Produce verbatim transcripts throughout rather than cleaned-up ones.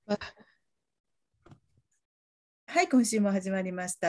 はい、今週も始まりました。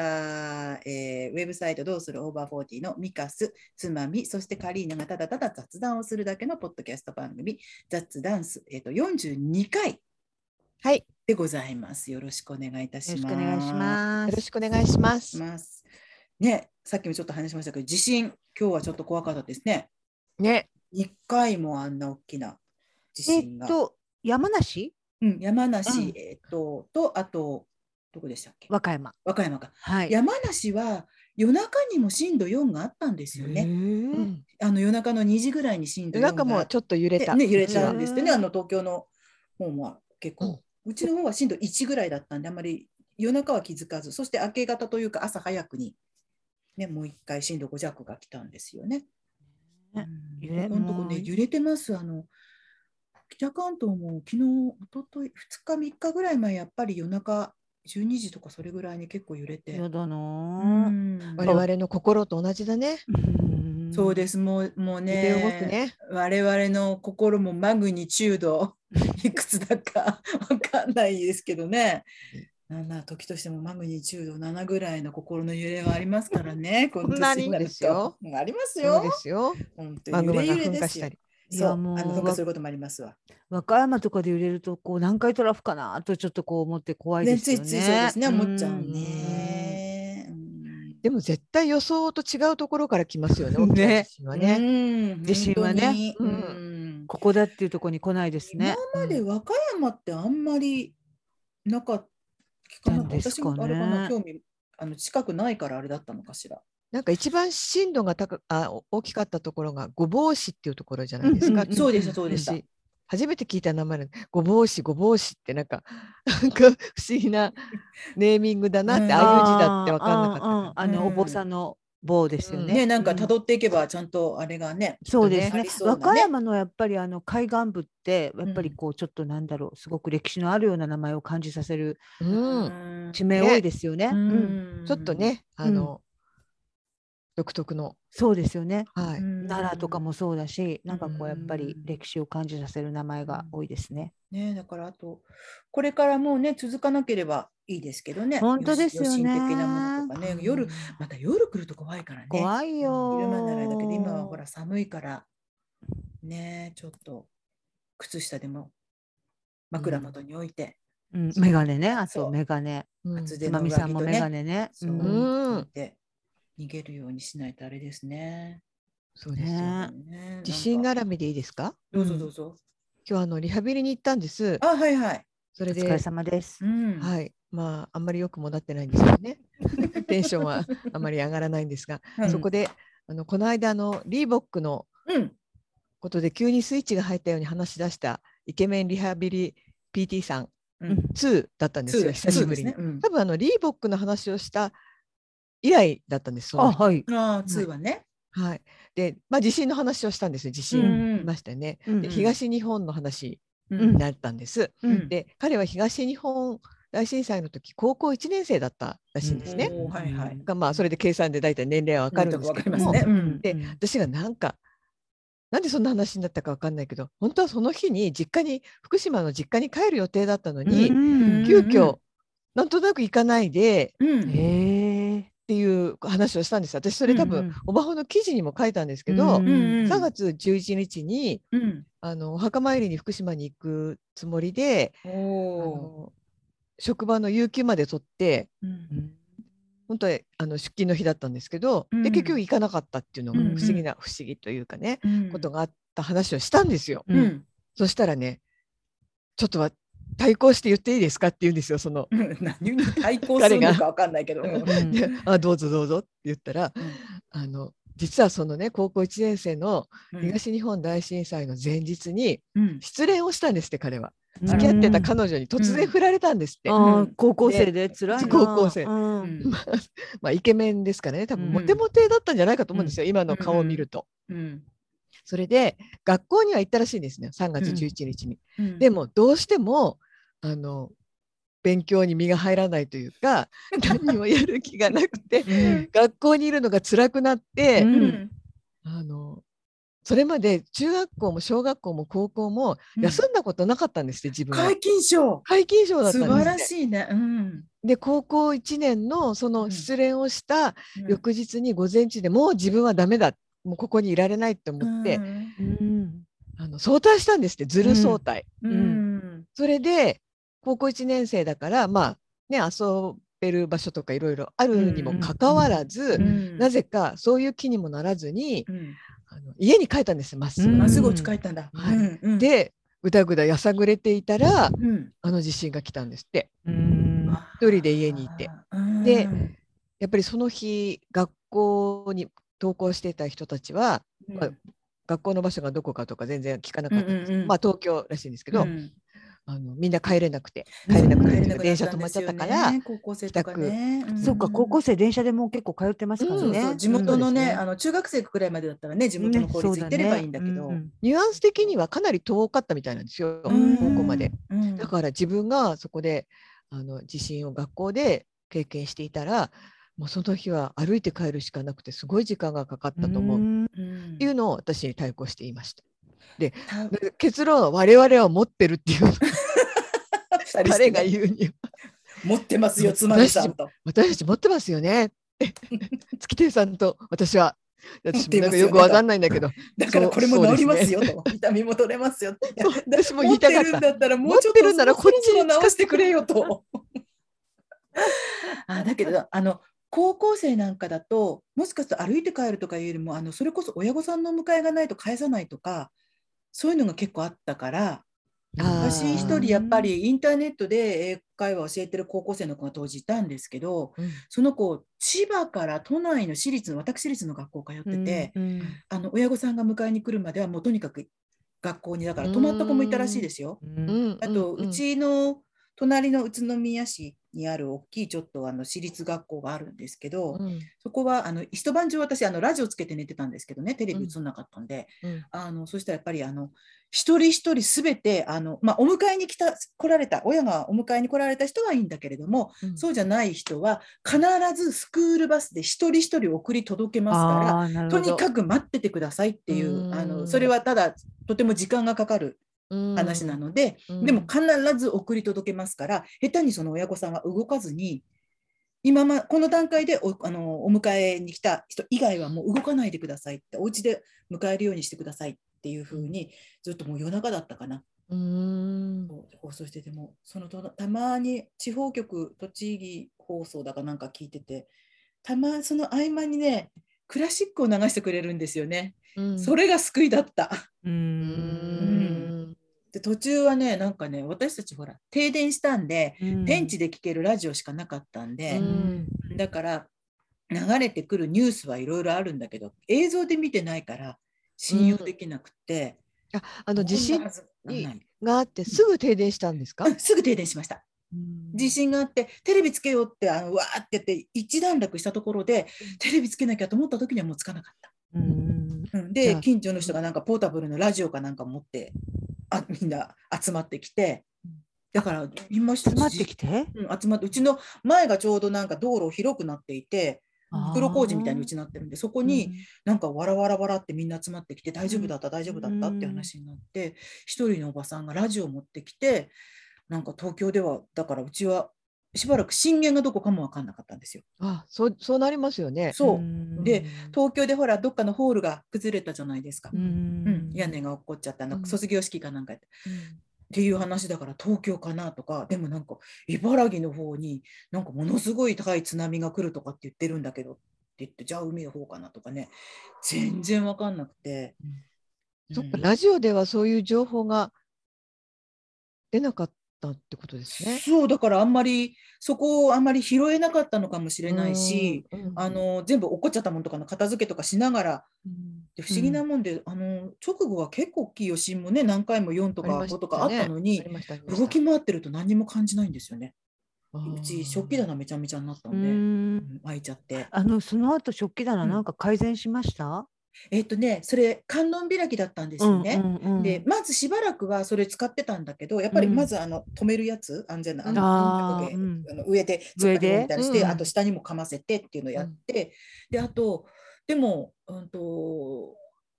えーウェブサイトどうするオーバーフォーティーのミカス、つまみ、そしてカリーナがただただ雑談をするだけのポッドキャスト番組、雑ダンス、えーと、よんじゅうにかいはい。 でございます。よろしくお願いいたしよろしくお願いしまます。 よろしくお願いします。 す。ね、さっきもちょっと話しましたけど、地震、今日はちょっと怖かったですね。 ね。 いっかいもあんな大きな地え震が。 っと、山梨、 うん、山梨、 うんえっと、と、あと、どこでしたっけ？ 和歌山。 和歌山か。 はい。 山梨は夜中にも震度よんがあったんですよね。 へうーん、 あの夜中のにじぐらいに震度夜よんがあっ中もちょっと揺れて、 た。 ね、揺れうちは。 たんですってね。 へーあの東京の方も結構、 うんうちの方は震度いちぐらいだったんで、あんまり夜中は気づかず、そして明け方というか朝早くに、ね、もう一回震度ご弱が来たんですよね。 ねうん、 揺れここのとこね、 もう揺れてます。あの北関東も昨日、一昨日ふつか、みっかぐらい前、やっぱり夜中じゅうにじとかそれぐらいに結構揺れて。 やだなうぁ。 ん、 我々の心と同じだね。 うんそうです。もう、もう揺れ動くね、 ね。 我々の心もマグニチュードいくつだかわかんないですけどね。なんな時としてもマグニチュードななぐらいの心の揺れはありますからね、このこんなに年になるですよと。ありますそうよ。 ですよ。 本当マグマが揺れ揺れですよ。 噴火したり。 いやそう、あのもうわ噴火することもありますわ。 和歌山とかで揺れるとこう南海トラフかなとちょっとこう思って怖いでね、つすよいついそうでね。 すね、思っちゃううんね。うんでも絶対予想と違うところから来ますよね。大きなね地震はね。 うん、 地震はね本当にううんんここだっていうところに来ないです今ね。 まで和歌山ってあんまりなかった、聞かなかった。 なんです私かもあれかな、 ね。 興味、あの近くないからあれだったのかしら。 なんか一番震度が高あ大きかったところが御坊市っていうところじゃないですか。 うんうんうんそうでした、そうでした。 私初めて聞いた名前で御坊市御坊市ってなんかなんか不思議なネーミングだなって、 うんああいう字だってあ分かんなかったあ、うんうん、 から。 あの、お坊うんさんの坊ですようんね。 ね、なんかうん辿っていけばちゃんとあれがね、きっとね、 そうですね。 ありそう和なね。 歌山のやっぱりあの海岸部ってやっぱりうんこうちょっとなんだろう、すごく歴史のあるような名前を感じさせるうんうん地名多いね、 ですよね。 ううん、 んちょっとね、あうんの、独特の、 そうですよね。 はい。 うん奈良とかもそうだし、なんかこうやっぱりうん歴史を感じさせる名前が多いですね。 ね、だからあと、これからもうね、続かなければいいですけどね、 本当ですよね。 余震的なものとかね、夜、また夜来ると怖いからね。 怖いよ。 昼間ならあれだけど、今はほら寒いから、ね、ちょっと靴下でも枕元に置いて、 うん、メガネね、あとそうメガネ。 うん厚手のつまみ上着とねさんもメガネね。 そううん置いて逃げるようにしないとあれですね。 そうですよ。 ねね地震なんか絡みでいいですか？ どうぞどうぞ。 今日あのリハビリに行ったんです。 あ、はいはい。 それお疲れで、 様です。 うん。 はい、まああんまりよくもなってないんですけどね。テンションはあまり上がらないんですが、 うんそこであのこの間のリーボックのうん。 ことで急にスイッチが入ったように話し出したイケメンリハビリ ピーティー さんうん。 にだったんですよ、 ツー久しぶりに。 ツーですねうん多分あのリーボックの話をした以来だったんです、そのあ、 人。 はい。 ああ、ツーはね。 はい。で、まあ、地震の話をしたんですよ。地う震んいましたよね。 うんで、東日本の話ううんになったんです。 うんで、彼は東日本大震災の時、高校いちねん生だったらしいんですね。 おーはいはいがまあ、それで計算で大体年齢はわかるんですけども、 うんとかわかりますね。うんで、私がなんか、なんでそんな話になったかわかんないけど、本当はその日に実家に、福島の実家に帰る予定だったのに、 うん急遽、なんとなく行かないで、 うんへえ。 っていう話をしたんです。私それ多分、 うんうんおばほの記事にも書いたんですけど、 うんうんさんがつじゅういちにちにうんあのお墓参りに福島に行くつもりで、あおーの職場の有給まで取ってうん本当はあの出勤の日だったんですけど、 うんで結局行かなかったっていうのがうん不思議な、不思議というかね、 うんことがあった話をしたんですよ。 うんうんそしたらね、ちょっとは対抗して言っていいですかって言うんですよ、そのうん何に対抗するのかわかんないけど。うんうんであどうぞどうぞって言ったら、 うんあの実はそのね高校いちねん生のうん東日本大震災の前日にうん失恋をしたんですって彼は。 うん付き合ってた彼女に突然振られたんですって。 あうんー高校生で辛いな。 高校生うんうんまあまあイケメンですからね、多分うんモテモテだったんじゃないかと思うんですよ、今の顔を見ると。 うんそれで学校には行ったらしいんですね、さんがつじゅういちにちに。 うんでもどうしてもあの勉強に身が入らないというか何もやる気がなくて、 うん学校にいるのが辛くなって、 うんうんあのそれまで中学校も小学校も高校もうん休んだことなかったんですって、自分は。 皆勤賞。 皆勤賞だっ素晴らたんですって。 しいね。うん。 で高校いちねんのその失恋をしたうん翌日に午前中でもう自分はダメだ、もうここにいられないって思うって、 んうんあの早退したんですって、ずる早退。 ううんんそれで高校いちねん生だからまあね遊べる場所とかいろいろあるにもかかわらず、 うんなぜかそういう気にもならずに、 うんあの家に帰ったんですよ、まっすぐ。 うんあ、すぐ家帰ったんだ。 はいうんうんでぐだぐだやさぐれていたらうんあの地震が来たんですって、 うん一人で家にいて。 あーでうんやっぱりその日学校に登校していた人たちは、 うんまあ、学校の場所がどこかとか全然聞かなかったんですけど、 うんうんうんまあ東京らしいんですけど、 うんあのみんな帰れなくてうん帰れなくてっていうか帰れなくな電車止まっちゃったんですよったからね。高校生とか帰宅、 ね。うんそっか、高校生電車でもう結構通ってますからね。 そうそう、地元のね、 うんあの中学生くらいまでだったらね、地元のね公立行ってればいいんだけど。 ニュアンス的にはかなり遠かったみたいなんですよ、 うん高校まで。 うんだから自分がそこであの地震を学校で経験していたらもうその日は歩いて帰るしかなくてすごい時間がかかったと思うっんうんていうのを私に対抗して言いました。でた結論は我々は持ってるっていう二人して彼ねが言うには持ってますよ、つまみ私たちさんと。 私たち持ってますよねって月亭さんと私は私もなんか持っていますよねよくわかんないんだけどだからこれも治りますよそうと、痛みも取れますよ。いやそうだ私も言いたかった持ってるんだったらもうちょっと持ってるんならこっちにそろそろ直してくれよと。あだけどあの高校生なんかだともしかすると歩いて帰るとかいうよりもあのそれこそ親御さんのお迎えがないと返さないとかそういうのが結構あったから、 あー私一人やっぱりインターネットで英会話を教えてる高校生の子が当時いたんですけど、 うんその子千葉から都内の私立の私立の学校通ってて、 うんあの親御さんが迎えに来るまではもうとにかく学校にだから泊まった子もいたらしいですよ。 うんうんあと、 うんうちの隣の宇都宮市にある大きいちょっとあの私立学校があるんですけど、 うんそこはあの一晩中私あのラジオつけて寝てたんですけどね、テレビ映んなかったんで、 うんあのそしたらやっぱりあの一人一人すべてあの、まあ、お迎えに来た来られた親がお迎えに来られた人はいいんだけれども、 うんそうじゃない人は必ずスクールバスで一人一人送り届けますからあーなるほどとにかく待っててくださいっていううんあのそれはただとても時間がかかる話なので、 うんでも必ず送り届けますから下手にその親御さんは動かずに今まこの段階で お, あのお迎えに来た人以外はもう動かないでくださいってお家で迎えるようにしてくださいっていうふうにずっともう夜中だったかな、 うん放送しててもそのとたまに地方局栃木放送だかなんか聞いててたまその合間にねクラシックを流してくれるんですよね、 うんそれが救いだった。 ううんんで途中はねなんかね私たちほら停電したんで、 うんペンチで聴けるラジオしかなかったんで、 うんだから流れてくるニュースはいろいろあるんだけど映像で見てないから信用できなくて、 ああの地震こんなはずないがあってすぐ停電したんですか？ うんすぐ停電しました。地震があってテレビつけようってあのわーってやって一段落したところでテレビつけなきゃと思った時にはもうつかなかった。 うんうん、 じゃあで近所の人がなんかポータブルのラジオかなんか持ってあみんな集まってきてだから今集まってきてうん、集まってうちの前がちょうどなんか道路広くなっていて袋小路みたいにうちになってるんでそこになんかわらわらわらってみんな集まってきて大丈夫だった大丈夫だったって話になって一人のおばさんがラジオを持ってきてなんか東京ではだからうちはしばらく震源がどこかも分かんなかったんですよ。 あ、そうそうなりますよね。 そうで東京でほらどっかのホールが崩れたじゃないですか、 ううん、屋根が落っこっちゃったの、 うん卒業式かなんかやってうんっていう話だから東京かなとかでもなんか茨城の方になんかものすごい高い津波が来るとかって言ってるんだけどって言ってじゃあ海の方かなとかね全然分かんなくて、うん、 そっかラジオではそういう情報が出なかったってことですね。 そうだからあんまりそこをあんまり拾えなかったのかもしれないし、 うんうんあの全部落っこっちゃったものとかの片付けとかしながらうんで不思議なもんで、あの直後は結構大きい余震もね何回もよんとかごとかあったのにありましたねありました動き回ってると何にも感じないんですよね。 あーうち食器棚めちゃめちゃになったんで、 うんうん開いちゃってあのその後食器棚なんか改善しました？ えっとねそれ観音開きだったんですよね。 うんうんうんでまずしばらくはそれ使ってたんだけどやっぱりまずあの止めるやつ安全なあの上下あーうんあの上で上でみたいにして、 うんあと下にもかませてっていうのをやって、であとでも、うん、と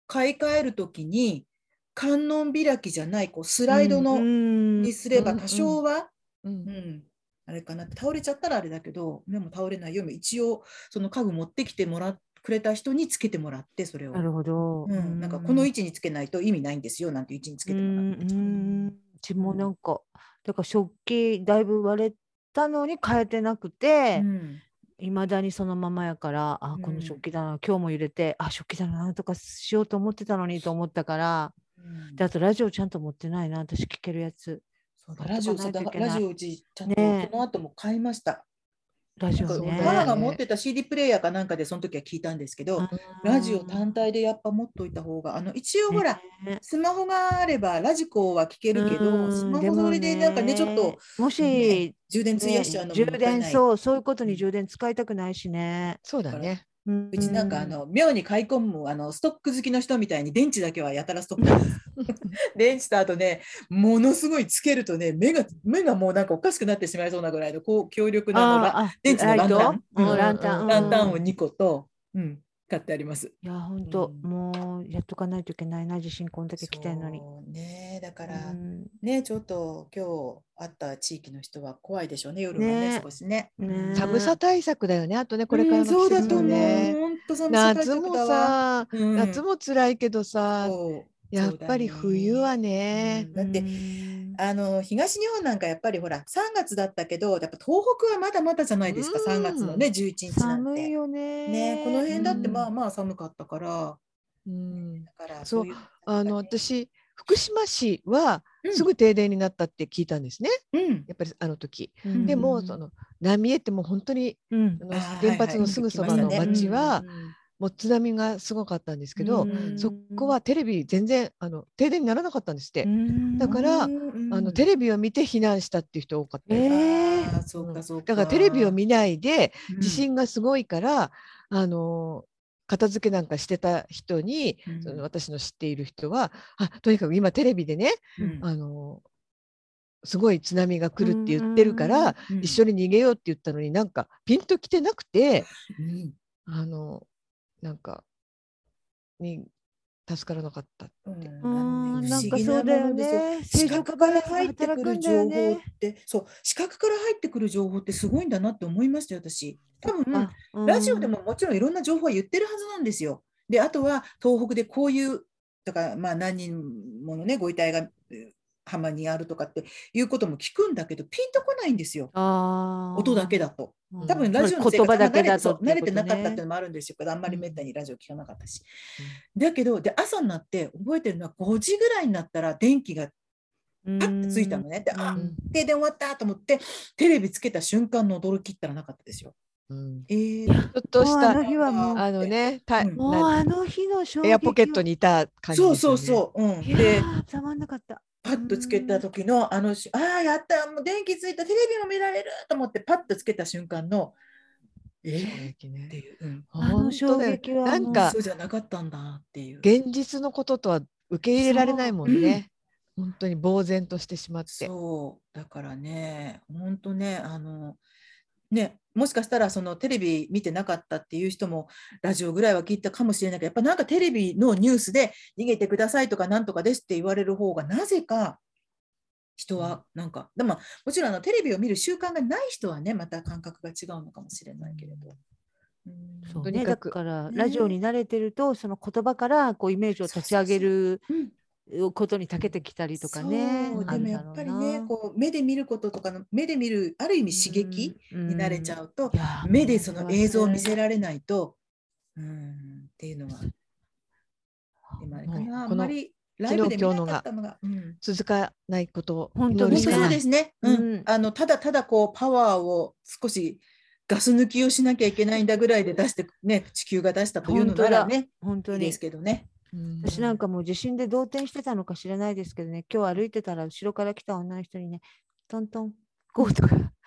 買い替えるときに観音開きじゃないこうスライドのにすれば多少は、 うんうん、あれかな、倒れちゃったらあれだけど、でも倒れないように一応その家具持ってきてもらくれた人につけてもらって、それを、 なるほど。 うん、なんかこの位置につけないと意味ないんですよなんていう位置につけてもらって、 うん、うちもなんか、だから食器だいぶ割れたのに変えてなくて、 うんいまだにそのままやから、あ、この食器だな、今日も揺れて、あ、食器だな、なんとかしようと思ってたのにと思ったから、 うんで、あとラジオちゃんと持ってないな、私聞けるやつ。 そうだラジオ、そうだラジオうちちゃんとねその後も買いました。 ラジオなんかね。 母が持ってた シーディー プレイヤーかなんかでその時は聞いたんですけど、ラジオ単体でやっぱ持っといた方が、あの一応ほら、 ねスマホがあればラジコは聞けるけど、スマホそれでなんかね、ちょっと、 もし、 ね、充電費やしちゃうね、 のも充電、 もったいない。 そう、そういうことに充電使いたくないしね。 そうだね。 うちなんかあの妙に買い込むあのストック好きの人みたいに電池だけはやたらストックです。電池とあとね、ものすごいつけるとね、目が目がもうなんかおかしくなってしまいそうなぐらいのこう強力なあのラああ、 電池のランタン、 うんうんランタン、 ランタンをうんにこと、うん、買ってあります。 いや、本当、 うんもうやっとかないといけないな、地震こんだけ来てんのに。 そうね、だから、 うんね、ちょっと今日あった地域の人は怖いでしょうね、夜はね、 ね少しね。 ね寒さ対策だよね。あとね、これからうん、 の季節そうだと思う。 はね。 本当寒さ対夏も策だわ。 さ、 うん夏も辛いけどさ、 そう、 やっぱりそうだね。 冬はうねん、、だって、 うんあの東日本なんかやっぱりほらさんがつだったけど、やっぱ東北はまだまだじゃないですか、さんがつのね、じゅういちにちなんて。 寒いよね。 ね、この辺だってまあうんまあ寒かったから、 うん、 だからそそうういう、 あの私福島市はうんすぐ停電になったって聞いたんですね。 うんやっぱりあの時。 うんでもその浪江ってもう本当にうんあのあー原発のすぐそばのはいはいうん町はうんもう津波がすごかったんですけど、 うんそこはテレビ全然あの停電にならなかったんですって。だかうらんあのテレビを見て避難したっていう人多かったよ。 えーああ、そうかそうか。 だからテレビを見ないでうん地震がすごいから、あの片付けなんかしてた人に、 うんその私の知っている人はあとにかく今テレビでね、 うんあのすごい津波が来るって言ってるからうん一緒に逃げようって言ったのになんかピンときてなくて、 うんあのなんかに助からなかった。 うんうあのね、不んなん思議なかそうだよものですよ。 ね。 視正常覚から化バランスが入ってく働くんだる情報っよね。 て、そう、視覚から入ってくる情報ってすごいんだなって思いましたよ、私。多分、 あ、うんラジオでももちろんいろんな情報は言ってるはずなんですよ。で、あとは東北でこういう、だからまあ何人ものね、ご遺体がえー浜にあるとかっていうことも聞くんだけど、ピンとこないんですよ。 あ音だけだと。 ー多分ラジオのせい言葉かあんま慣れてだけだとそう慣れてっていうことね。 なかったっていうのもあるんですよ。あんまりめったにラジオ聞かなかったし。だけど、で朝になって覚えてるのはごじぐらいになったら電気がパパッてついたのね。で、あうん停電終わったと思ってテレビつけた瞬間の驚きったらなかったですよ。 うんえー、 いやちょっとしたもうあの日はもう、 あのね、たうんもうなあの日の衝撃エアポケットはにいた感じそうですよね。 そうそう。うん、 いやで、 ー、たまんなかった。 パッとつけた時のあのし、ああ、やった、もう電気ついた、テレビも見られると思ってパッとつけた瞬間の、え衝ー、 撃ねっていう、うん、 あの本当衝だよ撃はもうなんかそうじゃなかったんだっていう。 現実のこととは受け入れられないもんね。本当に呆然としてしまって。 そうだからね、本当ね、あのね、もしかしたらそのテレビ見てなかったっていう人もラジオぐらいは聞いたかもしれないけど、やっぱなんかテレビのニュースで逃げてくださいとかなんとかですって言われる方がなぜか人はなんか、でももちろんあのテレビを見る習慣がない人はね、また感覚が違うのかもしれないけれど。うんそうね、だとにかくからねラジオに慣れてるとその言葉からこうイメージを立ち上げるうんことに長けてきたりとかね、 そうでもやっあるだろうぱりね、 な。 こう目で見ることとかの目で見るある意味刺激うんに慣れちゃうと、 いや目でその映像を見せる。 られないと、うんっていうのは、でもあれかな、 もうあんまりライブで見なかったのが、うん続かないことを本当に祈るしかない。 本当そうですね、うんうんあのただただこうパワーを少しガス抜きをしなきゃいけないんだぐらいで出して、ね、地球が出したというのならね、 本当にいいですけどね。 うん私なんかもう地震で動転してたのか知らないですけどね、今日歩いてたら後ろから来た女の人にね、トントン、ゴーとか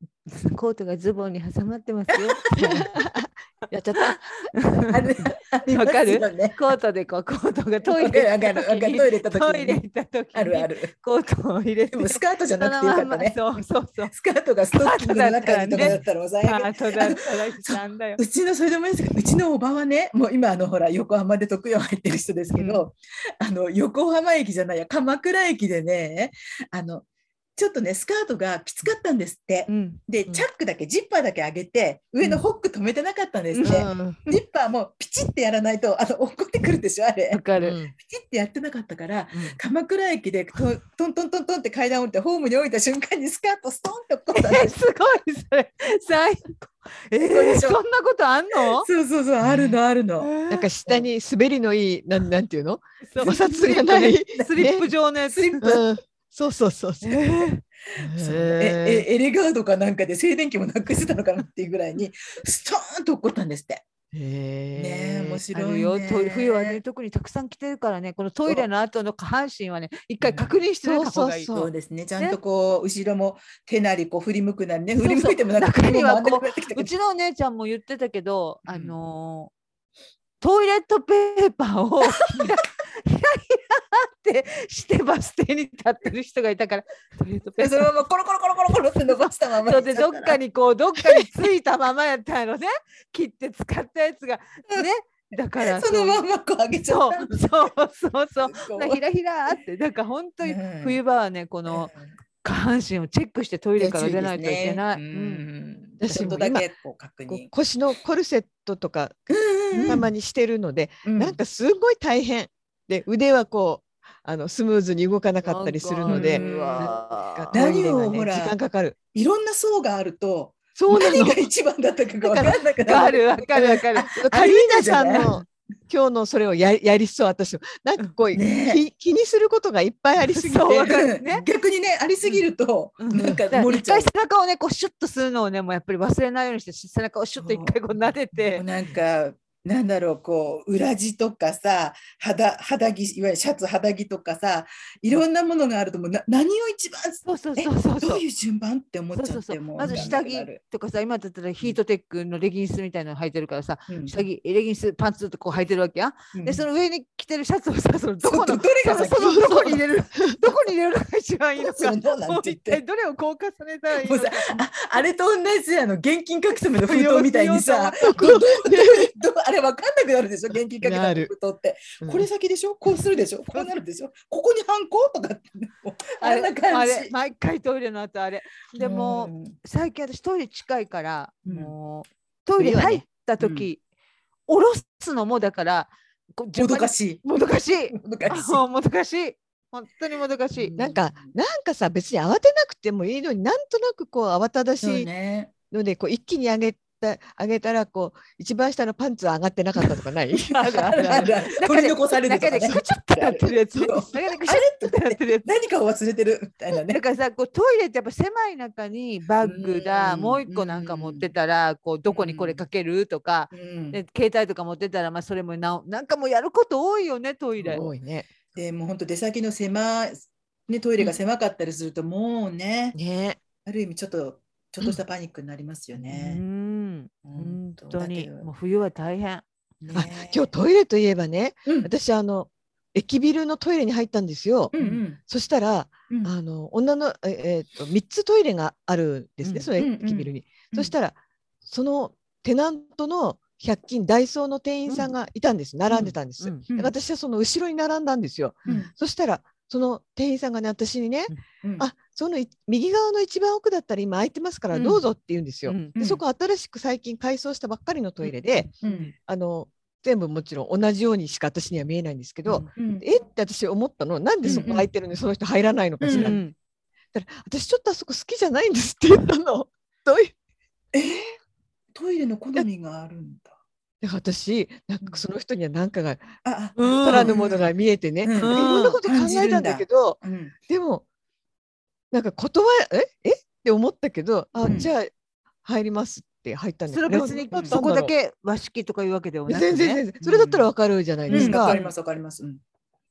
コートがズボンに挟まってますよ。 やっちゃった。 あるありますよね。 コートでこうコートがトイレわかるわかるわかるトイレ行った時にねトイレ行った時にあるある。 コートを入れてでもスカートじゃなくてよかったね。 そのままそうそうそう。 スカートがストッキングの中にとかだったらもう最悪。 パートだったら悲惨だよ。 うちのそれでもいいですけど、うちのおばはね、もう今あのほら横浜で特養入ってる人ですけど、あの横浜駅じゃないや鎌倉駅でね、あのちょっとねスカートがきつかったんですって。 うんでチャックだけジッパーだけ上げて上のホック止めてなかったんですって。 うんジッパーもピチってやらないとあの落っこってくるでしょあれ。 わかる。 うんピチってやってなかったから、 うん鎌倉駅でトトントントントンって階段降りてホームに降りた瞬間にスカートストンって落っこったんです。 えすごいそれ最高。え最高でしょーそんなことあんの？ そうそうそうあるのあるの。 なんか下に滑りのいいなんなんていうの？ そう摩擦がない。 スリップ状のやつ。 スリップうん、そうそうそうそう。 えーそうへええエレガードかなんかで静電気もなくしてたのかなっていうぐらいにストーンと落っこったんですって。 ーねへーえ面あ白いね。 るよと冬はね特にたくさん着てるからねこのトイレの後の下半身はね一回確認しておいた方がいい。 そうそうですね。ちゃんとこう後ろも手なりこう振り向くなりね振りそうそう向いてもなんか中にはこう首も回んなくなってきたけどうちのお姉ちゃんも言ってたけど、 うんあのートイレットペーパーをひらひらひらってしてバス停に立ってる人がいたからトイレットペーパーでそのままコロコロコロコロコロって伸ばしたままそうで行っちゃたどっからにこうどっかについたままやったのね切って使ったやつがねだからそのまうまこう上げちゃそうったんです。 そうそうそうすごいなひらひらってだから本当にうん冬場はねこの下半身をチェックしてトイレから出ないといけない。 ううんん私もちょっとだけこう確こう認。 腰のコルセットとかたまにしてるので、 うんなんかすごい大変で腕はこうあのスムーズに動かなかったりするので、 うんなんかト何イレがをほらね時間かかる。 いろんな層があるとそうなの。 何が一番だったかが分かんなくわかなる。 るわかるわかる。 カリーナさんあれみたいじゃの今日のそれをややりそう私もなんかこう、 ねき気にすることがいっぱいありすぎてそうわかるうんね逆にねありすぎると、 うんなんかだから漏れちゃう一回背中をねこうシュッとするのをねもうやっぱり忘れないようにして背中をシュッと一回こう撫でもうてなんかなんだろうこう裏地とかさ肌肌着いわゆるシャツ肌着とかさいろんなものがあるともうな何を一番そうそうえそうそうそうどういう順番って思っそうちゃそうそうまずってもう分か下着んなくなるとかさ今だったらヒートテックのレギンスみたいなの履いてるからさ、 うん下着レギンスパンツとこう履いてるわけや、 うんでその上に着てるシャツをさそのどこのそうどれが先そのそのどこに入れるどこに入れるのが一番いいのどうするのかもうなんて言って一体どれをこう重ねたらいいのかもうさああれと同じあの現金隠すための封筒みたいにさそうどどどどあれ分かんなくなるでしょ現金かけた封筒って、 うんこれ先でしょこうするでしょこうなるでしょここにハンコとかってもうああれんな感じあれ毎回トイレの後あれでも、 うん最近私トイレ近いから、 うんもうトイレ入った時、下ろすのもだからこう順番にもどかしいもどかしいもどかしいあもどかしい本当にもどかしい、 うんなんかなんかさ別に慌てなくてもいいのになんとなくこう慌ただそうしいねのでこう一気に上げた上げたらこう一番下のパンツは上がってなかったとかない？ あるあるあるある取り残されるとかね中でくちょってなってるやつねそう中でくちょってなってるやつ何かを忘れてるみたいなねだからさこうトイレってやっぱ狭い中にバッグだうんもう一個なんか持ってたらこうどこにこれかけるとか、 うんで携帯とか持ってたらまあそれもなおなんかもうやること多いよねトイレ。 多いね。 でもう本当出先の狭い、ね、トイレが狭かったりするともうね、 ね。 ある意味ちょっとちょっとしたパニックになりますようね。 ん本本当にだけどもう冬は大変。 ねあ今日トイレといえばね、 うん私あの駅ビルのトイレに入ったんですよ。 うんうんそしたらうんあの女のええーっとみっつトイレがあるんですね、 うんその駅ビルに。そしたらそのテナントのひゃく均ダイソーの店員さんがいたんです、並んでたんです。 うんうんで私はその後ろに並んだんですよ。 うんそしたらその店員さんがね私にね、 うんあそのい右側の一番奥だったら今空いてますからどうぞって言うんですよ。 うんでそこ新しく最近改装したばっかりのトイレで、 うんあの全部もちろん同じようにしか私には見えないんですけど、 うんえって私思ったのなんでそこ空いてるのにその人入らないのかしら、 うんうんだから私ちょっとあそこ好きじゃないんですって言ったの。どういうえートイレの好みがあるんだ。 だから私なんかその人には何かがああうん足らぬものが見えてね、 うんいろんなこと考えたんだけど、 うんでもなんか断ええって思ったけど、あ、 うんじゃあ入りますって入ったんですそれは別にねそこだけ和式とかいうわけではなく全然全ね。 然それだったらわかるじゃないですか、 うんわかりますわかります。うん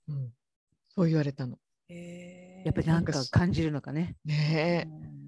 うんそう言われたのへーやっぱりなんか感じるのかね。 ねえ。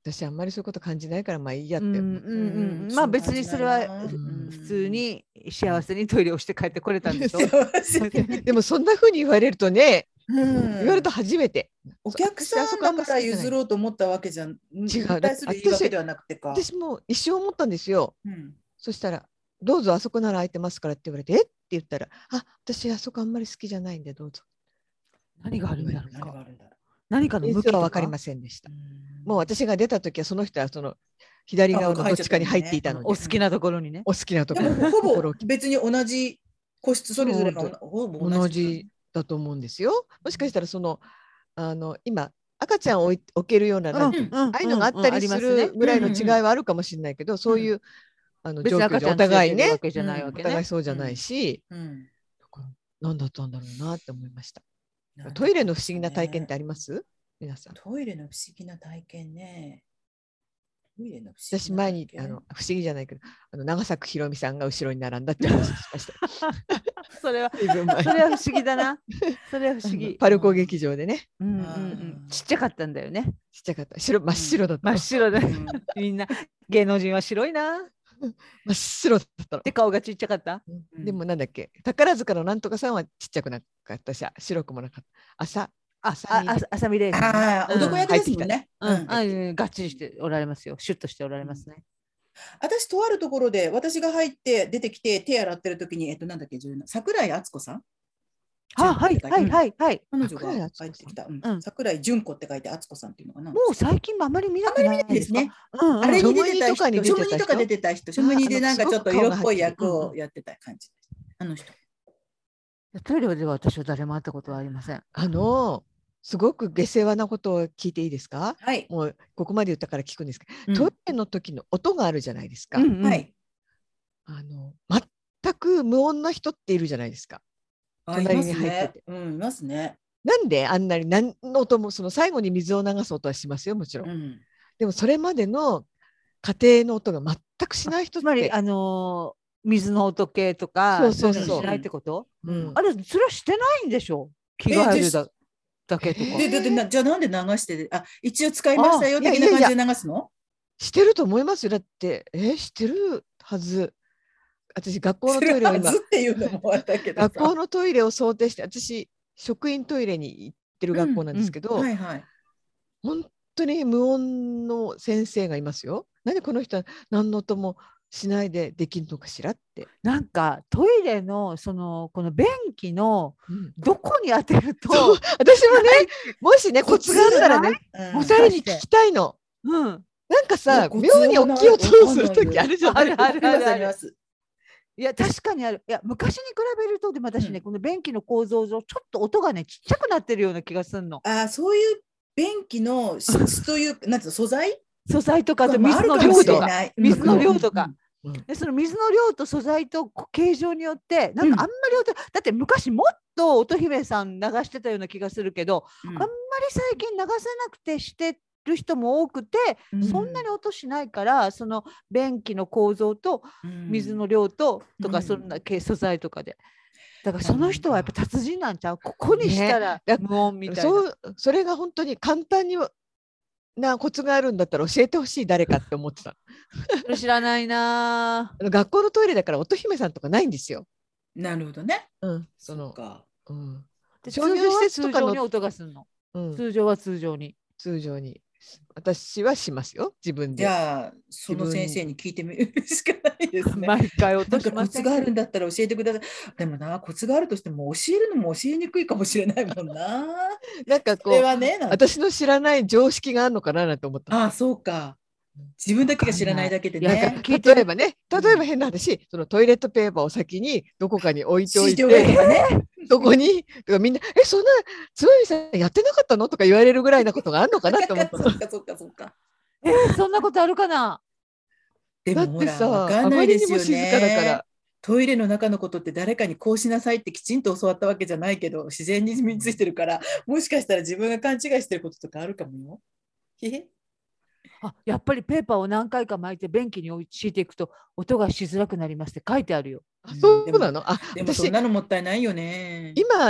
私あんまりそういうこと感じないからまあいいやってうん思う。 うんうんうんまあ別にそれはうんふ普通に幸せにトイレをして帰ってこれたんでしょ。 でもそんな風に言われるとね、 うん言われると初めて。 お客さんだから譲ろうと思ったわけじゃん。 違う。 対する言い訳ではなくてか。 私も一生思ったんですよ。 うんそしたら、どうぞあそこなら空いてますからって言われて、えって言ったら、あ、私あそこあんまり好きじゃないんでどうぞ。 何があるんだろう何がか。 あるんだろ何かの理向きとか由は分かりませんでした。 う。 もう私が出た時はその人はその左側のどっちかに入っていたので、 お好きなところにね。 お好きなところでもほぼところを別に同じ個室それぞれがほぼ同じだと思うんですよ。もしかしたらそのあの今赤ちゃんを置い置けるような、なんていううんああいうのがあったりするぐらいの違いはあるかもしれないけど、そういうあの状況でお互いね、お互いそうじゃないし、 うん何だったんだろうなって思いました。 うんトイレの不思議な体験ってあります皆さん。 トイレの不思議な体験ね。トイレの不思議な体験私前にあの不思議じゃないけど、あの長作ひろみさんが後ろに並んだって話しました。 それは随分前それは不思議だな。それは不思議。 パルコ劇場でね、 うんうんうん。ちっちゃかったんだよね。 ちっちゃかった。白真っ白だった。 真っ白でうんみんな芸能人は白いな。 真っ白だったの。 で顔がちっちゃかった。 うんでもなんだっけ、宝塚のなんとかさんはちっちゃくなかったし、白くもなかった。朝、 あ、 朝にあ、あ浅見玲さんね。 ああ、 うん男役ですもんね。 うん、 うんあうんがっちりしておられますよ。シュッとしておられますね。 私、とあるところで、私が入って出てきて、手洗ってる時に、えっと、なんだっけ、女優の桜井敦子さん。 あ、はいはいはいはい。 彼女が桜井敦子さん入ってきた。うんうん桜井純子って書いて、敦子さんっていうのかな。 もう最近あまり見なくないですか。 ですね。 うんうん。 あれに出てた人、 ショムニとかに出てた人ショムニとか出てた人、ショムニでなんかちょっと色っぽい役あのをやってた感じです。あの人。 トイレでは私は誰も会ったことはありません。 あのすごく下世話なことを聞いていいですか。 はい。 もうここまで言ったから聞くんですけど、 うんトイレの時の音があるじゃないですか。 うんうんはい。 あの全く無音な人っているじゃないですか。 あ隣に入ってていますね。うん、いますね。 なんであんなに何の音も、その最後に水を流す音はしますよ、もちろん。 うん。 でもそれまでの家庭の音が全くしない人って。 つまりあのー水の音系とかそうそうそういのしないってこと？ うんあれそれはしてないんでしょ。着替えるだだけとか。 で、だってな、じゃあなんで流してで、あ、一応使いましたよあいや的な感じで流すの？ してると思いますよ。だってえーしてるはず。私学校のトイレを今ずっていうのもあれだけどさ。 学校のトイレを想定して、私職員トイレに行ってる学校なんですけど、 うんはいはい。 本当に無音の先生がいますよ。なんでこの人は何の音もしないでできるのかしらって。 なんかトイレのそのこの便器のうんどこに当てると、 そう私もね、もしねコツがあったらね、 うんお二人に聞きたいの。 うん、 なんかさ、 いや妙に大きい音をするときあるじゃないですか。 あるあるあります。 いや確かにある。いや昔に比べるとでも私ね、 うんこの便器の構造上ちょっと音がねちっちゃくなってるような気がするの。 あ、そういう便器の質というなんていうの素材素材とかあとまあ水のあるかも量とかしれない水の量とか。 うんでその水の量と素材と形状によってなんかあんまり音、だって昔もっと乙姫さん流してたような気がするけど、 うんあんまり最近流せなくてしてる人も多くて、 うんそんなに音しないからその便器の構造と水の量と、とかうんそんな系素材とかで。だからその人はやっぱ達人なんちゃう。ここにしたらね無音みたいな。 そうそれが本当に簡単になコツがあるんだったら教えてほしい誰かって思ってた。 それ知らないな。 あの学校のトイレだから乙姫さんとかないんですよ。 なるほどね。 うん、そそうのか。 うんで商業施設とかの通常は通常に音がするの。 うん、 通常は通常に。 通常に私はしますよ、自分で。 じゃあその先生に聞いてみるしかないですね。 毎回な音んかコツしませんがあるんだったら教えてください。でもな、コツがあるとしても教えるのも教えにくいかもしれないもんな。 なんかここれうはね、なんか私の知らない常識があるのかななんて思った。 ああ、そうか。自分だけが知らないだけでいやね。 聞いて例えばね、例えば変な話、そのトイレットペーパーを先にどこかに置いておい指示をて、 とかね。 そこにとかみんな「えそんなつまみさんやってなかったの?」とか言われるぐらいなことがあるのかなと思ったそっかそっかそっか。 えーそんなことあるかな。 でもほら、 だってさ、 わかんあまないですよりにも静かだかねら。。 トイレの中のことって誰かにこうしなさいってきちんと教わったわけじゃないけど、自然に身についてるから、もしかしたら自分が勘違いしてることとかあるかもよ。へへ。 あ、やっぱりペーパーを何回か巻いて便器に敷いていくと音がしづらくなりますって書いてあるよ。 あそうなの。あでもそ私んなのもったいないよね。 今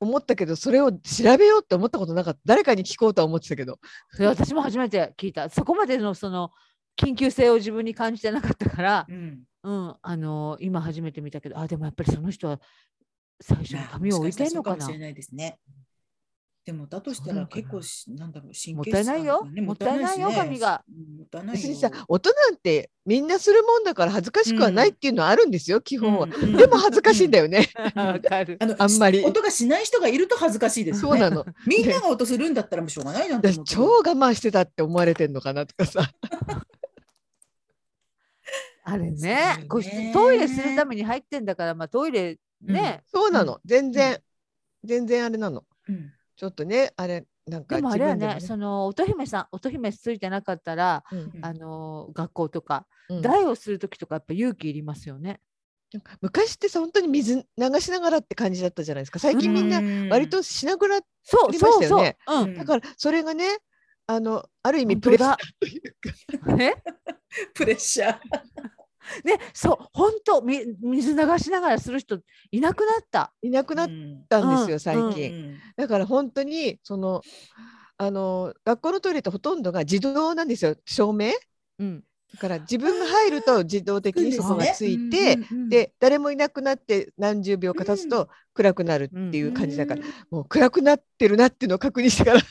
思ったけど、それを調べようって思ったことなかった。誰かに聞こうとは思ってたけど。 それ私も初めて聞いた。そこまでのその緊急性を自分に感じてなかったから、 うんうん、あの今初めて見たけど、あでもやっぱりその人は最初にまあ紙を置いてんのかな。 もしかしたらそうかもしれないですね。でもだとしたらそうなのかな結構しなんだろう神もっ経たいないよ質ねもったいないよしね紙がうんもったいないよ。 別にさ、音なんてみんなするもんだから恥ずかしくはないっていうのはあるんですよ、基本は。 うんでも恥ずかしいんだよね。 わかる。 あのあんまり音がしない人がいると恥ずかしいですよね。 そうなの。 みんなが音するんだったらもうしょうがないなんて私思うけど。 超我慢してたって思われてんのかなとかさ。 あれそうねね、 個室トイレするために入ってんだから、まあ、トイレね、 そうなの。全然、 う全然あれなの。 うんちょっとね、あれ、なんかでもあれはね、 自分でもね。 その乙姫さん、乙姫ついてなかったら、 うんうんあの学校とか、 うん台をするときとかやっぱ勇気いりますよね。 昔ってさ、本当に水流しながらって感じだったじゃないですか。最近みんな割としながら、 そうありまそうそう。 したよねうん。 だからそれがね、あの、ある意味本当だプレッシャーというか。 ね、 プレッシャー。 ね、そう本当み水流しながらする人いなくなった。 いなくなったんですよ、最近。だから本当に、その、あの、学校のトイレってほとんどが自動なんですよ、照明。 うん。 だから自分が入ると自動的にそこがついて、で、誰もいなくなって何十秒か経つと暗くなるっていう感じだから、もう暗くなってるなっていうのを確認してから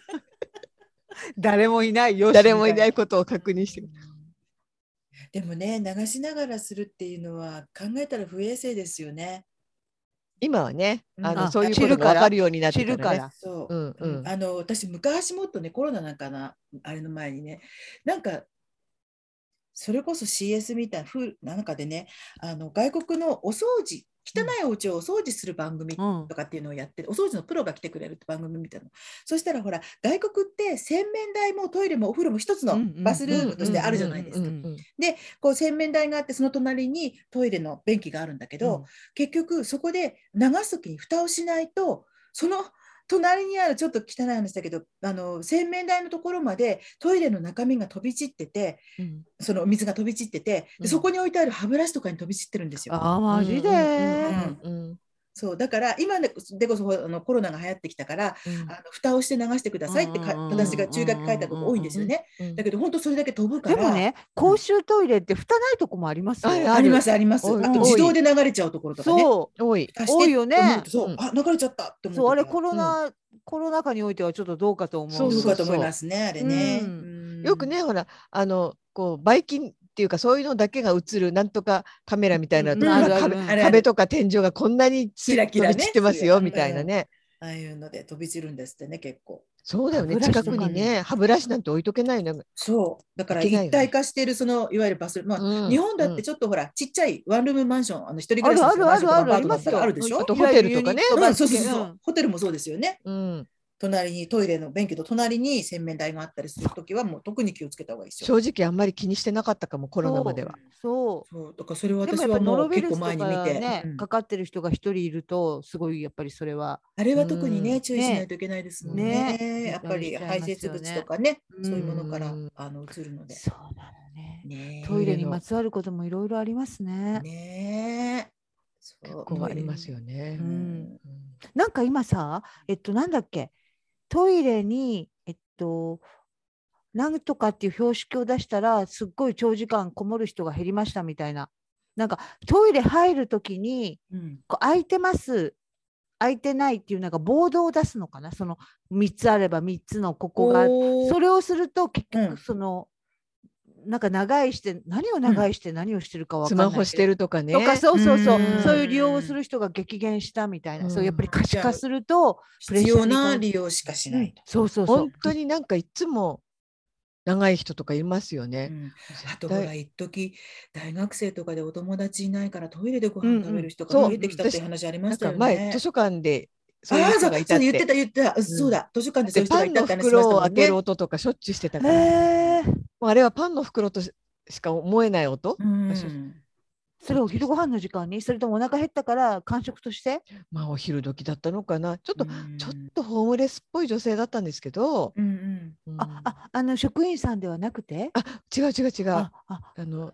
誰もいないよし誰もいみたないことを確認してから。 でもね、流しながらするっていうのは考えたら不衛生ですよね。 今はね、あうんのそういうことが分かるようになって知るからね。 から。 そう、 うんうんうんあの私昔もっとねコロナなんかなあれの前にねなんかそれこそ シーエス みたいな風なんかでねあの外国のお掃除汚いお家をお掃除する番組うんとかっていうのをやってる、お掃除のプロが来てくれるって番組みたいなの。そしたらほら外国って洗面台もトイレもお風呂も一つのバスルームとしてあるじゃないですか。でこう洗面台があってその隣にトイレの便器があるんだけど、 うん結局そこで流す時に蓋をしないとその隣にあるちょっと汚い話だけどあの洗面台のところまでトイレの中身が飛び散ってて、 うんその水が飛び散っててでそこに置いてある歯ブラシとかに飛び散ってるんですよ。 あーマジで、 うんそうだから今でこそあのコロナが流行ってきたから、 うんあの蓋をして流してくださいってかうん私が注意書き書いたとこ多いんですよね。 うんだけど本当それだけ飛ぶからでもね、公衆トイレって蓋ないとこもありますよ。 あるありますあります。 多いあと自動で流れちゃうところとかね。 そう多い。 蓋して多いよねって思うとそう、 うんあ流れちゃったって思うそうあれ時はコロナ、コロナ禍においてはちょっとどうかと思う。 そうそうどうかと思いますねあれね。 うんうんよくね、ほら、あの、こう、ばい菌っていうか、そういうのだけが映る、なんとかカメラみたいなとこうんが壁あるあるうんあるある壁とか天井がこんなにつキラキラね飛び散ってますよ、 するよみたいなね。 ああいうので飛び散るんですってね結構。 そうだよね、 歯ブラシとか近くにね、歯ブラシなんて置いとけないよね。 そうだからいけないよね一体化しているそのいわゆるバス、まあうん日本だってちょっとほら、ちっちゃいワンルームマンションあの一人暮らしのあるあるあるあるマンションとかアパートだったらあるでしょ。 あとホテルとかねうん、そうそうそうそう、ホテルもそうですよね。 うん、 隣にトイレの便器と隣に洗面台があったりするときはもう特に気をつけた方がいいですよ。 正直あんまり気にしてなかったかも、コロナまでは。 そうそうだからそれはでもやっぱ私はもりノロウイルう結構スとか前に見て、 ね、 うんかかってる人が一人いるとすごいやっぱりそれはあれは特にね、 うん注意しないといけないですもんね。 ねやっぱり見たり排しちゃいますよね泄物とかね、 うんそういうものからうんあの移るので。 そうなのね。 ねトイレにまつわることもいろいろありますね。 ねそう結構ありますよね。 ううんんなんか今さ、えっとなんだっけ、トイレにえっとなんとかっていう標識を出したらすっごい長時間こもる人が減りましたみたいな。なんかトイレ入るときにうんこう空いてます空いてないっていうなんかボードを出すのかな、そのみっつあればみっつのここがおーそれをすると結うん局その、なんか長いして何を長いして何をしてるかわスかんないけど、 マホしてるとかね。 とかそうそうそう、 うんそういう利用をする人が激減したみたいな、 うんそうやっぱり可視化するとプレッ必要シャーにな利用しかしないと。 そうそうそう本当になんかいつも長い人とかいますよね。 うんあと絶対ほら一時大学生とかでお友達いないからトイレでごうんうん飯食べる人がそう増えてきたっていう話ありまなんしたよね。 か前図書館でそういうああそう人がいたって。 そう言ってた言ってた、うんそうだ図書館でそういう人がでパンのいたって話しまし袋をたもんね。 開ける音とかしょっちゅうしてたから、 へーもうあれはパンの袋とししか思えない音、 うんそれお昼ご飯の時間に、それともお腹減ったから間食として、 まあお昼時だったのかな、ちょっと、 うんちょっとホームレスっぽい女性だったんですけど、 うんうんうんあああの職員さんではなくて、 あ違う違う違うあああの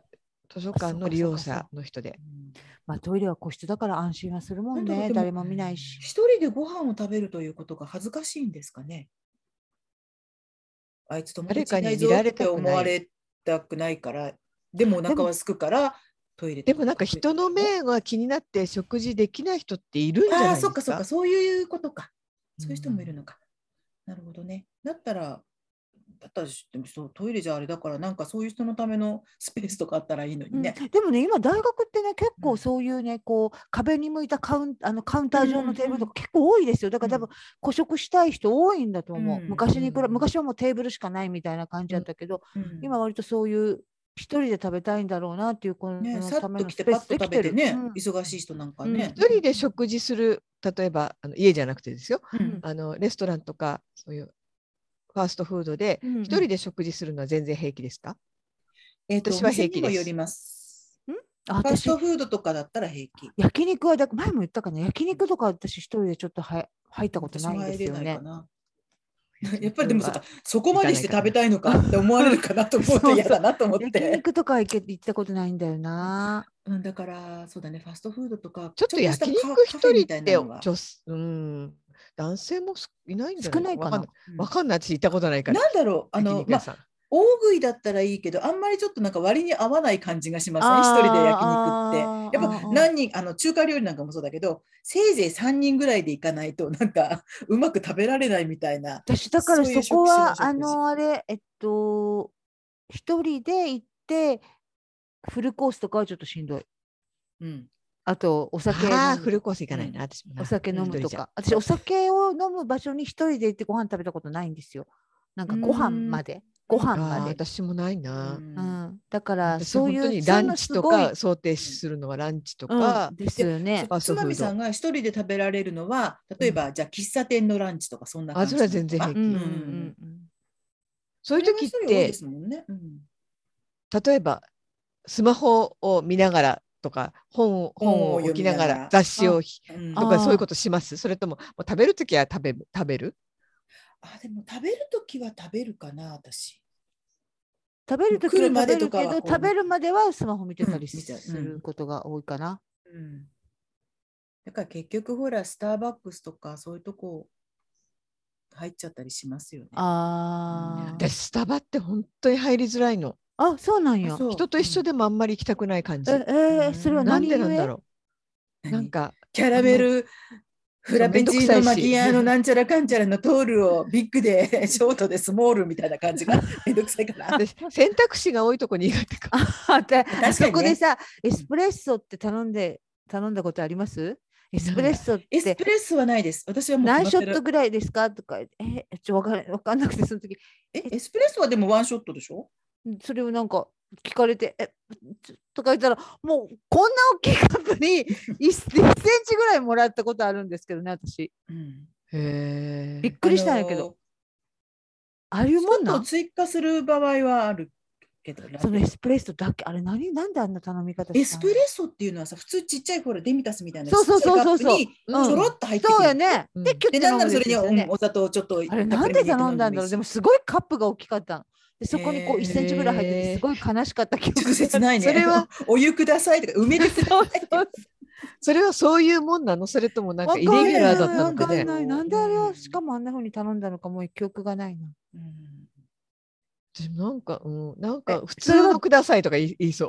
図書館の利用者の人で。 まあ、トイレは個室だから安心はするもんね。誰も見ないし。 一人でご飯を食べるということが恥ずかしいんですかね。あいつ友達いないぞって思われたくないから、でもお腹はすくからトイレ。 でもなんか人の目が気になって食事できない人っているんじゃないですか。 ああ、そっかそっか、そういうことか。そういう人もいるのか。うん、なるほどね。だったら、だったらでもそうトイレじゃあれだから、なんかそういう人のためのスペースとかあったらいいのにね。 うん、でもね、今大学ってね、結構そういうね、こう壁に向いたカウン、あのカウンター上のテーブルとか結構多いですよ。だから多分、個食したい人多いんだと思う。うん、昔に比べ、昔はもうテーブルしかないみたいな感じだったけど、うんうん、今割とそういう一人で食べたいんだろうなっていう、このね、さっと来てパッと食べてね、うん、忙しい人なんかね。 一人で食事する、例えばあの家じゃなくてですよ、うん、あのレストランとかそういうファーストフードで一人で食事するのは全然平気ですか？ えー、と私は平気です。よります。んファーストフードとかだったら平気。 焼肉はだ前も言ったかな、焼肉とか私一人でちょっとは入ったことないんですよね。 やっぱりでもそ, そこまでして食べたいのかって思われるかなと思って嫌だなと思って。 焼肉とか行ったことないんだよな。 うん、だからそうだね、ファストフードとかちょっと焼肉一人って女うん男性もいないんじゃない少ないかな。 わかんない、私行ったことないから。 なんだろう、あのまあ大食いだったらいいけど、あんまりちょっとなんか割に合わない感じがしますね、一人で焼肉って。やっぱ何人、あの中華料理なんかもそうだけど、せいぜいさんにんぐらいで行かないと、なんかうまく食べられないみたいな。 私、だからそこは、あの、あれ、えっと、一人で行って、フルコースとかはちょっとしんどい。うん。あと、お酒飲む。 ああ、フルコース行かないな、私もな。 お酒飲むとか。私、お酒を飲む場所に一人で行ってご飯食べたことないんですよ。なんかご飯まで。ご飯まで。 私もないな。 うん、だからそういうランチとか想定するのはランチとか、 うん、ですよね。 つまみさんが一人で食べられるのは、例えば、うん、じゃあ喫茶店のランチとかそんな感じ。 あ、それは全然平気。うんうん、そういう時って、 ねうん、 例えばスマホを見ながらとか本を本を置きながら雑誌をとかそういうことします？それとももう食べる時は食べ食べる？ あ、でも食べるときは食べるかな、私。 食べるときは食べるけど、食べるまではスマホ見てたりすることが多いかな。 うんうん、だから結局ほら、スターバックスとかそういうとこ入っちゃったりしますよね。 ああ、 うん、私スタバって本当に入りづらいの。 あ、そうなんや。 人と一緒でもあんまり行きたくない感じ。 ええー、それは何でなんだろう。なんかキャラメルフラペチーノマキアーノなんちゃらかんちゃらのトールをビッグでショートでスモールみたいな感じがめんどくさいから。 選択肢が多いとこ苦手か。 あ、確かにね、そこでさ、エスプレッソって頼んで頼んだことあります？エスプレッソって。 エスプレッソはないです。私はもう何ショットぐらいですかとか、え、ちょっとわかん、わかんなくてその時。 え、エスプレッソはでもワンショットでしょ？ それをなんか聞かれて、えとか言ったら、もうこんな大きいカップにいっセンチぐらいもらったことあるんですけどね、私。うん、へびっくりしたんやけど。ああいうもんなん？ ちょっと追加する場合はあるけど、 そのエスプレッソだっけ、あれ何、なんであんな頼み方したの？ エスプレッソっていうのはさ、普通ちっちゃいほらデミタスみたいなそうそうそうそうそう、 ちょろっと入ってくる。 そうやね。 で、キュッて飲むんですよね。お砂糖ちょっと。 あれなんで頼んだんだろう。でもすごいカップが大きかったの。でそこにこういっセンチぐらい入っててすごい悲しかった記憶が。 切ないね。 それはお湯くださいとか梅でください。 それはそういうもんなの？それともなんかイレギュラーだったのかね。 なんであれをしかもあんな風に頼んだのかもう記憶がないな。 なんか、うん、なんか普通のくださいとか言いそう。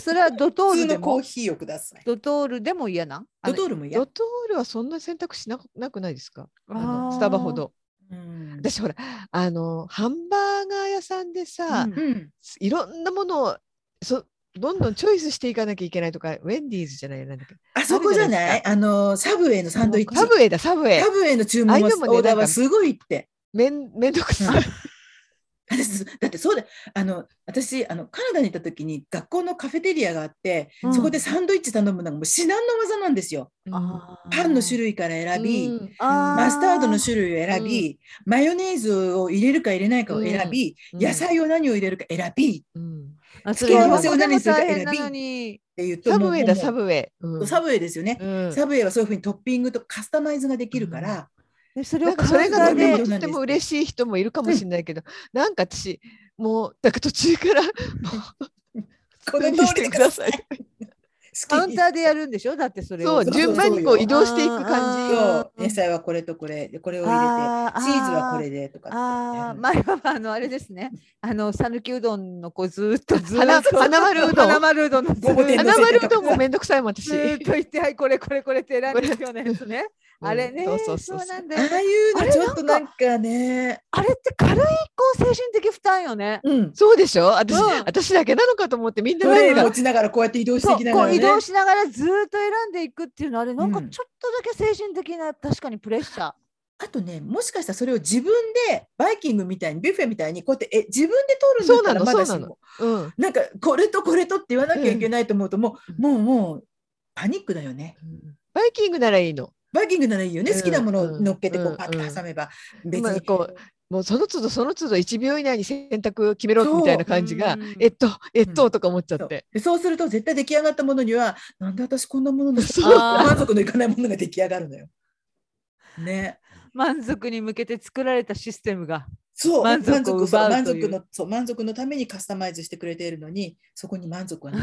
それはドトールでも。 コーヒーをください。 ドトールでも嫌な？ ドトールも嫌。 ドトールはそんな選択肢ななくないですか？あのスタバほど。うん、私ほらあのハンバーガー屋さんでさ、うん、いろんなものをそどんどんチョイスしていかなきゃいけないとか、ウェンディーズじゃないなんだっけ、 あそこじゃない、あのサブウェイのサンドイッチ、 サブウェイだサブウェイ、 サブウェイの注文のオーダーはすごいってめんめんどくさい。 だってそうだ、あの私あのカナダに行った時に学校のカフェテリアがあって、うん、そこでサンドイッチ頼むのがもう至難の技なんですよ。うん、パンの種類から選び、うん、マスタードの種類を選び、うん、マヨネーズを入れるか入れないかを選び、うん、野菜を何を入れるか選び、うん、付け合わせを何するか選びっていうと、 サブウェイだサブウェイ、 うん、サブウェイですよね、うん、サブウェイはそういうふうにトッピングとカスタマイズができるから、 でそれをそれがとてもとても嬉しい人もいるかもしれないけど、うん、なんか私もうだから途中からこの通りでください。 カウンターでやるんでしょ。だってそれをそう順番にこう移動していく感じ。 そう野菜はこれとこれでこれを入れてチーズはこれでとか。 ああ前はあのあれですね。あの讃岐うどんのこうずっとずっと花丸うどん花丸うどんのごぼ天花丸うどんもめんどくさいもん私。 ずっと言ってはいこれこれこれって選んでるようなやつね。あれね、 そうそうそうそうなんだよね。 ああいうのちょっとなんかね、 あれって軽いこう精神的負担よね。 うん、 そうでしょ。私、 うん、 私だけなのかと思ってみんなトレイなんか持ちながらこうやって移動していきながらね。 移動しながらずっと選んでいくっていうのあれなんかちょっとだけ精神的な、確かにプレッシャー。 あとね、もしかしたらそれを自分でバイキングみたいにビュッフェみたいにこうやってえ自分で取るんだったらまだしも、うん、なんかこれとこれとって言わなきゃいけないと思うと、うん、もうもうもうパニックだよね、うん、 バイキングならいいの。 バイキングならいいよね、好きなものを乗っけてこうパッと挟めば別に、 こうもうその都度その都度いちびょう以内に選択決めろみたいな感じがえっとえっととか思っちゃって、 うん、そう、そうすると絶対出来上がったものにはなんで私こんなものの満足のいかないものが出来上がるのよ。ね。 満足に向けて作られたシステムがそう満足を奪う満足のそう満足のためにカスタマイズしてくれているのにそこに満足はない。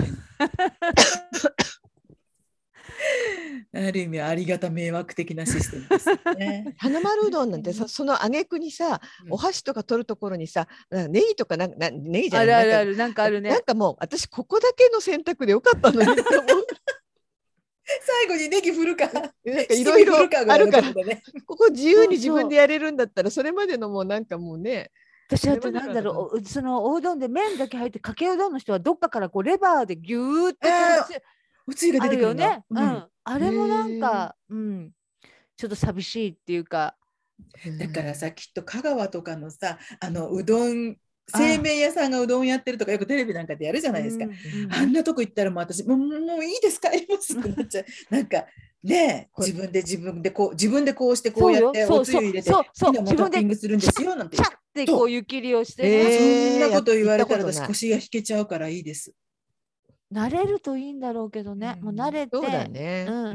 ある意味ありがた迷惑的なシステムですね。 花丸うどんなんてさ、その挙句にさ、うん、お箸とか取るところにさ、ネギとかななネギじゃない、 あるあるある、なんかあるね。 なんかもう私ここだけの選択でよかったのにって思う。 最後にネギ振るか、なんかいろいろあるから、ここ自由に自分でやれるんだったら、それまでのもうなんかもうね。 私あとなんだろう、そのおうどんで麺だけ入ってかけうどんの人はどっかからこうレバーでギューっておつゆが出てくるよね。うん、あれもなんか、うん、ちょっと寂しいっていうか。 だからさ、きっと香川とかのさ、あのうどん製麺屋さんがうどんやってるとかよくテレビなんかでやるじゃないですか。うんうん、あんなとこ行ったらもう私もうもういいですか帰りますってなっちゃう。なんかね自分で自分でこう自分でこうしてこうやっておつゆ入れて好きなものトッピングするんですよなんて。 チャッてこう湯切りをして、 ね、そんなこと言われたら私腰が引けちゃうからいいです。 慣れるといいんだろうけどね。うん、もう慣れて。 そうだね。 うん。うん、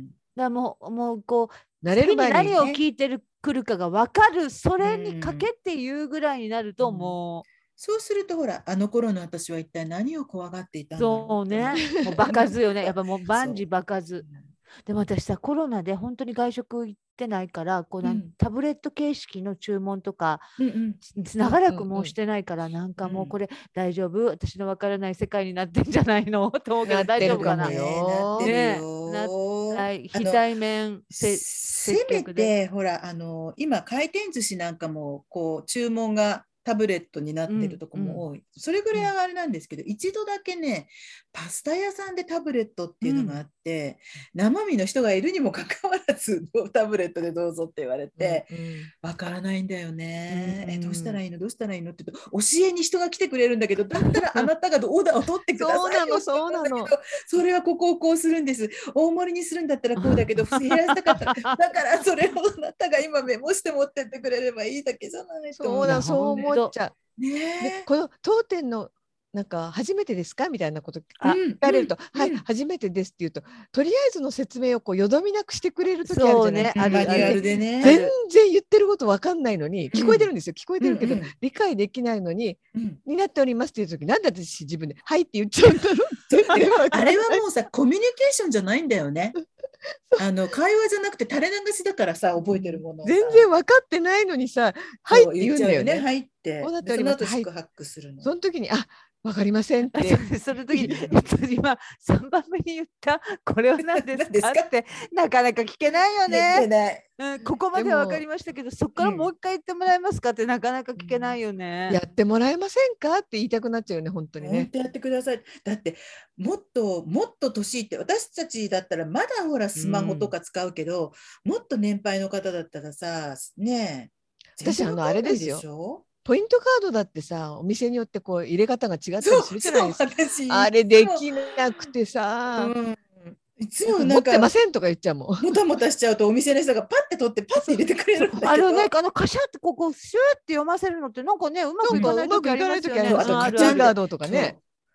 だもうもうこう慣れる前に、ね、 何を聞いてるくるかが分かる、それにかけっていうぐらいになるともう。うん、 そうするとほらあの頃の私は一体何を怖がっていたんだろう。 そうね。もう場数よね。やっぱもう万事場数。でも私さコロナで本当に外食行ってないからこうなん、うん、タブレット形式の注文とか、うんうん、長らくもうしてないから、うんうん、なんかもうこれ大丈夫、私のわからない世界になってんじゃないのと思うけど大丈夫かな。 ね、なってるよ。 ね、はい、非対面せせめてほらあの今回転寿司なんかもこう注文がタブレットになってるとこも多い、うん、それぐらいあれなんですけど、うん、一度だけねパスタ屋さんでタブレットっていうのがあって、うん、生身の人がいるにもかかわらずタブレットでどうぞって言われて、わ、うん、からないんだよね、うん、えどうしたらいいのどうしたらいいのって言うと教えに人が来てくれるんだけどだったらあなたがオーダーを取ってくださいそうなのそうなのそれはここをこうするんです、大盛りにするんだったらこうだけど減らしたかっただからそれをあなたが今メモして持ってってくれればいいだけじゃないと思う。 そうだそう思っちゃう。 ね、 でこの当店のなんか初めてですかみたいなこと聞かれると、うん、はい、うん、初めてですって言うととりあえずの説明をこうよどみなくしてくれる時あるじゃないですか。 マニュアルでね、 全然言ってること分かんないのに聞こえてるんですよ、聞こえてるけど、うんうん、理解できないのに、うん、になっておりますっていう時なんで私自分ではいって言っちゃうんだろうあれはもうさコミュニケーションじゃないんだよね。あの会話じゃなくて垂れ流しだからさ覚えてるものを全然分かってないのにさはいって言うんだよね。 はいってその後四苦八苦するの。 その時にあわかりませんってその時に今さんばんめに言ったこれは何ですかってなかなか聞けないよね。うん、ここまでは分かりましたけどそこからもう一回言ってもらえますかってなかなか聞けないよね。 やってもらえませんかって言いたくなっちゃうよね本当にね。 本当やってください。だってもっともっと年いって私たちだったらまだほらスマホとか使うけど、うん、もっと年配の方だったらさねえ私あのあれですよポイントカードだってさお店によってこう入れ方が違ったりするじゃないですか。あれできなくてさ、うん、いつもなんか持ってませんとか言っちゃうもん。 もたもたしちゃうとお店の人がパッて取ってパッて入れてくれるんだけどあのねあのカシャってここシューって読ませるのってなんかねうまくいかない時ありますよね。 あとキャッチャーカードとかね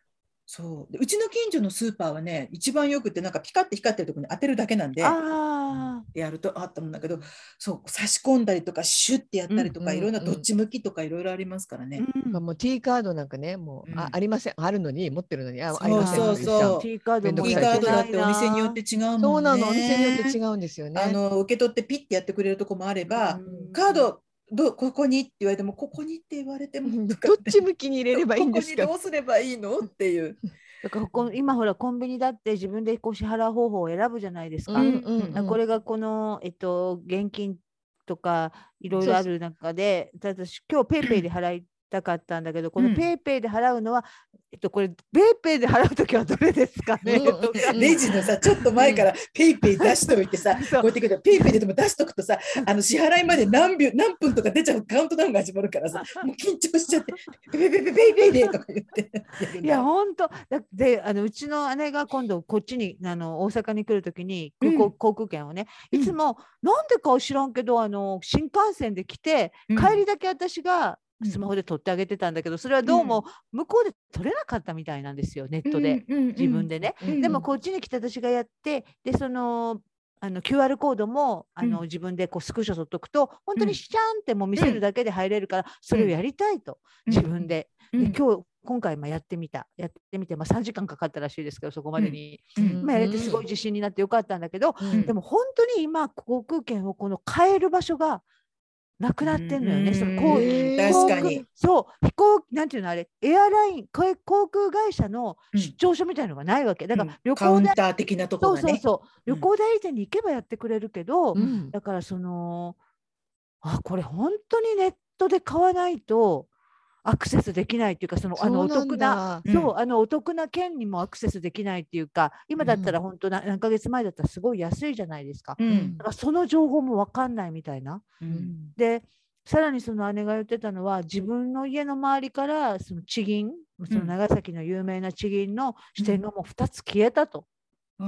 そうでうちの近所のスーパーはね一番よくってなんかピカって光ってるところに当てるだけなんであやるとあったもんだけどそう差し込んだりとかシュッてやったりとか、 うんいろんなどっち向きとかいろいろありますからね。 うんもう T カードなんかねもう、 うんあ、ありませんあるのに持ってるのにあありそうませんそうって言っちゃう。 そう T カードめんども T くさいってカードだっておやってないな。 店によって違うもんそうなのお店によってね。 違うんですよね。 あの受け取ってピッてやってくれるとこもあれば、 うんカードどここにって言われてもここにって言われてもとかどっってち向きに入れればいいんですか。 ここにどうすればいいのっていう。 だからここ今ほらコンビニだって自分でこう支払う方法を選ぶじゃないですか。 うんうんうん、 これがこの、えっと、現金とかいろいろある中で、私今日ペイペイで払いたかったんだけど、このペイペイで払うのは、えっと、これペイペイで払うときはどれですかね、 うんとかレジのさちょっと前からペイペイ出しておいてさ、こうやってくるペイペイででも出しとくとさあの支払いまで何秒何分とか出ちゃうカウントダウンが始まるからさもう緊張しちゃってペイペイペイペイペイでとか言っていや本当だであのうちの姉が今度こっちにあの大阪に来るときに空港、 うん、 航空券をねいつも、うん、なんでか知らんけどあの新幹線で来て、うん、帰りだけ私がスマホで撮ってあげてたんだけど、それはどうも向こうで撮れなかったみたいなんですよ、ネットで、うん、自分でね、うん、でもこっちに来て私がやってでそのあの キューアール コードもあの、うん、自分でこうスクショ取っとくと本当にシャンってもう見せるだけで入れるから、それをやりたいと、自分で、で今日今回まあやってみたやってみて、まあ、さんじかんかかったらしいですけどそこまでに、うんまあ、やれてすごい自信になってよかったんだけど、うん、でも本当に今航空券をこの変える場所がなくなってんのよね。そのこう確かにそう飛行なんていうのあれエアライン航空会社の出張所みたいなのがないわけだから、旅行カウンター的なところがね、 そうそうそう旅行代理店に行けばやってくれるけど、 うん、 だからそのあこれ本当にネットで買わないとアクセスできないっていうか、そのあのお得な、そうあのお得な券にもアクセスできないっていうか、今だったら本当な、うん、何ヶ月前だったらすごい安いじゃないですか。うん、だからその情報も分かんないみたいな。うん、でさらにその姉が言ってたのは、自分の家の周りからその地銀、その長崎の有名な地銀の支店がもうふたつ消えたと。うん、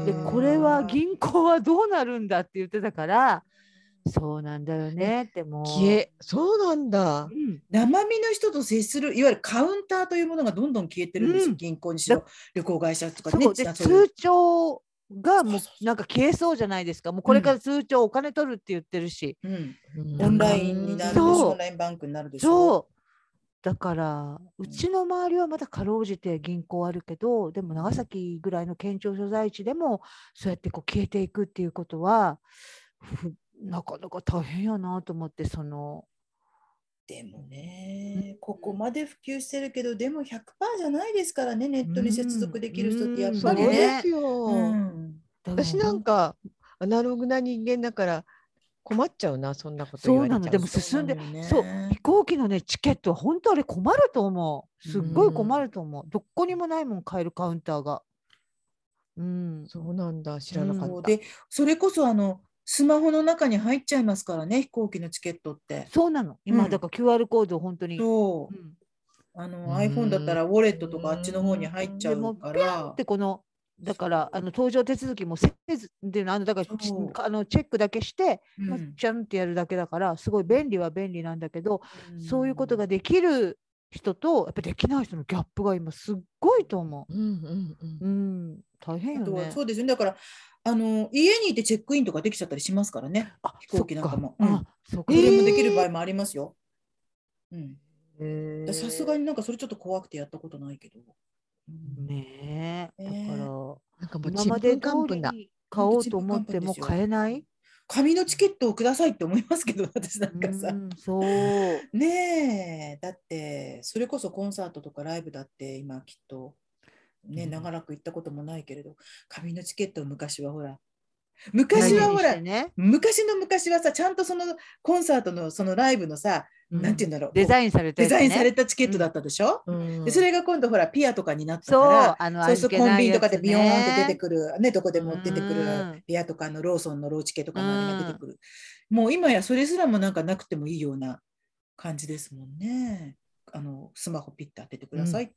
でこれは銀行はどうなるんだって言ってたから。そうなんだよねってもう消えそうなんだ、 うん、生身の人と接するいわゆるカウンターというものがどんどん消えてるんですよ、うん、銀行にしろ旅行会社とかね。 そうで通帳がもうなんか消えそうじゃないですか。もうこれから通帳お金取るって言ってるし、 うんうん、オンラインになるでしょ、オンラインバンクになるでしょ。 そうだからうちの周りはまだかろうじて銀行あるけど、でも長崎ぐらいの県庁所在地でもそうやってこう消えていくっていうことはなかなか大変やなと思って。そのでもね、ここまで普及してるけどでも ひゃくパーセント じゃないですからね、ネットに接続できる人ってやっぱりね。 そうですよ、うん、私なんかアナログな人間だから困っちゃうな、そんなこと言われちゃう。 そうなの。でも進んで、そう飛行機のねチケットは本当あれ困ると思う。すっごい困ると思う。どこにもないもん買えるカウンターが。 うん、そうなんだ、知らなかった。うん、 でそれこそあのスマホの中に入っちゃいますからね、飛行機のチケットって。 そうなの今、うん、だから キューアール コード本当にそう、うん、あの iPhone だったらウォレットとかあっちの方に入っちゃうから、でもピャンってこのだからあの搭乗手続きもせずっていうの、あのだからあのチェックだけして、うんまあ、ちゃんってやるだけだからすごい便利は便利なんだけど、うん、そういうことができる人とやっぱできない人のギャップが今すっごいと思う。うんうんうん、大変よね。 そうですよね。だからあの家にいてチェックインとかできちゃったりしますからね、飛行機なんかも。それもできる場合もありますよ。さすがになんかそれちょっと怖くてやったことないけど。 ねえ、だから、 なんかもう今まで通りに買おうと思っても買えない。 紙のチケットをくださいって思いますけど、私なんかさ。うん、そうねえ、だってそれこそコンサートとかライブだって今きっとね、長らく行ったこともないけれど、紙のチケットを昔はほら昔はほら、ね、昔の昔はさ、ちゃんとそのコンサートのそのライブのさ、うん、なんていうんだろう、 デザインされた、 ね、デザインされたチケットだったでしょ、うん、でそれが今度ほらピアとかになったから、そう、あのそうするとコンビニとかでビヨーンって出てくる、ね、どこでも出てくる、うん、ピアとかのローソンのローチケとかのあれが出てくる、うん、もう今やそれすらもなんかなくてもいいような感じですもんね。あのスマホピッて当ててくださいって、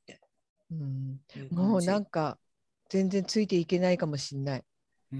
うんうん、もうなんか全然ついていけないかもしれない。 うん、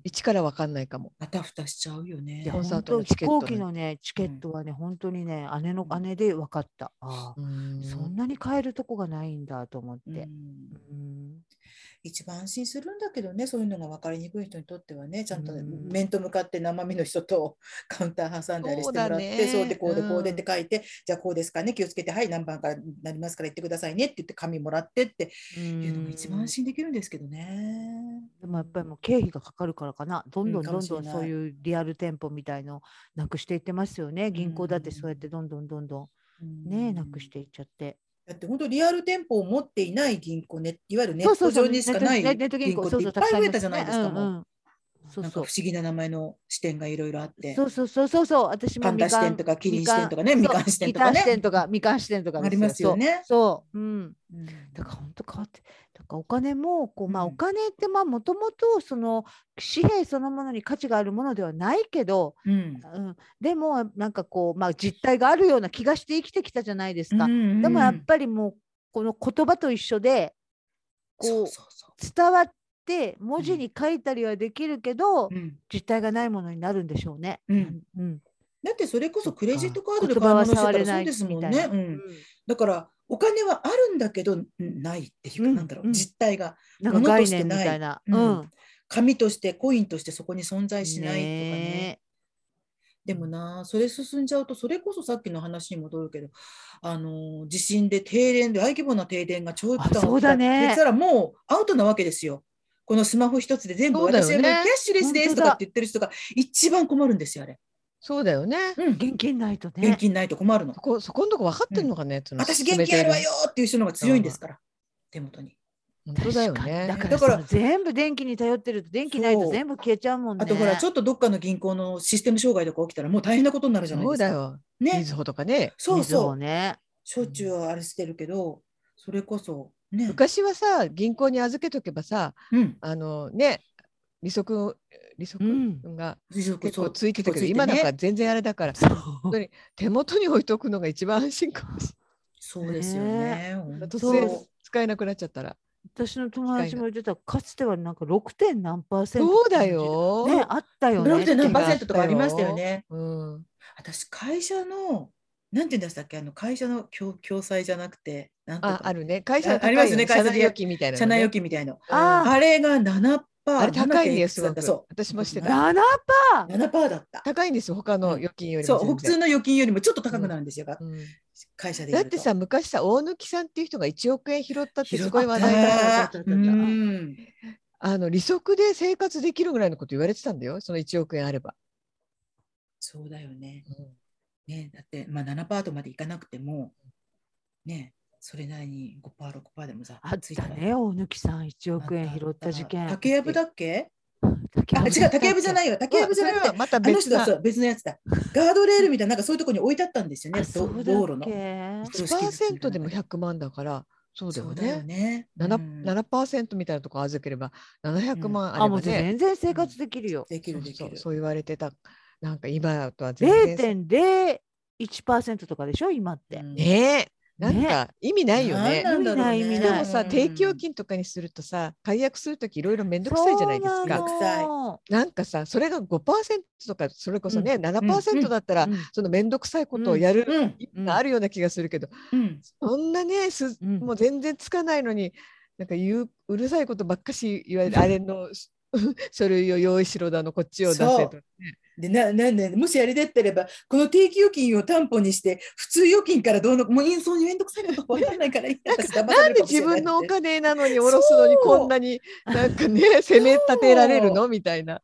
一から分かんないかも。 あたふたしちゃうよね。 コンサートのチケット、飛行機のねチケットはね、うん、本当にね姉の姉で分かった。ああ、そんなに買えるとこがないんだと思って。うん、 うん一番安心するんだけどね、そういうのが分かりにくい人にとってはね、ちゃんと面と向かって生身の人とカウンター挟んだりしてもらって、そう、そうでこうでこうでって書いて、うん、じゃあこうですかね、気をつけて、はい、何番からなりますから言ってくださいねって言って紙もらってっていうのが一番安心できるんですけどね。 でもやっぱりもう経費がかかるからかな、どんどんどんどんそういうリアル店舗みたいのなくしていってますよね。銀行だってそうやってどんどんどんどんね、なくしていっちゃって。 だって本当リアル店舗を持っていない銀行ね、いわゆるネット上にしかない銀行っていっぱい増えたじゃないですか、もう。そうそう、なんか不思議な名前の支店がいろいろあって。 そうそうそうそうそう、私もパンダ支店とかキリン支店とかね、みかん支店とかね。 ギター支店とかみかん支店とかありますよね。 そう、うん。だから本当変わって、だからお金もこう、まあお金ってまあもともとその紙幣そのものに価値があるものではないけど、うん、でもなんかこうまあ実態があるような気がして生きてきたじゃないですか。でもやっぱりもうこの言葉と一緒でこう伝わってで文字に書いたりはできるけど、うん、実体がないものになるんでしょうね。うんうん、だってそれこそクレジットカードで買い物してたらそうですもんね。うん、だからお金はあるんだけどないっていうか、うん、なんだろう、実体が物としてない。 うん、紙としてコインとしてそこに存在しないとかね。でもな、それ進んじゃうと、それこそさっきの話に戻るけど、あの地震で停電で大規模な停電が長期間起きたって言ったらもうアウトなわけですよ。このスマホ一つで全部、私はもうキャッシュレスですとかって言ってる人が一番困るんですよ、あれ。 そうだよね。 うん、現金ないとね。 現金ないと困るの。 そこ、そこのとこ分かってるのかね。 うん、私現金あるわよっていう人の方が強いんですから、手元に。 本当だよね。 だから、だから全部電気に頼ってると電気ないと全部消えちゃうもんね。 あとほらちょっとどっかの銀行のシステム障害とか起きたらもう大変なことになるじゃないですか。 そうだよ。ね。みずほとかね。 そうそうね。 しょっちゅうあれしてるけど、それこそ。ね、 昔はさ銀行に預けとけばさ、うん、あのね利息利息、うん、が結構ついてたけど、ね、今なんか全然あれだから本当に手元に置いとくのが一番安心かもしれない。 そうですよね。 突然使えなくなっちゃったら。 私の友達も言ってた、かつてはなんか ろく. 点何パーセントそうだよ、 ね、あったよね。 ろく. 点何パーセントとかありましたよね。うん、私会社のなんて言うんでしたっけ、あの会社の共共済じゃなくて、なんとかあ、あるね、会社の高いよね、ありますね、 社内預金みたいな、 社内預金みたいな。あれが ななパーセント、 あれ高いんですよ。 そう、 私もしてた。 ななパーセント、 ななパーセントだった。 高いんですよ、他の預金よりも。 そう、普通の預金よりもちょっと高くなるんですよ、会社で。 だってさ、昔さ、大貫さんっていう人がいちおくえん拾ったってすごい話題だった。あの利息で生活できるぐらいのこと言われてたんだよ、そのいちおくえんあれば。 そうだよね。ね、だって、まあ、ななパーセントまでいかなくても、ね、それなりに ごパーセント、ろくパーセントでもさ、 あったね、大貫さんいちおくえん拾った事件。 竹やぶだっけ？あ、違う、竹やぶじゃないよ。竹やぶじゃなくて、 また別な、あの人は別のやつだ。ガードレールみたいな、なんかそういうところに置いてあったんですよね、道路の。 いちパーセントでもひゃくまんだから、そうだよね。よね、うん、ななパーセント みたいなとこ預ければななひゃくまんあればね、うん、あ、もう全然生活できるよ。 できるできる。 そう言われてた。なんか今とは全然ゼロてんゼロいちパーセント とかでしょ今って。 ねえ、なんか意味ないよね。 意味ない意味ない。 でもさ、定期預金とかにするとさ、解約するときいろいろめんどくさいじゃないですか。なんかさ、それが ごパーセント とかそれこそね、うん、ななパーセント だったら、うん、そのめんどくさいことをやる意味があるような気がするけど、うん、そんなねす、もう全然つかないのに、なんか言ううるさいことばっかし言われる、あれの書類を用意しろだの、こっちを出せと、ね。 でななんでもしあれだったらばこの定期預金を担保にして普通預金からどうのもうそんなにめんどくさいこと分かんないからいいなんで自分のお金なのに下ろすのにこんなになんかね責め立てられるのみたいな。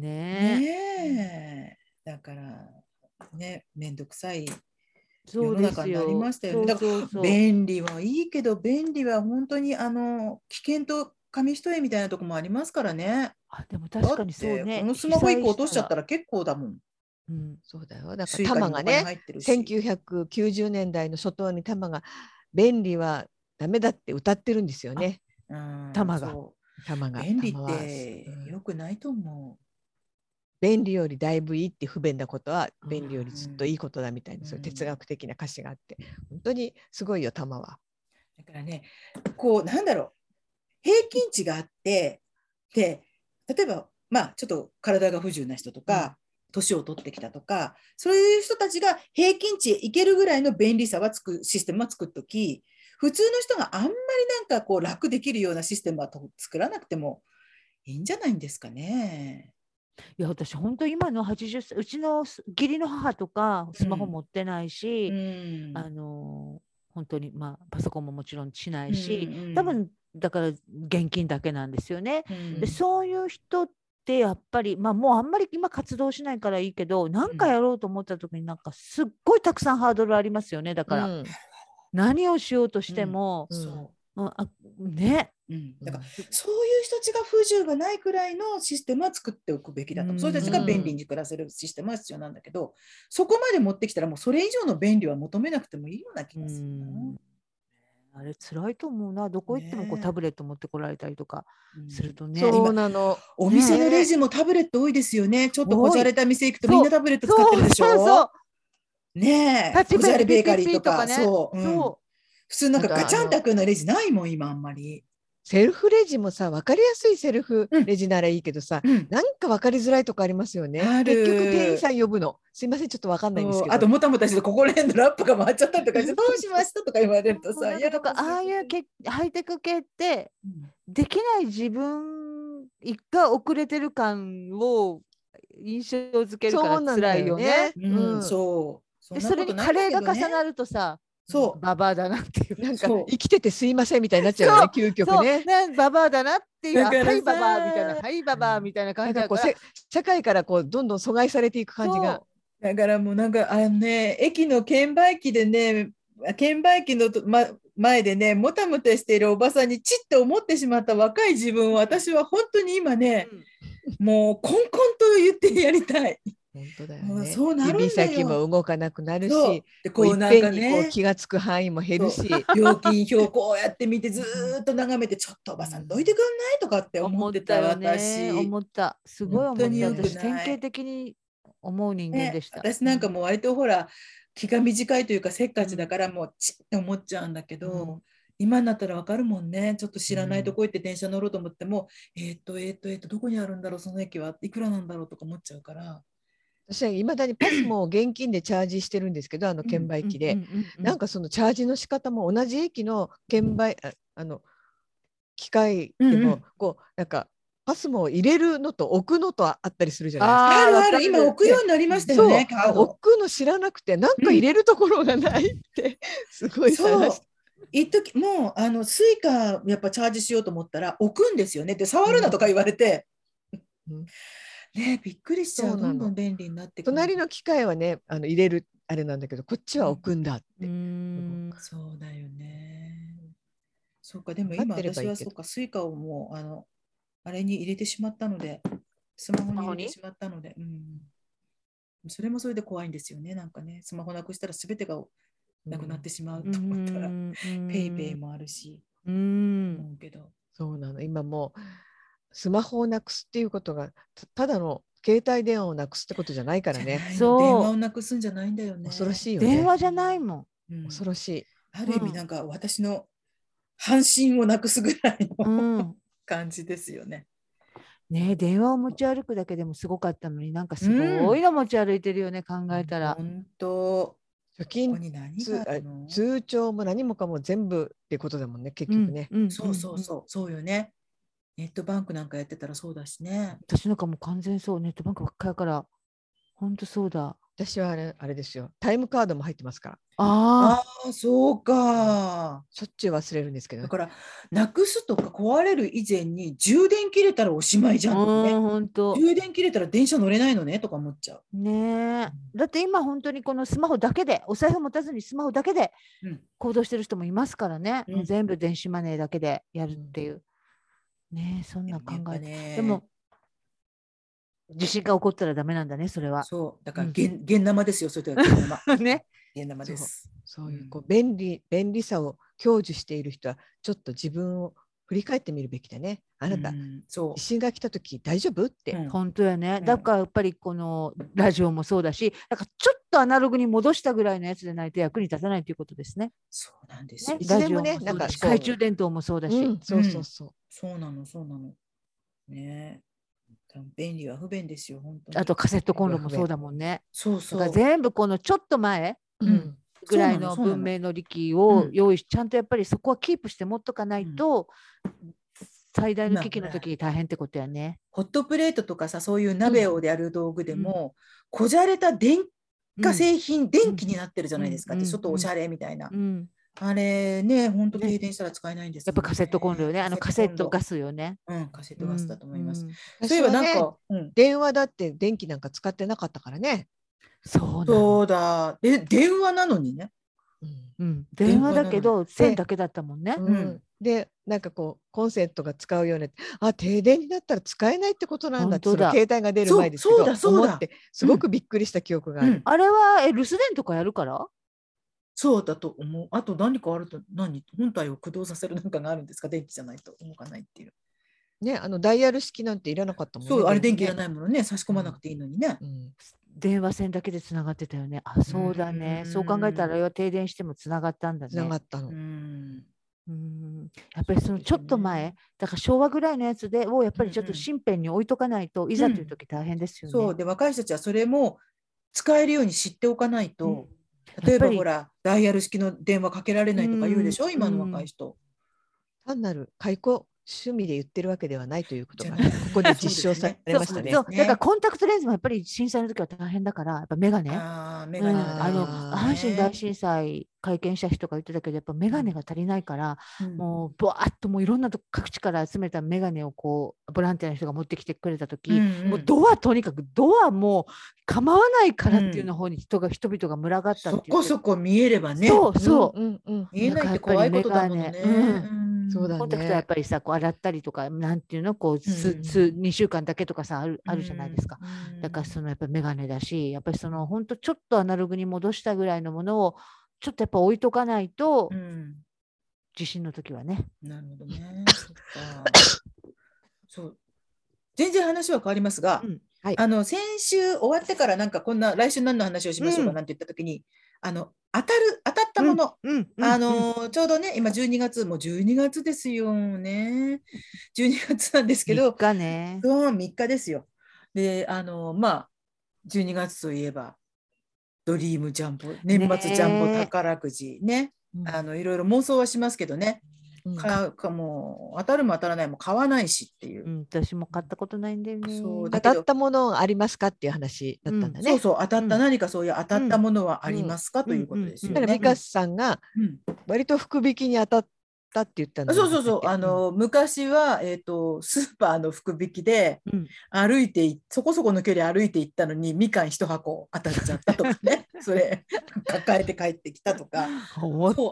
ねえ、だからねめんどくさい世の中になりましたよね。だから便利はいいけど便利は本当にあの危険と紙一重みたいなところもありますからね。 あ、でも確かにそうね。 このスマホいっこ落としちゃったら結構だもん。 うん、そうだよ。だから玉がね、せんきゅうひゃくきゅうじゅうねんだいの初頭に玉が便利はダメだって歌ってるんですよね。玉が。玉が。 便利ってよくないと思う。 便利よりだいぶいいって不便なことは便利よりずっといいことだみたいな、そういう哲学的な歌詞があって、本当にすごいよ玉は。 だからね、こうなんだろう。平均値があって、で、例えばまあちょっと体が不自由な人とか、年を取ってきたとか、そういう人たちが平均値へ行けるぐらいの便利さはつくシステムは作っとき、普通の人があんまりなんかこう楽できるようなシステムは作らなくてもいいんじゃないんですかね。 いや私本当今のはちじゅっさい、うちの義理の母とかスマホ持ってないし、 うん、 あの本当にまあパソコンももちろんしないし、 うんうん、 多分だから現金だけなんですよね。 うん、 でそういう人ってやっぱりまあもうあんまり今活動しないからいいけど、何かやろうと思った時になんかすっごいたくさんハードルありますよね。だから、うん、何をしようとしても、 うん、そうあね、 うん、だからそういう人たちが不自由がないくらいのシステムは作っておくべきだと、うん、そういう人たちが便利に暮らせるシステムは必要なんだけど、そこまで持ってきたらもうそれ以上の便利は求めなくてもいいような気がするな。うんあれ辛いと思うな。どこ行ってもこうタブレット持ってこられたりとかするとね。 うん、そうなの。 お店のレジもタブレット多いですよね。ちょっとこじゃれた店行くとみんなタブレット使ってるでしょ。そうそうそうねえ、こじゃれベーカリーとか、ね、そう、うん、そう普通なんかガチャンって開くようなレジないもん今あんまり。 セルフレジもさ、分かりやすいセルフレジならいいけどさ、うん、なんか分かりづらいとこありますよね。結局店員さん呼ぶの。すいません、ちょっと分かんないんですけど。 あともたもたしてここら辺のラップが回っちゃったりとかしてどうしましたとか言われるとさ、 やとかああいうけハイテク系って、うん、できない自分が遅れてる感を印象づけるから辛いよね。 うん、そう。 でそれにカレーが重なるとさ。 そうババアだなっていう、 なんか生きててすいませんみたいになっちゃうよね、究極ね。 ね、ババアだなっていう、はいババアみたいな、はいババアみたいな感じだから、 社会からこうどんどん阻害されていく感じが。 だからもうなんかあのね、駅の券売機でね、券売機の、ま、前でね、もたもたしているおばさんにちっと思ってしまった若い自分を私は本当に今ね、うん、もうコンコンと言ってやりたい。 本当だよね。 そうなるんだよ。 指先も動かなくなるし、 でこうなんかね、 いっぺんにこう気がつく範囲も減るし、 料金表こうやって見てずっと眺めて、ちょっとおばさんどいてくんないとかって思ってた私。 思ったよね、思った。すごい思った。私典型的に思う人間でした。 ね、私なんかもう割とほら気が短いというかせっかちだからもうチッって思っちゃうんだけど、うん、今になったら分かるもんね。ちょっと知らないとこ行って電車乗ろうと思っても、うん、えー、っとえー、っとえー、っとどこにあるんだろうその駅はいくらなんだろうとか思っちゃうから。 私はいまだにパスも現金でチャージしてるんですけど、あの券売機でなんかそのチャージの仕方も同じ駅の券売ああの機械でもこうなんかパスも入れるのと置くのとあったりするじゃないですか。 あるある、今置くようになりましたよね。 置くの知らなくてなんか入れるところがないってすごい探して。 一時もうあのスイカやっぱチャージしようと思ったら置くんですよね。で触るなとか言われて。うんね、びっくりしちゃう。どんどん便利になってくる。 隣の機械はねあの入れるあれなんだけどこっちは置くんだって。うん、 そうだよね。そうかでも今私はそうかスイカをもうあのあれに入れてしまったのでスマホに入れてしまったので、うん、それもそれで怖いんですよね。なんかねスマホなくしたら全てがなくなってしまうと思ったら、うん、ペイペイもあるし、 うん、 思うけど。 そうなの今もうスマホをなくすっていうことが た, ただの携帯電話をなくすってことじゃないからね。 そう電話をなくすんじゃないんだよね。 恐ろしいよね。 電話じゃないもん、 うん、恐ろしい。 ある意味なんか私の半身をなくすぐらいの、うん、感じですよね。 ね電話を持ち歩くだけでもすごかったのになんかすごいの持ち歩いてるよね、うん、考えたら。 本当貯金通帳も何もかも全部ってことだもんね結局ね、 うんうん、そうそうそうそうよね。ネットバンクなんかやってたらそうだしね。 私なんかもう完全そうネットバンクばっかりだから本当そうだ。 私はあれ、あれですよタイムカードも入ってますから。 ああそうか。 しょっちゅう忘れるんですけど、ね、 だからなくすとか壊れる以前に充電切れたらおしまいじゃん、ね、 本当充電切れたら電車乗れないのねとか思っちゃうね、うん、だって今本当にこのスマホだけでお財布持たずにスマホだけで行動してる人もいますからね、うん、全部電子マネーだけでやるっていう、うん、ねそんな考え、ね、でも地震が起こったらダメなんだねそれは。 そうだから現、うん、現生ですよそれは現生ね現生です。 そう、そういうこう便利便利さを享受している人はちょっと自分を振り返ってみるべきだね。あなた、うん、そう地震が来た時大丈夫って、 うん、本当やね、うん、だからやっぱりこのラジオもそうだしだからちょっとアナログに戻したぐらいのやつでないと役に立たないということですね。 そうなんですよ、 ね、ラジオもねなんか懐中電灯もそうだし、 うん、そうそうそう、 そうなのそうなのね。 便利は不便ですよ、本当に。 あとカセットコンロもそうだもんね。 そうそう。 だから全部このちょっと前、うん、ぐらいの文明の利器を用意し、ちゃんとやっぱりそこはキープして持っとかないと、うん、最大の危機の時に大変ってことやね。 ホットプレートとかさ、そういう鍋をやる道具でも、うん、こじゃれた電化製品、うん、電気になってるじゃないですか、うん、ちょっとおしゃれみたいな。うん、あれね、本当停電したら使えないんですよね。 やっぱカセットコンロよね。あのカセットガスよね。 うん、カセットガスだと思います。 うん、そういえばなんか、うん、電話だって電気なんか使ってなかったからね。 そうだ。 そうだ。で、電話なのにね。 うん、電話だけど線だけだったもんね。 うん、でなんかこうコンセントが使うようにあ停電になったら使えないってことなんだって、その携帯が出る前ですけど思ってすごくびっくりした記憶がある。 うん、あれはえ留守電とかやるから？ そうだと思う。あと何かあると、何本体を駆動させるなんかがあるんですか、電気じゃないと動かないっていう。 ね、あのダイヤル式なんていらなかったもんね。 そう、あれ電気いらないものね、差し込まなくていいのにね。 うんうん、電話線だけでつながってたよね。あ、そうだね。そう考えたらあれは停電してもつながったんだね。 つながったの。 うんうん、やっぱりそのちょっと前、だから昭和ぐらいのやつでをやっぱりちょっと身辺に置いとかないと、うん、いざという時大変ですよね。 そうで、若い人たちはそれも使えるように知っておかないと、うん、例えばほらダイヤル式の電話かけられないとか言うでしょ、うん、今の若い人。 単なる解雇趣味で言ってるわけではないということがここで実証されましたね。 そうそう、だからコンタクトレンズもやっぱり震災の時は大変だから、やっぱメガネ。 あ、メガネ、うん、 あの阪神大震災会見した人が言ってたけど、やっぱメガネが足りないから、うん、もうブワーッともういろんなと各地から集めたメガネをこうボランティアの人が持ってきてくれた時、うんうん、もうドアとにかくドアもう構わないからっていうの方に人が、うん、人々が群がったっていう。 そこそこ見えればね。 そうそう、 うんうん、見えないって怖いことだもんね。 そうだね、 コンタクトはやっぱりさ、こう洗ったりとか、なんていうの、こう、す、す、にしゅうかんだけとかさ、ある、あるじゃないですか。だから、そのやっぱりメガネだし、やっぱりその、本当ちょっとアナログに戻したぐらいのものを、ちょっとやっぱ置いとかないと、うん、地震の時はね。 なるほどね。そっか。そう。全然話は変わりますが、うん、はい、あの、先週終わってからなんかこんな、来週何の話をしましょうかなんて言った時に、うん、あの、当たる、当たったもの、うんうん、あの、うん、ちょうどね、今じゅうにがつ、もうじゅうにがつですよね。じゅうにがつなんですけど、 みっかね。 そう、みっかですよ。で、あの、まあ、じゅうにがつといえば、ドリームジャンボ、年末ジャンボ宝くじね、ね、あの、いろいろ妄想はしますけどね。うん、かかもう当たるも当たらないも買わないしっていう、 うん、私も買ったことないんだよね。 そうだけど当たったものありますかっていう話だったんだね、うん、 そうそう、当たった、何かそういう当たったものはありますか、うん、ということですよね。 だからミカさんが割と福引きに当たったって言ったの、 そうそうそう、あの、うん、昔は、えーと、スーパーの福引きで歩いて、うん、そこそこの距離歩いて行ったのにみかん一箱当たっちゃったとかねそれ抱えて帰ってきたとか。 思った。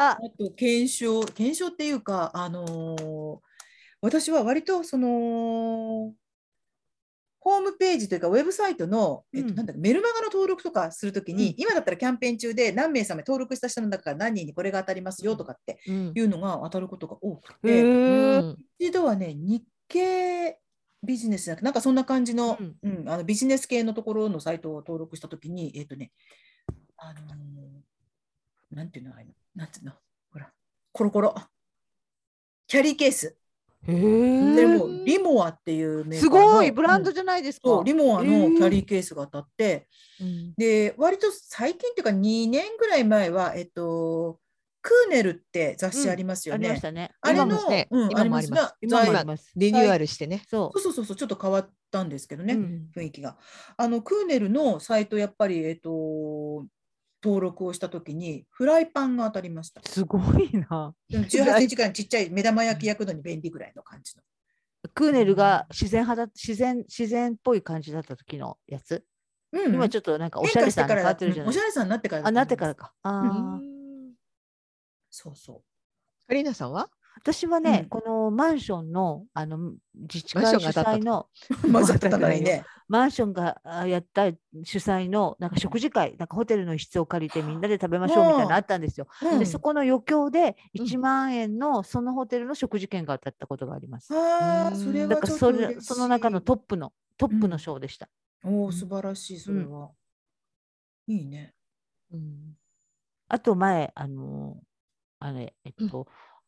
あと検証検証っていうか、あのー、私は割とそのホームページというかウェブサイトの、えっと、なんだメルマガの登録とかするときに、うん、今だったらキャンペーン中で何名様登録した人の中から何人にこれが当たりますよとかっていうのが当たることが多くて、うん、一度はね、日経ビジネスなんかそんな感じの、うんうん、あのビジネス系のところのサイトを登録したときに、えっとね、あのー、なんていうのあれなんていうのほら、コロコロキャリーケース。 へー、 でもリモアっていうメーカーのすごいブランドじゃないですか、 うん、そうリモアのキャリーケースが当たって、で割と最近っていうかにねんぐらい前は、えっと、クーネルって雑誌ありますよね、うん、 ありましたね。 あれの今もね、うん、今もあります。 今もあります。 リニューアルしてね。 そうそうそうそう、ちょっと変わったんですけどね、うん、雰囲気が。あのクーネルのサイトやっぱり、えっと登録をしたときにフライパンが当たりました。 すごいな。 じゅうはちセンチぐらいのちっちゃい目玉焼き焼くのに便利ぐらいの感じの。 クーネルが自然派だ、自然自然っぽい感じだった時のやつ。うん、今ちょっとなんかおしゃれさんに変わってるじゃない。 おしゃれさんになってから。 あ、なってからか。ああ、 そうそう。 カリーナさんは？ 私はね、うん、このマンションのあの自治会主催のマンションがやった主催のなんか食事会、なんかホテルの一室を借りてみんなで食べましょうみたいなのあったんですよ。うん、でそこの余興でいちまんえんのそのホテルの食事券が当たったことがあります。 ああ、それはちょっと嬉しい。だからその中のトップのトップの賞でした。 うん、おお、素晴らしい、それは。うん、いいね。 うん、あと前あのあれえっと。うん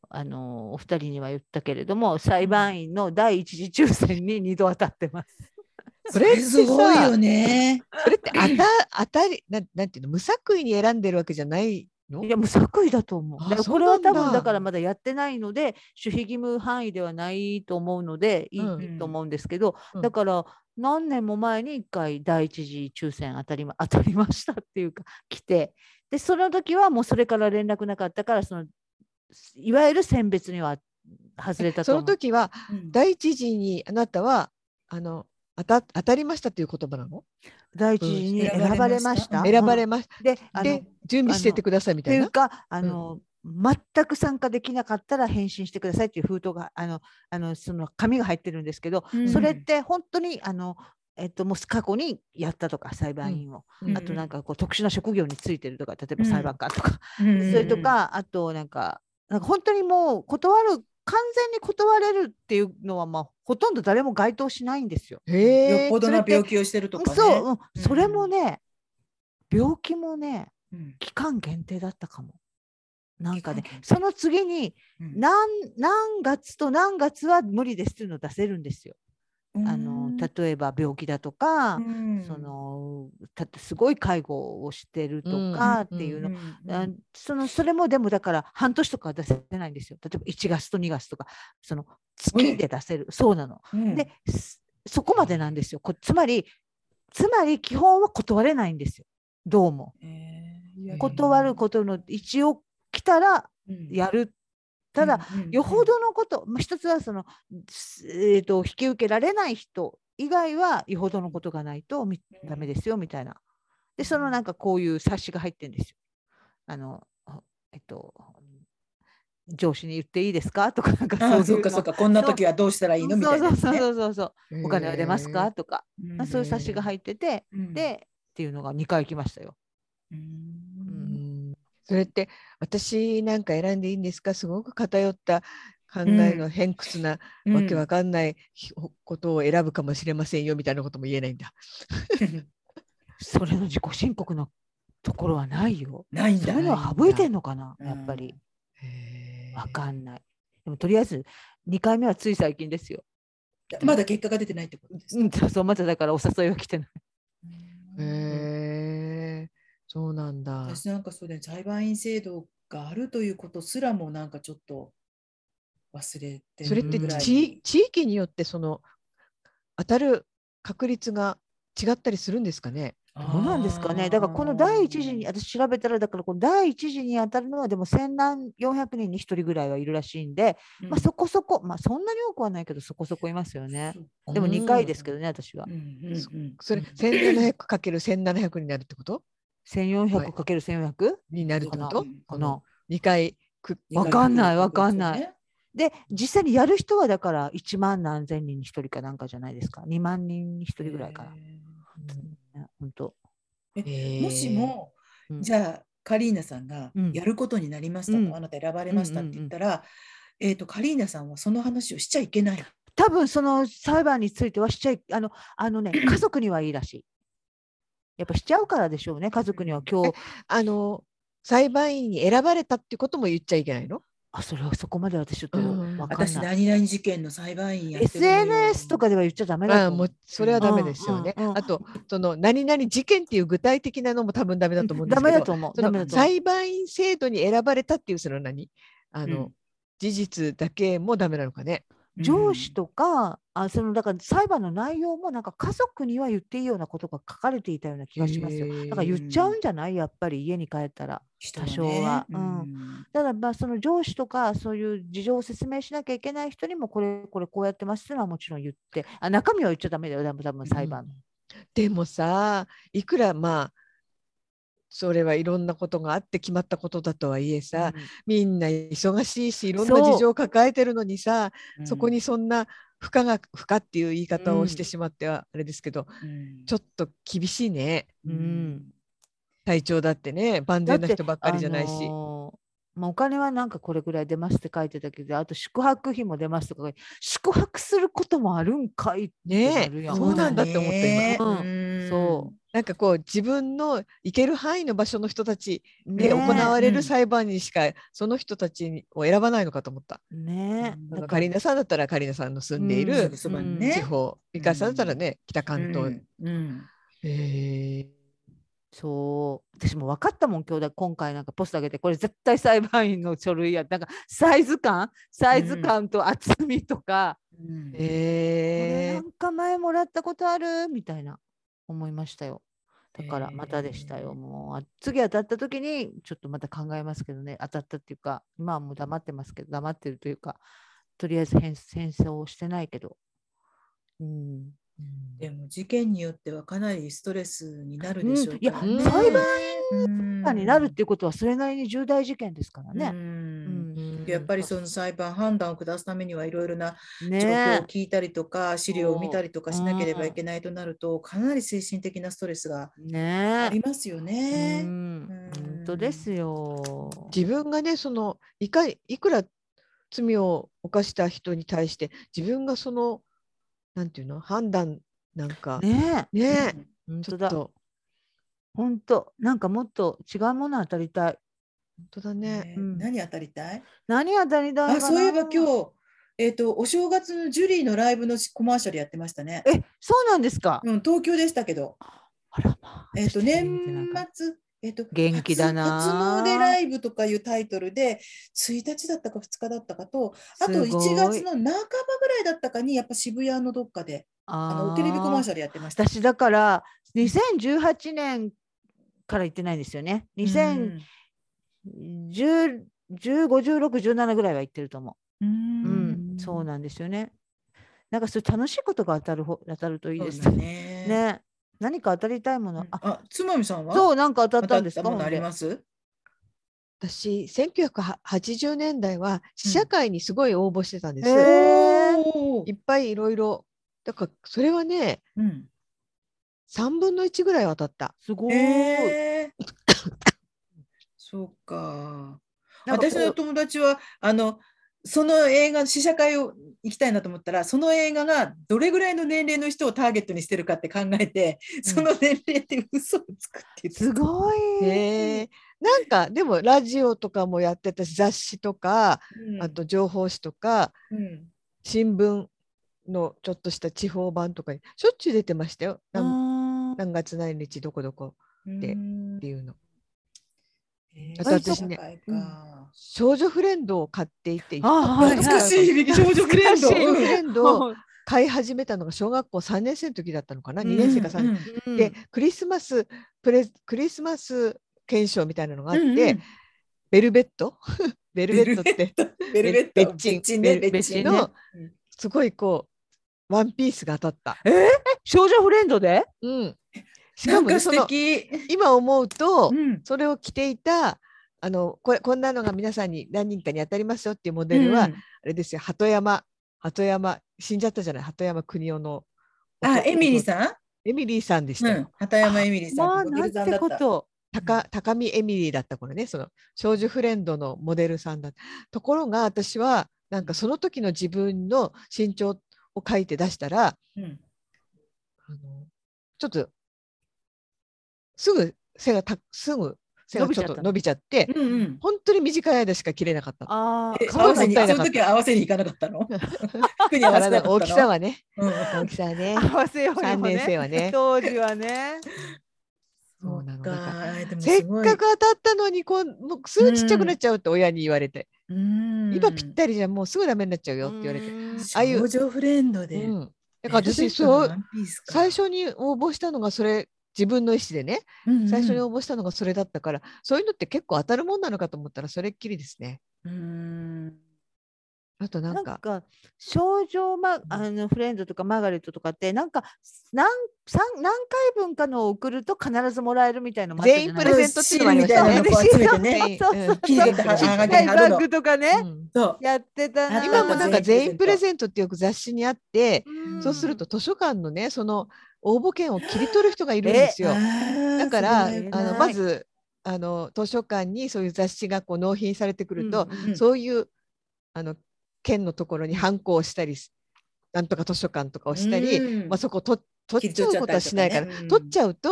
あのお二人には言ったけれども、裁判員の第一次抽選ににど当たってます。 それすごいよね。 それって当た当たりななんていうの、無作為に選んでるわけじゃないの？ いや、無作為だと思う。だからこれは多分だからまだやってないので、守秘義務範囲ではないと思うのでいい、うん、いいと思うんですけど、うん、だから何年も前にいっかい第一次抽選当たりま当たりましたっていうか来て、でその時はもうそれから連絡なかったから、そのいわゆる選別には外れたと思う。 その時は、うん、第一次にあなたはあの当た、当たりましたという言葉なの？ 第一次に選ばれました。 選ばれました。 で、 で準備しててくださいみたいな。 というか、あの、うん、全く参加できなかったら返信してくださいっていう封筒が、あの、あのその紙が入ってるんですけど、うん、それって本当にあの、えっと、もう過去にやったとか裁判員を、うん、あとなんかこう特殊な職業についてるとか、例えば裁判官とか、うん、それとか、あとなんか、なんか本当にもう断る。完全に断れるっていうのは、まあ、ほとんど誰も該当しないんですよ。 よっぽどな病気をしてるとかね。 そう、うん、それもね、病気もね、うん、期間限定だったかも。なんかね、その次に、うん、何、何月と何月は無理ですっていうのを出せるんですよ。あの例えば病気だとか、うん、そのたすごい介護をしてるとかっていうの、そのそれもでもだから半年とかは出せないんですよ。例えばいちがつとにがつとかその月で出せる、うん、そうなの、うん、でそこまでなんですよ。つまりつまり基本は断れないんですよ、どうも、えー、断ることの一応来たらやる、うん、ただ、うんうんうん、よほどのこと、一つはその、えーと、引き受けられない人以外はよほどのことがないとダメですよみたいな。で、そのなんかこういう冊子が入ってるんですよ。あの、えっと、上司に言っていいですかとか、なんかそういうの。ああ、 そうかそうか、こんな時はどうしたらいいのみたいな、ね。 そうそうそうそう、お金は出ますかとか、そういう冊子が入ってて、で、っていうのがにかい来ましたよ。うんうんそれって私なんか選んでいいんですか？すごく偏った考えの偏屈な、うん、わけわかんないことを選ぶかもしれませんよみたいなことも言えないんだ。 それの自己申告のところはないよ。 ないんだ。 そういうのは省いてんのかな、やっぱり。わかんない。でもとりあえずにかいめはつい最近ですよ。 まだ結果が出てないってことですか？ うん、そう、まだだからお誘いは来てない。 へー、そうなんだ。 私なんかそうで裁判員制度があるということすらもなんかちょっと忘れてるそれって地、地域によってその当たる確率が違ったりするんですかね？ どうなんですかね。だからこの第一次に私調べたら、だからこの第一次に当たるのはでもせんよんひゃくにんにひとりぐらいはいるらしいんで、うん、まあそこそこ、まあそんなに多くはないけどそこそこいますよね。でもにかいですけどね、私は。うんうんうん、 それせんななひゃくかけるせんななひゃくになるってこと？ せんよんひゃくかけるせんよんひゃくになるってことかな。にかいくわかんないわかんない。で実際にやる人はだからいちまん何千人にひとりかなんかじゃないですか。にまんにんにひとりぐらいかな。本当。 えもしも、うん、じゃあカリーナさんがやることになりましたと、うん、あなた選ばれましたって言ったら、えーと、カリーナさんはその話をしちゃいけない。 多分その裁判についてはしちゃいあのあのね家族にはいいらしい。やっぱしちゃうからでしょうね、家族には。今日あの裁判員に選ばれたってことも言っちゃいけないの？ あ、それはそこまで私ちょっと分かんない。 私何々事件の裁判員やってるのよ。エスエヌエス とかでは言っちゃダメだと思う。 あ、もうそれはダメですよね。うんうんうん、あとその何々事件っていう具体的なのも多分ダメだと思うんですけど、 ダメだと思う。 その裁判員制度に選ばれたっていうその何あの、うん、事実だけもダメなのかね。 上司とか、あそのだから裁判の内容もなんか家族には言っていいようなことが書かれていたような気がしますよ。だから言っちゃうんじゃない？やっぱり家に帰ったら多少は。うん、ただまあその上司とかそういう事情を説明しなきゃいけない人にもこれこれこうやってますっていうのはもちろん言って、あ中身は言っちゃダメだよ、多分裁判、うん。 でもさ、いくらまあそれはいろんなことがあって決まったことだとはいえさ、うん、みんな忙しいしいろんな事情を抱えてるのにさ、 そ, そこにそんな負荷が負荷っていう言い方をしてしまってはあれですけど、うん、ちょっと厳しいね、うん、体調だってね万全な人ばっかりじゃないし、あのーまあ、お金はなんかこれぐらい出ますって書いてたけど、あと宿泊費も出ますとか、宿泊することもあるんかいってなるやん。 ね、そうなんだって思って今、 うん、そうなんかこう自分の行ける範囲の場所の人たちで行われる裁判にしかその人たちを選ばないのかと思った。 ね、 だからカリーナさんだったらカリーナさんの住んでいる地方、ミカさんだったらね北関東。 そう、私も分かったもん、兄弟今回なんかポスト上げて、これ絶対裁判員の書類や、なんかサイズ感サイズ感と厚みとか、 うん、えー、なんか前もらったことあるみたいな思いましたよ。だからまたでしたよ。もう次当たった時にちょっとまた考えますけどね。当たったっていうか、今はもう黙ってますけど、黙ってるというか、とりあえず戦争をしてないけど。うん、 でも事件によってはかなりストレスになるでしょうからね。 うん、いや、裁判員になるっていうことはそれなりに重大事件ですからね。 やっぱりその裁判判断を下すためにはいろいろな状況を聞いたりとか、ね、資料を見たりとかしなければいけないとなると、かなり精神的なストレスがありますよね。 本当ですよ。 自分がね、そのいかいくら罪を犯した人に対して自分がそのなんていうの判断なんかねえ、ねえ、本当だ。本当、なんかもっと違うもの当たりたい。 本当だね。 うん、何当たりたい？ 何当たりたいかな。 あ、そういえば今日、えっと、お正月のジュリーのライブのコマーシャルやってましたね。 え、そうなんですか。 うん、東京でしたけど。 あらまあ。 えっと、年末。えっと、 元気だな。 初詣ライブとかいうタイトルでついたちだったかふつかだったかと、あといちがつの半ばぐらいだったかにやっぱ渋谷のどっかであのテレビコマーシャルやってました。 私だからにせんじゅうはちねんから行ってないんですよね。にせんじゅう、じゅうご、じゅうろく、じゅうななぐらいは行ってると思う。うん、そうなんですよね。なんかそういう楽しいことが当たる当たるといいですね。ね。何か当たりたいもの。 あ、あ、つまみさんは？ そう、なんか当たったんですか？ 当たったものあります？ 私、せんきゅうひゃくはちじゅうねんだいは試写会にすごい応募してたんです。 うん、 いっぱいいろいろ。だからそれはね、うん、さんぶんのいちぐらい当たった。 すごい。 そうか。私の友達はあのその映画試写会を行きたいなと思ったら、その映画がどれぐらいの年齢の人をターゲットにしてるかって考えて、うん、その年齢って嘘をつくっていう。 すごい。 へえ。なんかでもラジオとかもやってたし、雑誌とか、うん、あと情報誌とか、うん、新聞のちょっとした地方版とかにしょっちゅう出てましたよ。何, 何月何日どこどこでっていうの。あと私ね、少女フレンドを買っていて、 懐かしい少女フレンド。 少女フレンドを買い始めたのが小学校さんねん生の時だったのかな、にねん生かさんねん生、うん、でクリスマスプレクリスマス検証みたいなのがあって、うんうん、ベルベットベルベットってベルベットベッチンチン、ね、ベッチンのすごいこうワンピースが当たった。 えー、少女フレンドで？ うん。しかも、ね、その今思うと、うん、それを着ていたあの こ, こんなのが皆さんに何人かに当たりますよっていうモデルは、うん、あれですよ、鳩山鳩山死んじゃったじゃない、鳩山邦夫の。 あ、エミリーさんエミリーさんでしたよ。 うん、鳩山エミリーさん。 まあ、なんてこと。 高, 高見エミリーだった頃ね、その少女フレンドのモデルさんだったところが、私はなんかその時の自分の身長を書いて出したら、うん、あのちょっとすぐ背がたすぐ背がちょっと伸びちゃって、うんうん、本当に短い間しか着れなかった。 ああ、その時は合わせに行かなかったの？服に合わせなかったの？ 大きさはね、うん、大きさはね、 合わせようよね、 さんねん生はね、 当時はね。 そうなのか。せっかく当たったのにこうもうすぐちっちゃくなっちゃうって親に言われて、うん、今ぴったりじゃもうすぐダメになっちゃうよって言われて、 ああいう少女フレンドで、うん、 だから私そう最初に応募したのがそれ、自分の意思でね、うんうん、最初に応募したのがそれだったから、そういうのって結構当たるもんなのかと思ったらそれっきりですね。うーん、あとなんか、 なんか少女マあのフレンドとかマーガレットとかってなんか 何, 何回分かのを送ると必ずもらえるみたいなのもあったじゃないですか。 全員プレゼントっていうのもありましたね。 集めてね、 バッグとかね、うん、やってたな。 今もなんか全員プレゼントってよく雑誌にあって、うん、そうすると図書館のね、その応募券を切り取る人がいるんですよ。だからあのまずあの図書館にそういう雑誌がこう納品されてくると、うんうん、そういうあの券のところにハンコをしたり、なんとか図書館とかをしたり、うん、まあ、そこをと取っちゃうことはしないから、ね、うん、取っちゃうと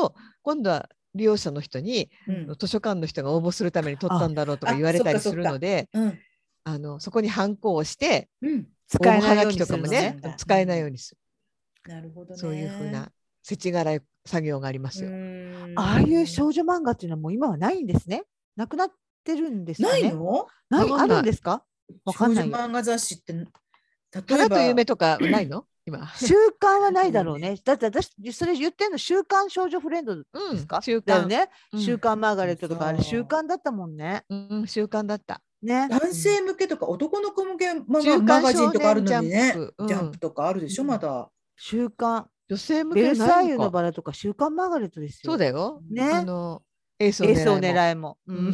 今度は利用者の人に、うん、図書館の人が応募するために取ったんだろうとか言われたりするので、そ, うんあのそこにハンコをして、うん、 使えないようにするのね。 使えないようにする。 なるほどね。 そういうふうな世知辛い作業がありますよ。 ああいう少女漫画っていうのはもう今はないんですね。なくなってるんですかね。 ないの？ ないあるんですか？わかんないよ。 少女漫画雑誌って例えば花と夢とかないの？今週刊はないだろうね。だって私それ言ってんの週刊少女フレンドですか？うん、週刊だよね、うん。週刊マーガレットとかあれ週刊だったもんね。 うん、週刊だった。 ね。 男性向けとか男の子向けマガ、マガジンとかあるのにね。ジャンプとかあるでしょ、まだ。 週刊。 女性向けベルサイユのバラとか週刊マーガレットですよ。 そうだよ。 ね。 あのエースを狙いも。 うん。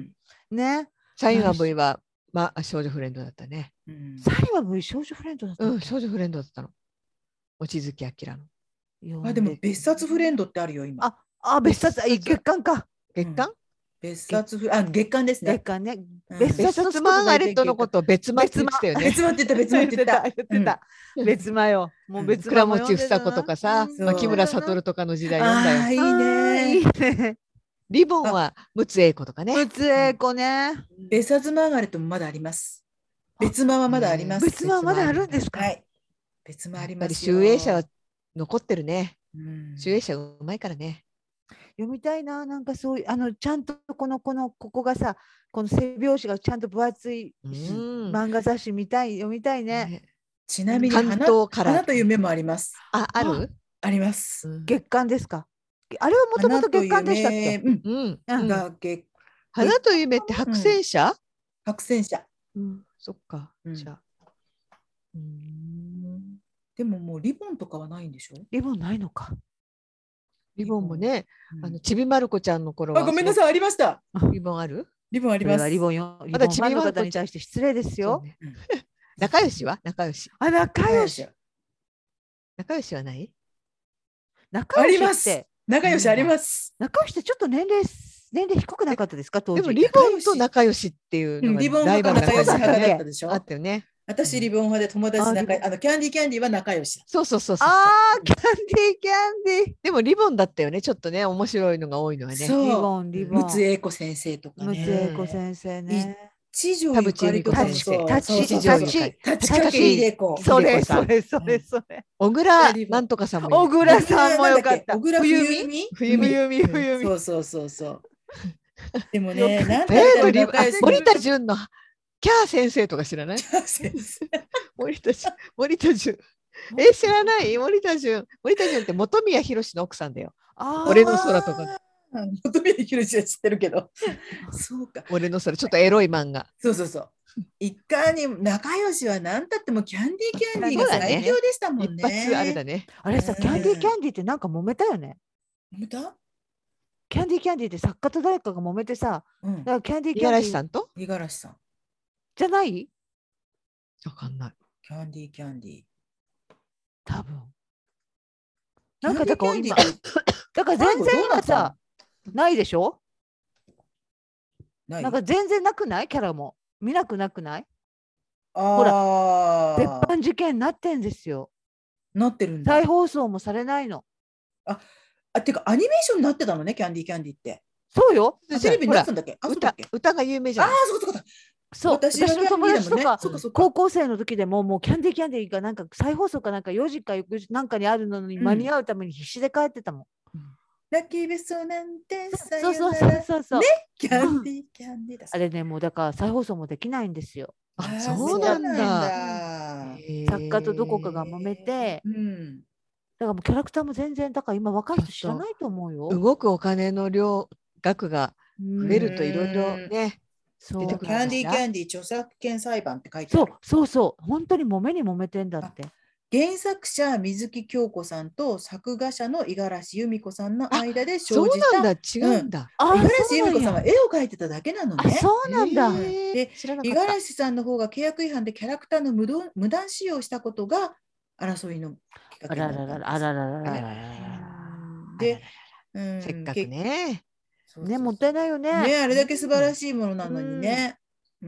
ね。 サインは V はまあ少女フレンドだったね。 サインは V 少女フレンドだった。 うん、少女フレンドだったの。望月明の。あ、でも別冊フレンドってあるよ今。 あ、あ別冊月刊か。 月刊？ 別冊フあ月刊ですね。 月刊ね。 別冊マーガレットのことを別間って言ってたよね。 別間って言った別間って言った。 言ってた。別間よ。もう別間。倉持房子とかさ、牧村悟とかの時代読んだよ。 あいいね。 いいね。 リボンは陸奥英子とかね。 陸奥英子ね。 別冊マーガレットもまだあります。別間はまだあります。 別間はまだあるんですか？ はい。別間ありますよ。 やっぱり集英社は残ってるね。集英社うまいからね。 読みたいな、なんかそういうあのちゃんとこのこのここがさ、この背表紙がちゃんと分厚い漫画雑誌見たい、読みたいね。ね、 ちなみに花という夢もあります。 あ、ある？ あります。 月刊ですか？あれはもともと月刊でしたっけ？ うん。が月花という夢って白戦車？ 白戦車。 うん、そっか。じゃあ。 でももうリボンとかはないんでしょ？ リボンないのか。 リボンもね、あのちびまる子ちゃんの頃は。 あ、ごめんなさい、ありました。 リボンある？ リボンあります。 リボンよ。まだちびまる子に対して失礼ですよ。 仲良しは？仲良し。 あ、仲良し。 仲良しはない？ 仲良しって。 仲良しあります。 仲良しってちょっと年齢年齢低くなかったですか？当時。 でもリボンと仲良しっていうのがリボンと仲良し派だったでしょ？ あったよね。 私リボン派で友達仲あのキャンディーキャンディーは仲良し。 そうそうそうそう。 ああ、キャンディーキャンディー。 でもリボンだったよね。ちょっとね面白いのが多いのはね。 リボンリボン。 陸奥英子先生とかね。 陸奥英子先生ね。 一条ゆかりとかもそう。 タッチタッチタッチかけいでこ。 それそれそれそれ。 小倉なんとかさんも。 小倉さんもよかった。 小倉冬美冬美冬美冬美。 そうそうそうそう。でもね、なんだ森田純のキャー先生とか知らない？森田純、森田純。え、知らない？森田純。森田純って本宮宏の奥さんだよ。俺の空とか。 本宮宏は知ってるけど。そうか。 俺の空、ちょっとエロい漫画。 そうそうそう。いかに仲良しは何たってもキャンディーキャンディーが最強でしたもんね。 一発あれだね。 あれさ、キャンディーキャンディーってなんか揉めたよね。 揉めた？ キャンディーキャンディーって作家と誰かが揉めてさ、うん、だからキャンディーキャンディー。 五十嵐さんと？ 五十嵐さん。 じゃない？ わかんない。 キャンディーキャンディー。 多分。なんかだから今、だから全然今さ、ないでしょ？なんか全然なくない？キャラも。見なくなくない？ほら、別班事件になってんですよ。 なってるんだ。 再放送もされないの。 あ、あ、てかアニメーションになってたのね、キャンディーキャンディーって。 そうよ。 テレビになったんだっけ？ 歌、歌が有名じゃん。 ああ、そうかそうか。 そう、私の友達とか高校生の時でももうキャンディーキャンディーがなんか再放送かなんかよじか翌日なんかにあるのに間に合うために必死で帰ってたもん。 ラッキーベストなんてそうそうそうそうそう。 ね、キャンディーキャンディーだ。 あれね、もうだから再放送もできないんですよ。 あ、そうなんだ。 作家とどこかが揉めて、だからもうキャラクターも全然だから今若い人知らないと思うよ。 動くお金の量額が増えるといろいろね。 そう、キャンディーキャンディー著作権裁判って書いてある。 そうそうそう、本当に揉めに揉めてんだって。 原作者水木京子さんと作画者の五十嵐由美子さんの間で生じた。 そうなんだ、違うんだ。 五十嵐由美子さんは絵を描いてただけなのね。 あ、そうなんだ。 で、五十嵐さんの方が契約違反でキャラクターの無断無断使用したことが争いのきっかけになったんです。あららららららら。で、 せっかくね。 ね、もったいないよね。 ね、あれだけ素晴らしいものなのにね。うん。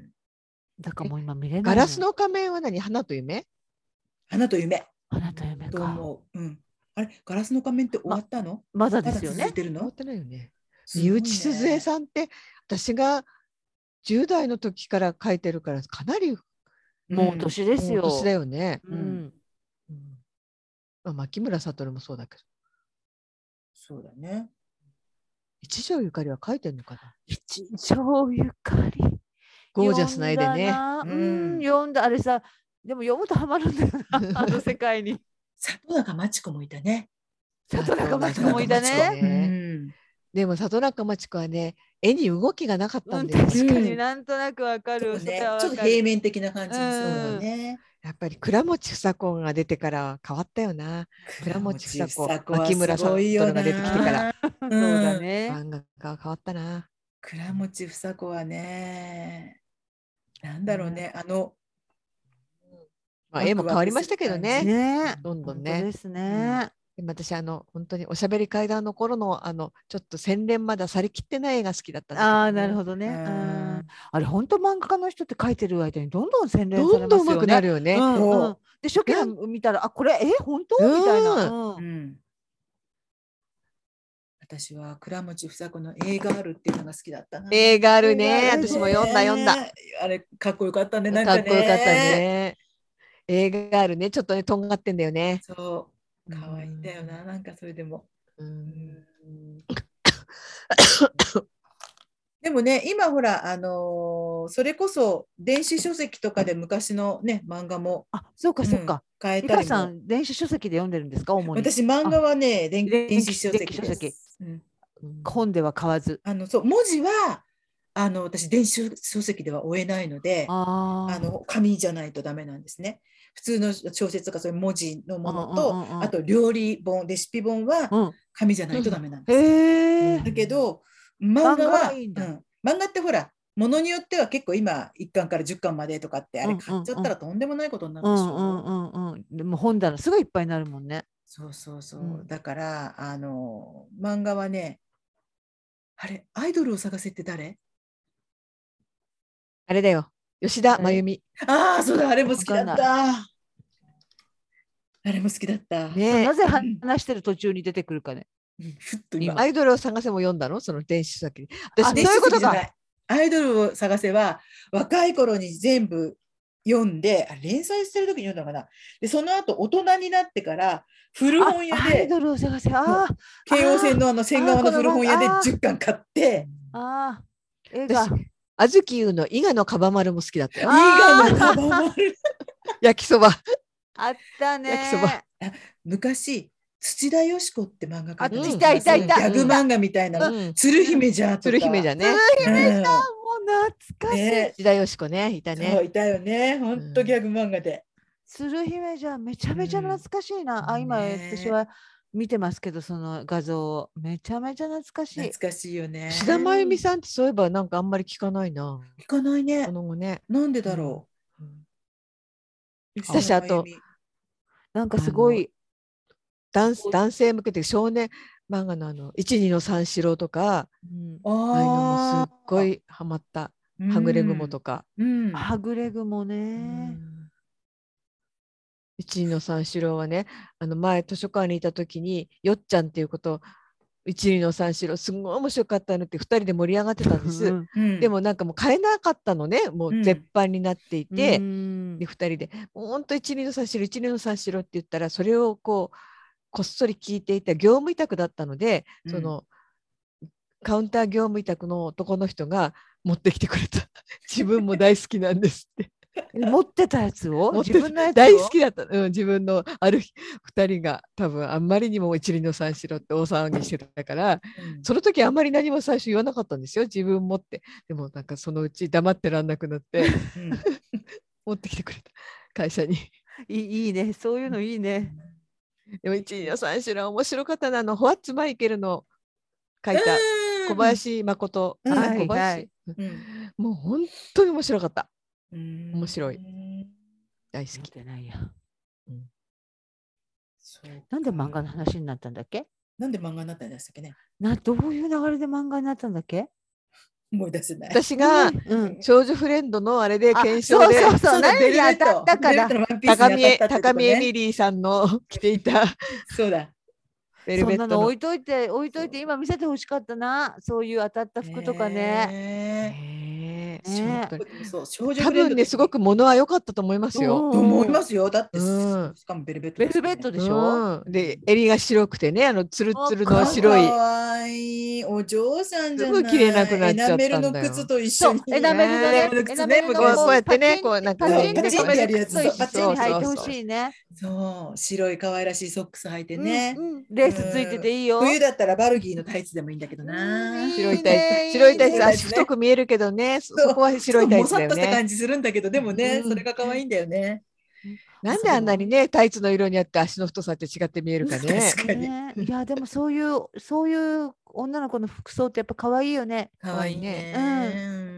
だからもう今見れない。 ガラスの仮面は何？花と夢？ 花と夢。 花と夢か。 と思う。うん。 あれガラスの仮面って終わったの？ まだですよね。 まだ続いてるの？ 終わってないよね。 すごいね三内鈴江さんって私がじゅう代の時から書いてるからかなりもう年ですよ。 もう年だよね。 うん。 うんまあ、牧村悟もそうだけど。 そうだね。 一条ゆかりは書いてんのかな。 一条ゆかり。 ゴージャスな絵でね。 うん、読んだ。あれさ、でも読むとハマるんだよな、あの世界に。 里中真知子もいたね。 里中真知子もいたね。 うん、 でも里中真知子はね、絵に動きがなかったんだよ、 よ、 うん、確かになんとなくわかる、 ね、ちょっと平面的な感じもするよね。 やっぱり倉持房子が出てから変わったよな。倉持房子、牧村悟が出てきてから。 そうだね。 漫画が変わったな。 倉持房子はね、なんだろうね、あの、 まあ、絵も変わりましたけどね。 ね、 どんどんね。 ですね。 でも私あの本当におしゃべり階段の頃のあのちょっと洗練まだ去りきってない絵が好きだったんだけど、ね、 ああなるほどね。うんあれ本当漫画家の人って描いてる間にどんどん洗練されますよね。 どんどん上手くなるよね。 うんうん、で初期の見たらあこれえ本当みたいな。うんうん私は倉持房子の映画あるっていうのが好きだったな。 映画あるね。私も読んだ読んだ。 あれかっこよかったね。なんかね。 かっこよかったね。映画あるね。ちょっとねとんがってんだよね。 そう。可愛いんだよな。なんかそれでも。うんでもね、今ほら、あのー、それこそ電子書籍とかで昔のね、漫画も。 あ、そうかそうか。 うん、変えたりも。 美香さん、電子書籍で読んでるんですか、主に。 私、漫画はね、電子書籍です。 うん、本では買わず。 あの、そう、文字は、あの、私、電子書籍では追えないので、ああの、紙じゃないとダメなんですね。普通の小説とかそういう文字のものと、うんうんうんうん、あと料理本、レシピ本は紙じゃないとダメなんです。うんへー。だけど、漫画は、いいんだ、うん、漫画ってほら、ものによっては結構今いっかんからじゅっかんまでとかってあれ買っちゃったらとんでもないことになるでしょ。うんうんうんうん。でも本棚すぐいっぱいになるもんね。 そうそうそう。うん、だからあの漫画はね、あれアイドルを探せって誰？ あれだよ。吉田真由美。 ああ、そうだ、あれも好きだった。あれも好きだった。 ね、なぜ話してる途中に出てくるかね。 ふっと今アイドルを探せも読んだの？その電子書籍。 私そういうことか。アイドルを探せは若い頃に全部読んで、あ連載してる時に読んだのかな。でその後大人になってから古本屋でアイドルを探せ、あ京王線のあの線側の古本屋でじゅっかん買って、 ああ映画あずきゆうの伊賀のかば丸も好きだったよ。 伊賀のかば丸焼きそばあったね。 焼きそば昔土田よし子って漫画家がいたいたいた、 ギャグ漫画みたいなの、鶴姫じゃとか、 鶴姫じゃね、 鶴姫じゃ、もう懐かしい。 土田よし子ね、いたね。 そういたよね、本当ギャグ漫画で。 鶴姫じゃめちゃめちゃ懐かしいな。あ、今私は見てますけど、その画像めちゃめちゃ懐かしい。 懐かしいよね。 志田真由美さんってそういえばなんかあんまり聞かないな。 聞かないね。 その後ね。 なんでだろう。 私あとなんかすごい男男性向けて少年漫画のあの一二の三四郎とか、うん、ああいうのもすっごいハマった。はぐれ雲とか。 はぐれ雲ね。 一二の三四郎はね、あの前図書館にいた時によっちゃんっていうこと一二の三四郎すごい面白かったのってふたりで盛り上がってたんです。うん、でもなんかもう買えなかったのね、もう絶版になっていて、うん、でふたりでもうほんと一二の三四郎一二の三四郎って言ったらそれをこうこっそり聞いていた業務委託だったので、うん、そのカウンター業務委託の男の人が持ってきてくれた。自分も大好きなんですって。 持ってたやつを自分のやつを大好きだった、うん、自分のある日ふたりが多分あんまりにも一輪の三四郎って大騒ぎしてたから、うん、その時あんまり何も最初言わなかったんですよ、自分持って。でもなんかそのうち黙ってらんなくなって、うん、持ってきてくれた会社に。 いい、いいね、そういうのいいね。 でも一輪の三四郎面白かったな、あのホワッツマイケルの書いた小林誠、 うん、はい、 小林、 はい、 もう本当に面白かった。面白い。大好き。 ないや、うん、なんで漫画の話になったんだっけ？ なんで漫画になったんですかね。 な、どういう流れで漫画になったんだっけ？ 思い出せない。 私が、うん、少女フレンドのあれで検証で、 そうそうそう、何やっただから高見高見エミリーさんの着ていたそうだベルベットのそんなの置いといて置いといて今見せてほしかったな、そういう当たった服とかね。 ねえ。 ねそう少女多分ねブレンドすごく物は良かったと思いますよ。 と思いますよ。だって、 うんしかもベルベットベですね、 ルベットでしょ。 うん、で襟が白くてね、あのツルツルのか白い。 わいいお嬢さんじゃない。 すぐ着れなくなっちゃったんだよ。 エナメルの靴と一緒に。 そうエナメルのね、 エエナメルのこうこうやってねパチンこうなんかパチンパチンってやるやつと一緒に履いてほしいね。 そう白い可愛らしいソックス履いてね、 うんうん、レースついてていいよ。 冬だったらバルギーのタイツでもいいんだけどな。 白いタイツ、白いタイツ足太く見えるけどね、そこは白いタイツだよね。 もさっとした感じするんだけど、でもね、それが可愛いんだよね。 なんであんなにねタイツの色によって足の太さって違って見えるかね。 確かに。 いやでもそういうそういう女の子の服装ってやっぱ可愛いよね。 可愛いね。 うん。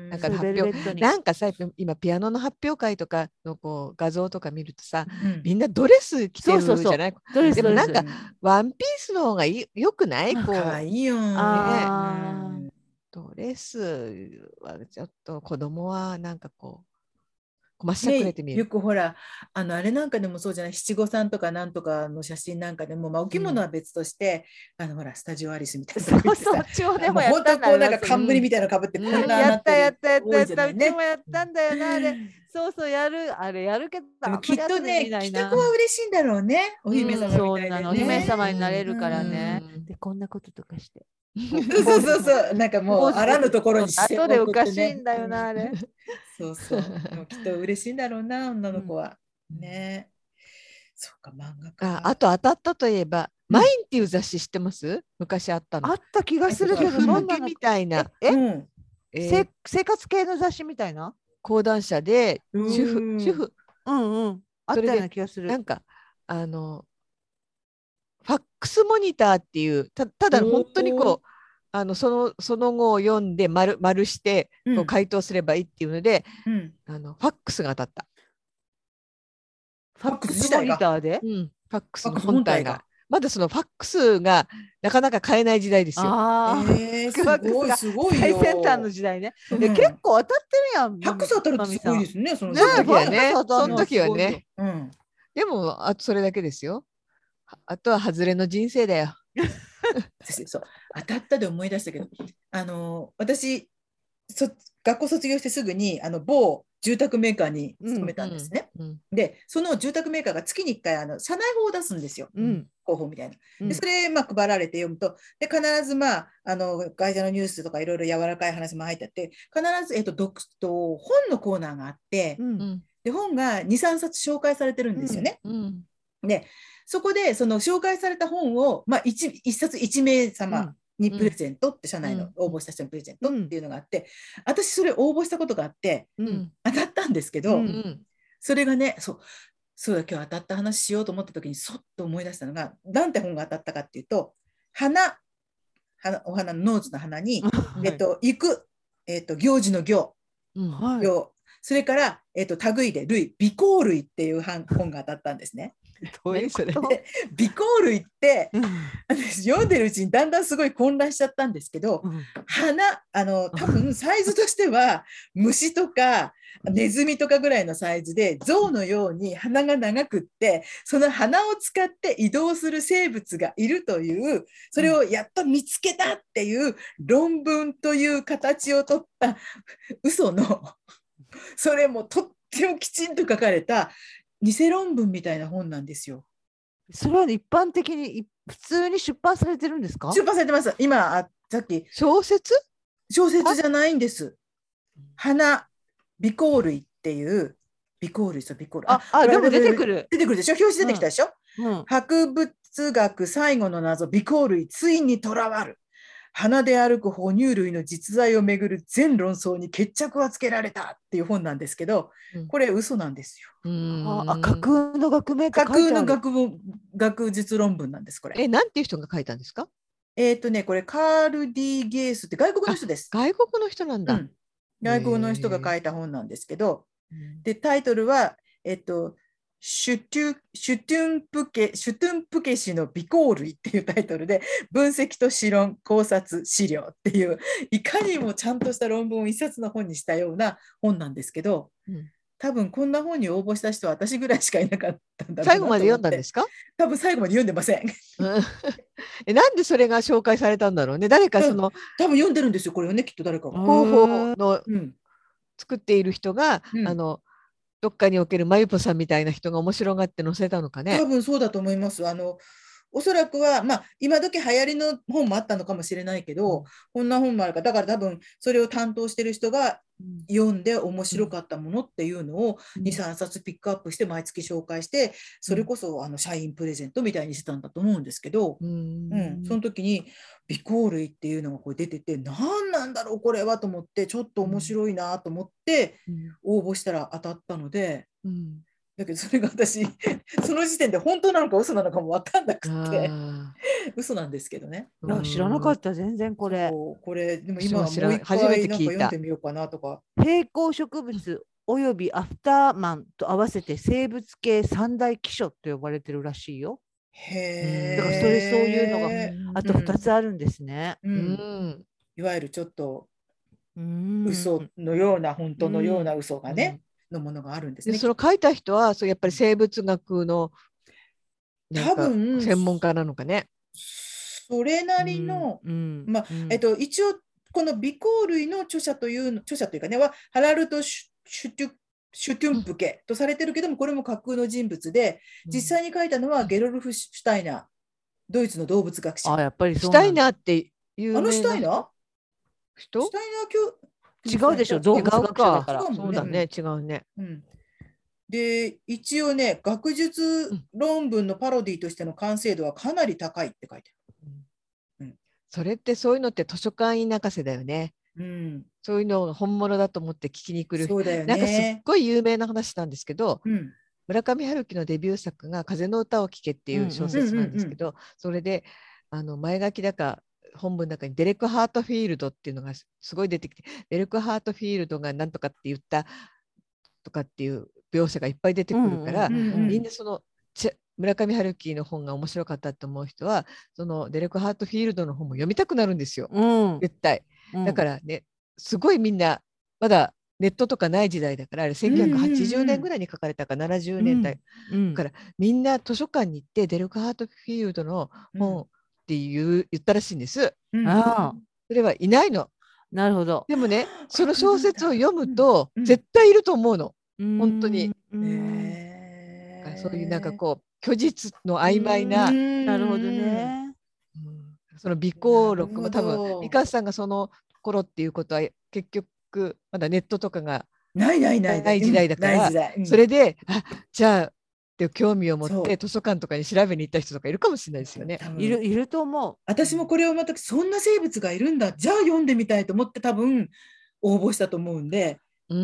なんか発表なんかさ今ピアノの発表会とかのこう画像とか見るとさ、みんなドレス着てるじゃない。でもなんかワンピースの方がいよくない？こう可愛いよ。 ドレスはちょっと子供はなんかこう。まっしゃくれて見える。 よくほらあのあれなんかでもそうじゃない、七五三とかなんとかの写真なんかでも、まあ、お着物は別として、うん、あのほらスタジオアリスみたいなそうそう、うちもでもやったんだよ。 本当こうなんか冠みたいなのかぶってこんなやったやったやったやった、うちもやったんだよなあれ。そうそうやるあれやるけど、 でもきっとねきっと子は嬉しいんだろうね、お姫様みたいそうなの、お姫様になれるからね。でこんなこととかして。 そうそうそう、なんかもうあらぬところにして後でおかしいんだよなあれ。 そうそう、でもきっと嬉しいんだろうな女の子は、うん、ね。そうか漫画か。 あ、あと当たったといえば、うん、マインっていう雑誌知ってます？昔あったの。 あった気がするけど、 どんなみたいな。 え、うんえー、生活系の雑誌みたいな。 講談社で主婦主婦。 うんうん。あったような気がする。 なんかあのファックスモニターっていう た, ただ本当にこうあのそのその後を読んで丸丸してこう回答すればいいっていうので、うん、あのファックスが当たった。 ファックスモニターで、 うん、ファックスの本体がまだそのファックスがなかなか買えない時代ですよ。 あえー、すごいすごい最先端の時代ね。うん、で結構当たってるやん。 ファックス当たるってすごいですね。その時はね。その時はね。うん、でもあとそれだけですよ。あとは外れの人生だよ。 そう当たったで思い出したけど、あの私そ学校卒業してすぐにあの某住宅メーカーに勤めたんですね。うんうん、でその住宅メーカーが月にいっかいあの社内報を出すんですよ、うん、広報みたいな。でそれ、まあ、配られて読むとで必ず、まあ、あの会社のニュースとかいろいろ柔らかい話も入ってあって必ず、えっと、読と本のコーナーがあって、うん、で本がにさんさつ紹介されてるんですよね。うんうんでそこでその紹介された本を、まあ、1, 1冊いち名様にプレゼントって、うん、社内の応募した人にプレゼントっていうのがあって、うん、私それ応募したことがあって、うん、当たったんですけど、うん、それがねそうそうだ今日当たった話しようと思った時にそっと思い出したのがなんて本が当たったかっていうと花花お花のノーズの花に、えっと、行く、えっと、行事の行、うんはい、行それから、えっと、類で類備考類っていう本が当たったんですね。 どういうそれ備考類って、うん、私読んでるうちにだんだんすごい混乱しちゃったんですけど、うん、花あの多分サイズとしては虫とかネズミとかぐらいのサイズで象のように鼻が長くってその鼻を使って移動する生物がいるというそれをやっと見つけたっていう論文という形を取った嘘のそれもとってもきちんと書かれた偽論文みたいな本なんですよ。 それは一般的に普通に出版されてるんですか？ 出版されてます。今あさっき小説？ 小説じゃないんです。花備考類っていう備考類備考類ああでも出てくる出てくるでしょ表紙出てきたでしょ、うんうん、博物学最後の謎備考類ついにとらわる花で歩く哺乳類の実在をめぐる全論争に決着はつけられたっていう本なんですけど、うん、これ嘘なんですよ。 うんあ架空の学名架空の 学, 学術論文なんですこれ。 え、なんていう人が書いたんですか？ えっとねこれカール・ディ・ゲースって外国の人です。 外国の人なんだ、うん、 外国の人が書いた本なんですけど、でタイトルはえっとシュトゥ、シュトゥンプケ、シュトゥンプケ氏の備考類っていうタイトルで分析と試論考察資料っていういかにもちゃんとした論文を一冊の本にしたような本なんですけど、うん、多分こんな本に応募した人は私ぐらいしかいなかったんだろうなと思って。 最後まで読んだんですか？ 多分最後まで読んでませんえ、なんでそれが紹介されたんだろうね。誰かその、 多分読んでるんですよこれをね、きっと誰かが。 広報のうん作っている人が、 うん、 あのどっかにおけるまゆぽさんみたいな人が面白がって載せたのかね。 多分そうだと思います。あのおそらくは、まあ、今時流行りの本もあったのかもしれないけど、うん、こんな本もあるから、だから多分それを担当してる人が読んで面白かったものっていうのをに、さんさつピックアップして毎月紹介して、それこそあの社員プレゼントみたいにしてたんだと思うんですけど、うんうん、その時に備考類っていうのがこう出てて、何なんだろうこれはと思って、ちょっと面白いなと思って応募したら当たったので、うん、だけどそれが私その時点で本当なのか嘘なのかも分かんなくて嘘なんですけどね。 いや知らなかった全然これ。 これでも今はもう一回なんか読んでみようかなとか。 平行植物およびアフターマンと合わせて生物系三大希少と呼ばれてるらしいよ。 へえ。 だからそれそういうのがあとふたつあるんですね。 うんうん、いわゆるちょっと嘘のような本当のような嘘がね。うんのものがあるんですね。 でその書いた人はそうやっぱり生物学のなんか専門家なのかね。 それなりの、うんうん、まあ、えっと一応この備考類の著者という著者というかねはハラルト・シュテュシュテュンプケとされてるけども、これも架空の人物で、実際に書いたのはゲロルフ・シュタイナー、ドイツの動物学者。 あ、やっぱりそうなんだ。シュタイナーって有名なあのシュタイナー人？ シュタイナー教違うでしょ、動物学者だから。 そうだね、違うね。 うん、で、一応ね、学術論文のパロディとしての完成度はかなり高いって書いてある。 うん、それってそういうのって図書館員泣かせだよね。うん、そういうのが本物だと思って聞きに来る。 そうだよね。 なんかすっごい有名な話なんですけど、 うん、 村上春樹のデビュー作が「風の歌を聴け」っていう小説なんですけど、それであの前書きだか本文の中にデレク・ハートフィールドっていうのがすごい出てきて、デレク・ハートフィールドが何とかって言ったとかっていう描写がいっぱい出てくるから、みんなその村上春樹の本が面白かったと思う人はそのデレク・ハートフィールドの本も読みたくなるんですよ、うん、絶対。だからね、すごいみんなまだネットとかない時代だから、あれせんきゅうひゃくはちじゅうねんぐらいに書かれたかななじゅうねんだい、うんうん、だからみんな図書館に行ってデレク・ハートフィールドの本って言う言ったらしいんです、うん、あそれはいないの。 なるほど。 でもね、その小説を読むと絶対いると思うの、うん、本当に。えー、そういうなんかこう虚実の曖昧な、 なるほどね、 うん、その備考録も多分ミカさんがその頃っていうことは結局まだネットとかがないないないない時代だから、うん、それであじゃあって興味を持って図書館とかに調べに行った人とかいるかもしれないですよね。 いるいると思う。 私もこれをまたそんな生物がいるんだ、じゃあ読んでみたいと思って多分応募したと思うんで、 うんうん、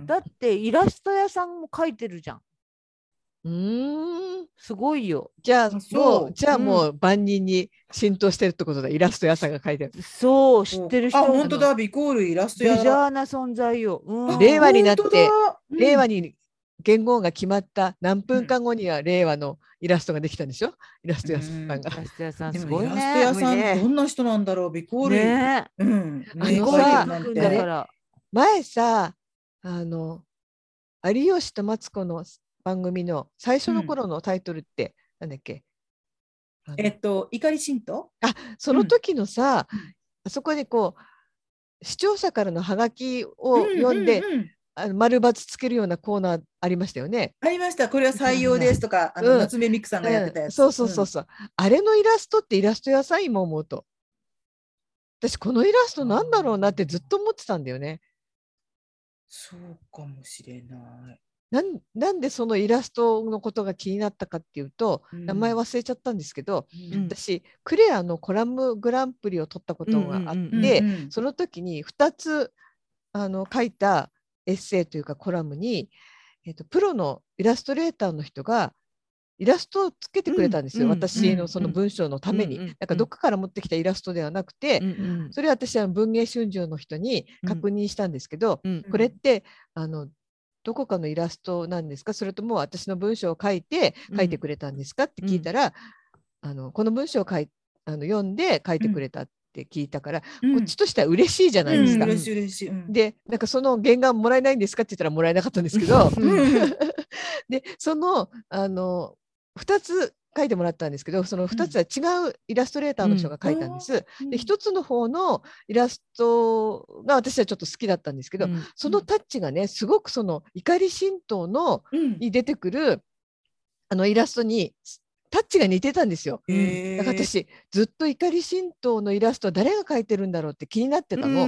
だってイラスト屋さんも描いてるじゃん。 うーん、 すごいよ。 じゃあもうじゃあもう万人に浸透してるってことだ、イラスト屋さんが描いてる。 そう、知ってる人。 あ、本当だ、ビコールイラスト屋。 メジャーな存在よ。 うん、令和になって、うん、令和に言語が決まった何分間後には令和のイラストができたんでしょ、うん、イラスト屋さんが。イラスト屋さんすごいね。 イラスト屋さん、ね、どんな人なんだろう、ビコール。 ね、 うん、 あのさ、ね、前さあの有吉とマツコの番組の最初の頃のタイトルって、うん、なんだっけ、 えっと怒り神道。 あ、その時のさ、うん、あそこにこう視聴者からのハガキを読んで、うんうんうん、あの丸×つけるようなコーナーありましたよね。 ありました。これは採用ですとか、あの、うん、夏目ミクさんがやってたやつ、 うん、そうそうそうそう、うん、あれのイラストってイラスト屋さん今思うと、私このイラストなんだろうなってずっと思ってたんだよね。 そうかもしれない。 なん、なんでそのイラストのことが気になったかっていうと、うん、名前忘れちゃったんですけど、うん、私クレアのコラムグランプリを取ったことがあって、その時にふたつあの書いたエッセイというかコラムに、えーと、プロのイラストレーターの人がイラストをつけてくれたんですよ、うん、私のその文章のために、うん、なんかどっかから持ってきたイラストではなくて、うん、それは私は文藝春秋の人に確認したんですけど、うん、これってあのどこかのイラストなんですか、それとも私の文章を書いて書いてくれたんですかって聞いたら、うん、あのこの文章を書いあの読んで書いてくれたって聞いたから、うん、こっちとしては嬉しいじゃないですか。 うん、嬉しい嬉しい、うん、 でなんかその原画もらえないんですかって言ったらもらえなかったんですけどでそのあのふたつ描いてもらったんですけど、そのふたつは違うイラストレーターの人が描いたんです。うん、でひとつの方のイラストが私はちょっと好きだったんですけど、うん、そのタッチがねすごくその怒り神道の、うん、に出てくるあのイラストにタッチが似てたんですよ。だから私ずっと怒り神道のイラストは誰が描いてるんだろうって気になってたの。うん、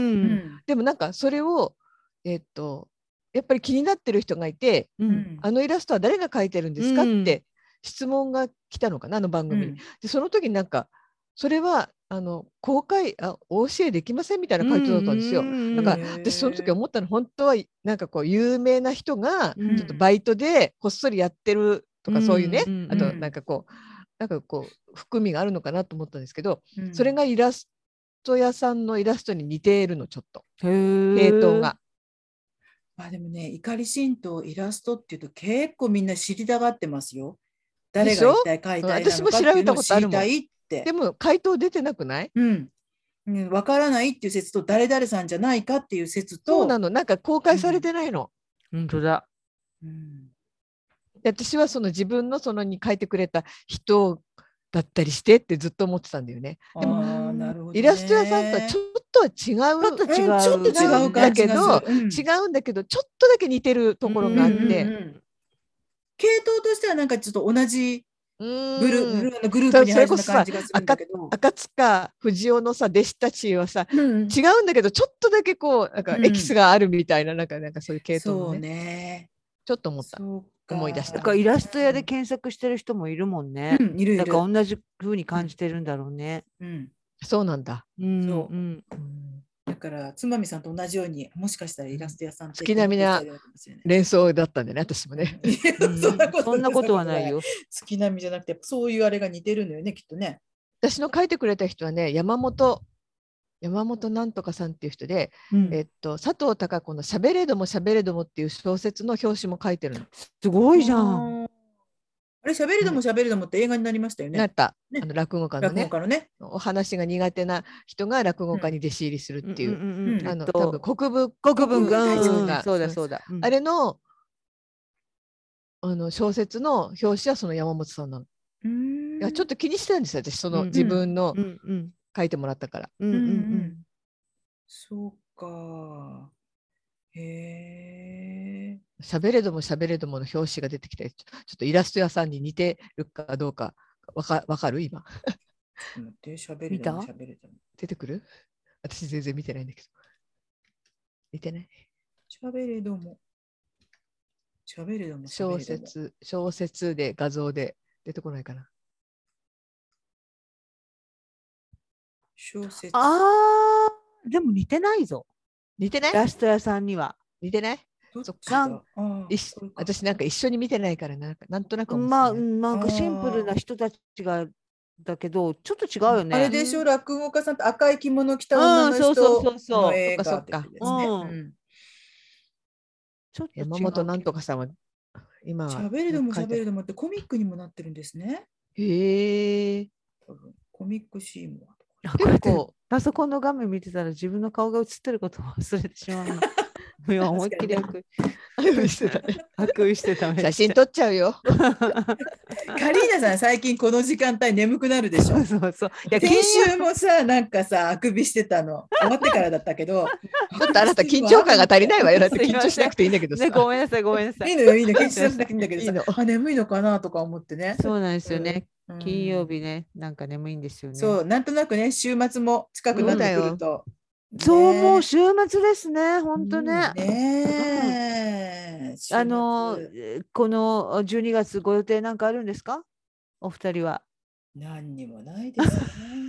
でもなんかそれをえー、っとやっぱり気になってる人がいて、うん、あのイラストは誰が描いてるんですか、うん、って質問が来たのかな、あの番組に。うん、でその時になんかそれはあの公開あお教えできませんみたいな回答だったんですよ。だから私その時思ったの、本当はなんかこう有名な人がちょっとバイトでこっそりやってるとか、そういうね、あとなんかこうなんかこう含みがあるのかなと思ったんですけど、うん、それがイラスト屋さんのイラストに似ているの、ちょっと系統が。 まあでもね、怒り神道イラストっていうと結構みんな知りたがってますよ。誰が一体描いた絵なのかっていうのを知りたいって。 でも回答出てなくない？ うん。わ、うん、からないっていう説と誰々さんじゃないかっていう説と。 そうなの、なんか公開されてないの。 うん、本当だ。 うん、で私はその自分のそのに書いてくれた人だったりしてってずっと思ってたんだよね。でもなるほど、ね、イラスト屋さんとはちょっとは違う、ちょっと違う、 ちょっと違う感じがする、 うん、違うんだけどちょっとだけ似てるところがあって、うんうんうん、 系統としてはなんかちょっと同じグル、グルのグループに入るような感じがするんだけど、 赤塚不二夫のさ弟子たちはさ、うん、違うんだけどちょっとだけこうなんかエキスがあるみたいな、うん、なんかなんかそういう系統のね、そうね、ちょっと思った。思い出した。 だからイラスト屋で検索してる人もいるもんね。うん、いるいる。だから同じ風に感じてるんだろうね。 うん、そうなんだ。 うん、そう。うん、だからつまみさんと同じようにもしかしたらイラスト屋さんって月並みな連想だったんでね、私もね。 そんなことはないよ。 月並みじゃなくてそういうあれが似てるのよね、きっとね。 私の書いてくれた人はね、山本山本なんとかさんっていう人で、うん、えっと、佐藤孝子のしゃべれどもしゃべれどもっていう小説の表紙も書いてるの。 すごいじゃん。 あれ、しゃべれどもしゃべれどもって映画になりましたよね。 なった。ね、あの落語家のね。 落語家のね。 お話が苦手な人が落語家に弟子入りするっていう。あの、多分国分国分が、そうだそうだ。 あれの、あの小説の表紙はその山本さんなの。いやちょっと気にしてたんですよ、私、その自分の書いてもらったから。うんうんうん。 そうか。へえ。 しゃべれどもしゃべれどもの表紙が出てきて、ちょっとイラスト屋さんに似てるかどうかわか、わかる今。 しゃべれどもしゃべれども。 出てくる？私全然見てないんだけど。見てない？ しゃべれども。しゃべれども。 小説、小説で画像で出てこないかな。 小説。 ああ、でも似てないぞ。 似てない？ イラスト屋さんには。 似てない？そっか。私なんか一緒に見てないからなんかなんとなく思って、ね。 まあなんかシンプルな人たちがだけどちょっと違うよね。 あれでしょ、落語家さんと赤い着物着た女の人の映画ってですね。 山本なんとかさんは今しゃべれどもしゃべれどもってコミックにもなってるんですね。 へえ。 コミックシーンも。 結構パソコンの画面見てたら自分の顔が映ってることを忘れてしまう。今思いっきりあくびしてた。あくびしてた。 写真撮っちゃうよ。 カリーナさん最近この時間帯眠くなるでしょ。 そうそう。 いや先週もさなんかさあくびしてたの。終わってからだったけど。 ちょっとあなた緊張感が足りないわよ。だって緊張しなくていいんだけどさ。 ね、ごめんなさいごめんなさい。 いいのよいいの緊張しなくていいんだけどさ。いいのあ眠いのかなとか思ってね。 そうなんですよね。うん、金曜日ねなんか眠いんですよね。 そうなんとなくね週末も近くなってくると。 そうもう週末ですね本当ね。 うん、ねうん、あのこのじゅうにがつご予定なんかあるんですかお二人は。 何にもないですね。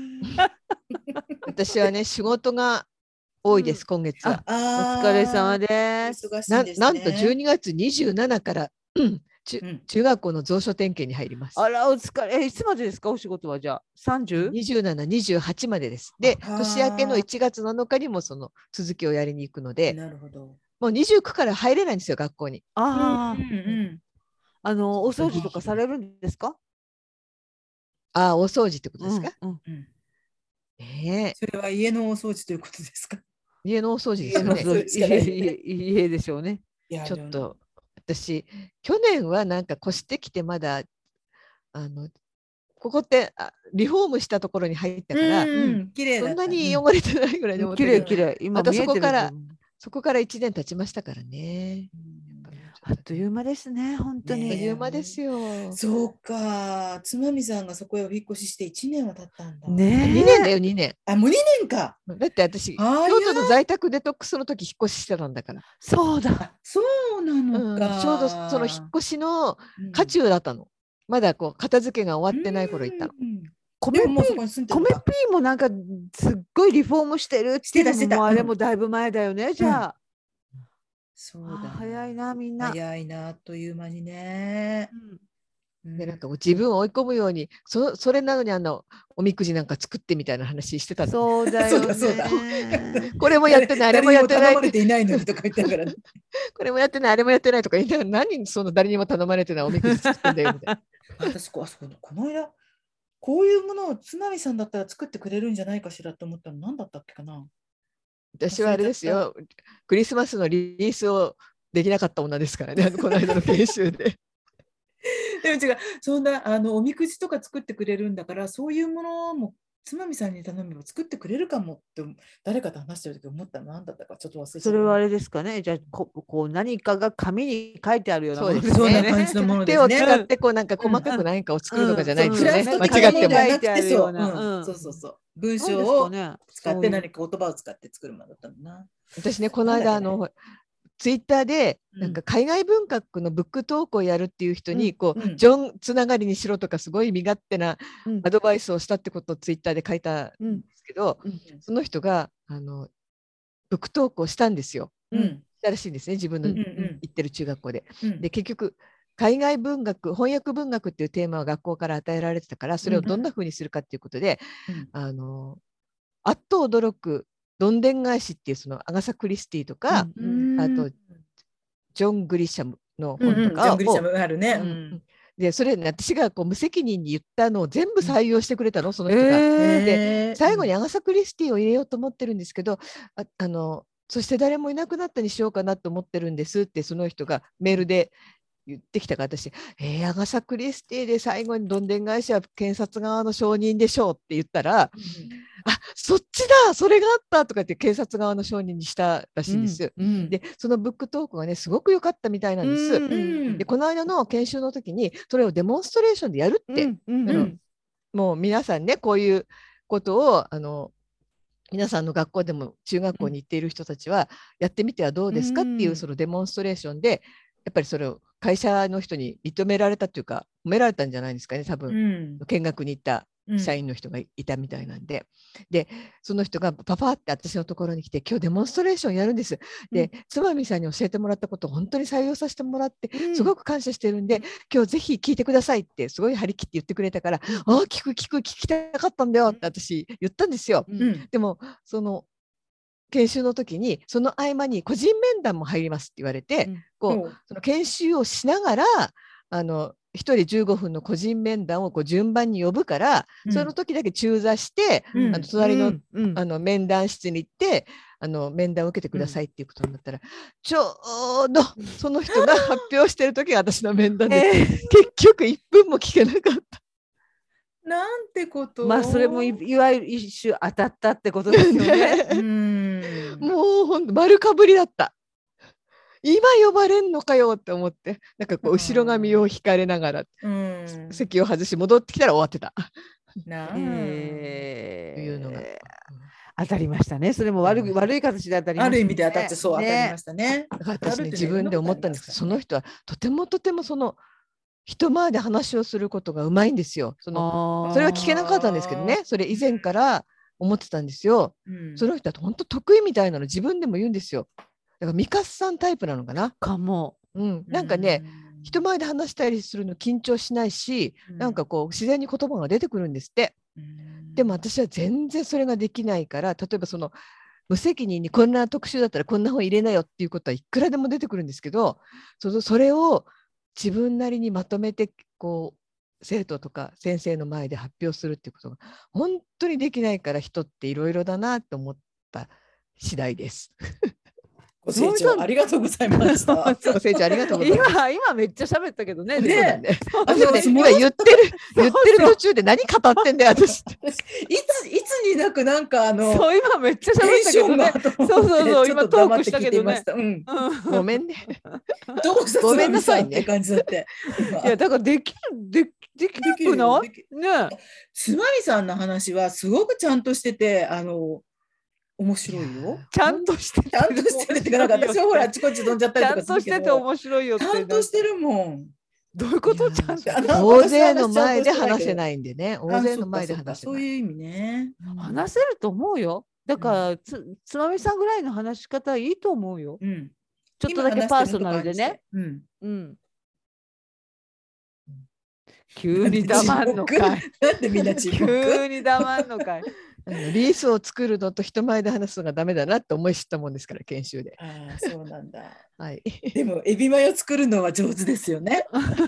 私はね仕事が多いです、うん、今月は。 お疲れ様です。 な, なんとじゅうにがつにじゅうしちにちから、うん中, うん、中学校の蔵書点検に入ります。 あらお疲れ。えいつまでですかお仕事は。じゃあ さんじゅう？ にじゅうなな、にじゅうはちまでです。で年明けのいちがつなのかにもその続きをやりに行くので、 なるほど。 もうにじゅうくから入れないんですよ学校に。 あ、うんうんうん、あのお掃除とかされるんですか？ ああお掃除ってことですか？ うんうん、 えー、 それは家のお掃除ということですか？ 家のお掃除ですよね。 家, 家でしょうね。 ちょっと私去年はなんか越してきてまだあのここってあリフォームしたところに入ったから、 うん綺麗だった。 そんなに汚れてないぐらいで思って綺麗綺麗。今また見えてるそこからそこからいちねん経ちましたからね。 あっという間ですね、本当に。 あっという間ですよ。 そうか、つまみさんがそこへお引っ越ししていちねんは経ったんだ。 ねえ。 にねんだよ、にねん。 あ、もうにねんか。 だって私、 早い京都の在宅デトックスの時引っ越ししてたんだから。 そうだ。 あ、そうなのか。 うん、ちょうどその引っ越しの渦中だったの。まだこう片付けが終わってない頃行ったの。 米ピー、米ピーもなんかすっごいリフォームしてるっていうのもあれもだいぶ前だよね、じゃあ。 そうだ。 早いな、みんな。 早いな、あっという間にね。 でなんか自分を追い込むように そ, それなのにあのおみくじなんか作ってみたいな話してたの。 そうだよね。 そうだこれもやってないあれもやってない。 頼まれていないのにとか言ってから、ね、 これもやってないあれもやってないとか言いながら何その誰にも頼まれてないおみくじ作ってんだよみたいな。 私ここの間こういうものをつまみさんだったら作ってくれるんじゃないかしらと思ったの何だったっけかな。 私はあれですよ、クリスマスのリリースをできなかった女ですからね、この間の研修で。 でも違う、そんなあのおみくじとか作ってくれるんだから、そういうものもつまみさんに頼めば作ってくれるかもって誰かと話してる時思ったの何だったかちょっと忘れちゃった。 それはあれですかね。じゃあここう何かが紙に書いてあるようなものですね。 そんな感じのものですね。 手を使ってこうなんか細かく何かを作るとかじゃないですよね。間違っても。 なくてそう、そうそうそう。文章を使って何か言葉を使って作るものだったのな。 私ねこの間あのツイッターでなんか海外文学のブックトークをやるっていう人にこうジョンつながりにしろとかすごい身勝手なアドバイスをしたってことをツイッターで書いたんですけど、その人があのブックトークをしたんですよ。したらしいんですね、自分の行ってる中学校で。で結局海外文学翻訳文学っていうテーマは学校から与えられてたから、それをどんなふうにするかっていうことで、あのあっと驚くどんでん返しっていうそのアガサ・クリスティとか、うん、あとジョン・グリシャムの本とかを、うんうん、ジョン・グリシャムあるね、うん、でそれ、ね、私がこう無責任に言ったのを全部採用してくれたの、その人が。で最後にアガサ・クリスティを入れようと思ってるんですけど、ああのそして誰もいなくなったにしようかなと思ってるんですってその人がメールで言ってきたから、私、えー、アガサ・クリスティで最後にどんでん返しは検察側の承認でしょうって言ったら、うん、あそっちだそれがあったとか言って検察側の承認にしたらしいんです、うんうん、でそのブックトークがねすごく良かったみたいなんです、うん、でこの間の研修の時にそれをデモンストレーションでやるって、うんうんうん、もう皆さんねこういうことをあの皆さんの学校でも中学校に行っている人たちはやってみてはどうですかっていうそのデモンストレーションでやっぱりそれを会社の人に認められたというか褒められたんじゃないですかね、多分、うん、見学に行った社員の人がいたみたいなんで、うん、でその人がパパって私のところに来て今日デモンストレーションやるんです、でつまみさんに教えてもらったことを本当に採用させてもらってすごく感謝してるんで、うん、今日ぜひ聞いてくださいってすごい張り切って言ってくれたから、うん、あ聞く聞く聞きたかったんだよって私言ったんですよ、うん、でもその研修の時にその合間に個人面談も入りますって言われて、うん、こうその研修をしながらあのひとりじゅうごふんの個人面談をこう順番に呼ぶから、うん、その時だけ中座して、うん、あの隣の、うん、あの面談室に行ってあの面談を受けてくださいっていうことになったら、ちょうどその人が発表してる時が私の面談で、えー、結局いっぷんも聞けなかった。 なんてこと。 まあそれも い, いわゆる一種当たったってことですよね。 うんもうほんと丸かぶりだった。今呼ばれんのかよって思って、なんかこう後ろ髪を引かれながら、うん、席を外し戻ってきたら終わってた。なあ、 えー、いうのが当たりましたね。それも悪い、悪い形で当たりましたね。 ある意味で当たってそう、ね、当たりましたね。 私ね自分で思ったんですけど、その人はとてもとてもその人前で話をすることがうまいんですよ。そのそれは聞けなかったんですけどね、それ以前から思ってたんですよ。うん、その人は本当得意みたいなの自分でも言うんですよ。だからミカスさんタイプなのかな。 かも。 うん、なんかね、うん、人前で話したりするの緊張しないし、うん、なんかこう自然に言葉が出てくるんですって。うん、でも私は全然それができないから、例えばその無責任にこんな特集だったらこんな本入れなよっていうことはいくらでも出てくるんですけど、そ, それを自分なりにまとめてこう生徒とか先生の前で発表するっていうことが本当にできないから、人っていろいろだなと思った次第です。 ご清聴ありがとうございました。 ご清聴ありがとうございます。 今今めっちゃ喋ったけどね。 ねねあでもね今言ってる言ってる途中で何語ってんだよ私。 いついつになくなんかあのそう今めっちゃ喋ったけどね。そうそうそう今トークしたけどね。 うん、 ごめんね。 どうしたごめんなさいねって感じだって。 いやだからできるでできるくない？ね。 つまみさんの話はすごくちゃんとしててあの。面白いよ。 ちゃんとしてちゃんとしてるってか、なんか私はほらあちこち飛んじゃったりとかするけど。 ちゃんとしてて面白いよって。 ちゃんとしてるもん。 どういうこと？ちゃんと。 大勢の前で話せないんでね。大勢の前で話せない。 そういう意味ね。 話せると思うよ。だからつつまみさんぐらいの話し方いいと思うよ。 うん。 ちょっとだけパーソナルでね。 うんうん。急に黙んのかい。 なんでみんな沈黙？ 急に黙んのかい。 リースを作るのと人前で話すのがダメだなって思い知ったもんですから研修で。 ああそうなんだ。 はい。 でもエビマヨ作るのは上手ですよね。 なんか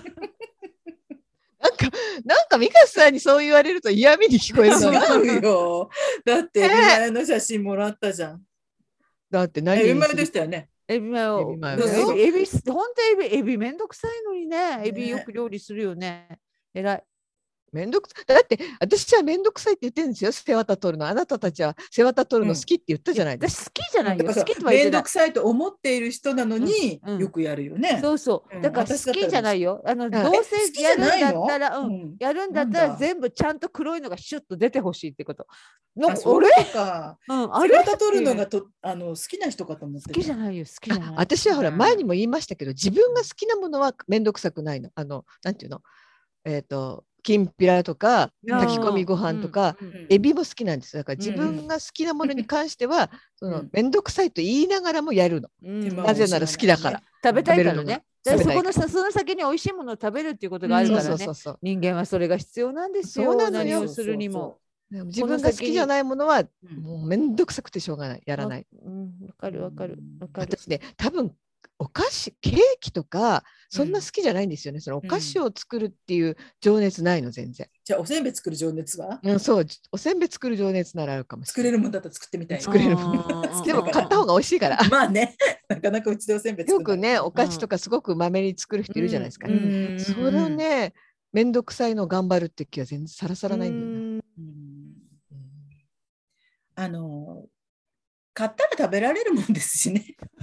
なんかミカさんにそう言われると嫌味に聞こえるの。 違うよ。だってエビマヨの写真もらったじゃん。 だって何？ エビマヨでしたよね。 エビマヨ。エビマヨ。エビ本当エビエビめんどくさいのにね。エビよく料理するよね。えらい。 めんどくさい。だって私はめんどくさいって言ってるんですよ。背わた取るの。あなたたちは背わた取るの好きって言ったじゃないですか。 私好きじゃないよ。好きとは言ってない。 めんどくさいと思っている人なのによくやるよね。 そうそう。だから好きじゃないよ。あのどうせやるんだったら、うんやるんだったら全部ちゃんと黒いのがシュッと出てほしいってこと。 あれか。あれ背わた取るのがとあの好きな人かと思って。 好きじゃないよ。好きじゃない。 私はほら前にも言いましたけど、自分が好きなものはめんどくさくないの。あのなんていうの。えっと。きんぴらとか炊き込みご飯とか、うんうん、エビも好きなんです。だから自分が好きなものに関しては、うん、そのめんどくさいと言いながらもやるの、うん、なぜなら好きだから、 食べたいからね。そこのその先に美味しいものを食べるっていうことがあるからね。人間はそれが必要なんですよ。何をするにも。 自分が好きじゃないものはもうめんどくさくてしょうがない、やらない。 うん、わかるわかるわかる。 私ね、多分お菓子ケーキとかそんな好きじゃないんですよね、うん、そのお菓子を作るっていう情熱ないの全然。 じゃあおせんべい作る情熱は？ うん、そうおせんべい作る情熱ならあるかもしれない。 作れるもんだったら作ってみたい。 作れるもんでも買った方が美味しいからまあねなかなかうちでおせんべい作るよくねお菓子とかすごくまめに作る人いるじゃないですか、うんうん、それをねめんどくさいの頑張るって気は全然さらさらないんだよな。うんうん、 あの買ったら食べられるもんですしね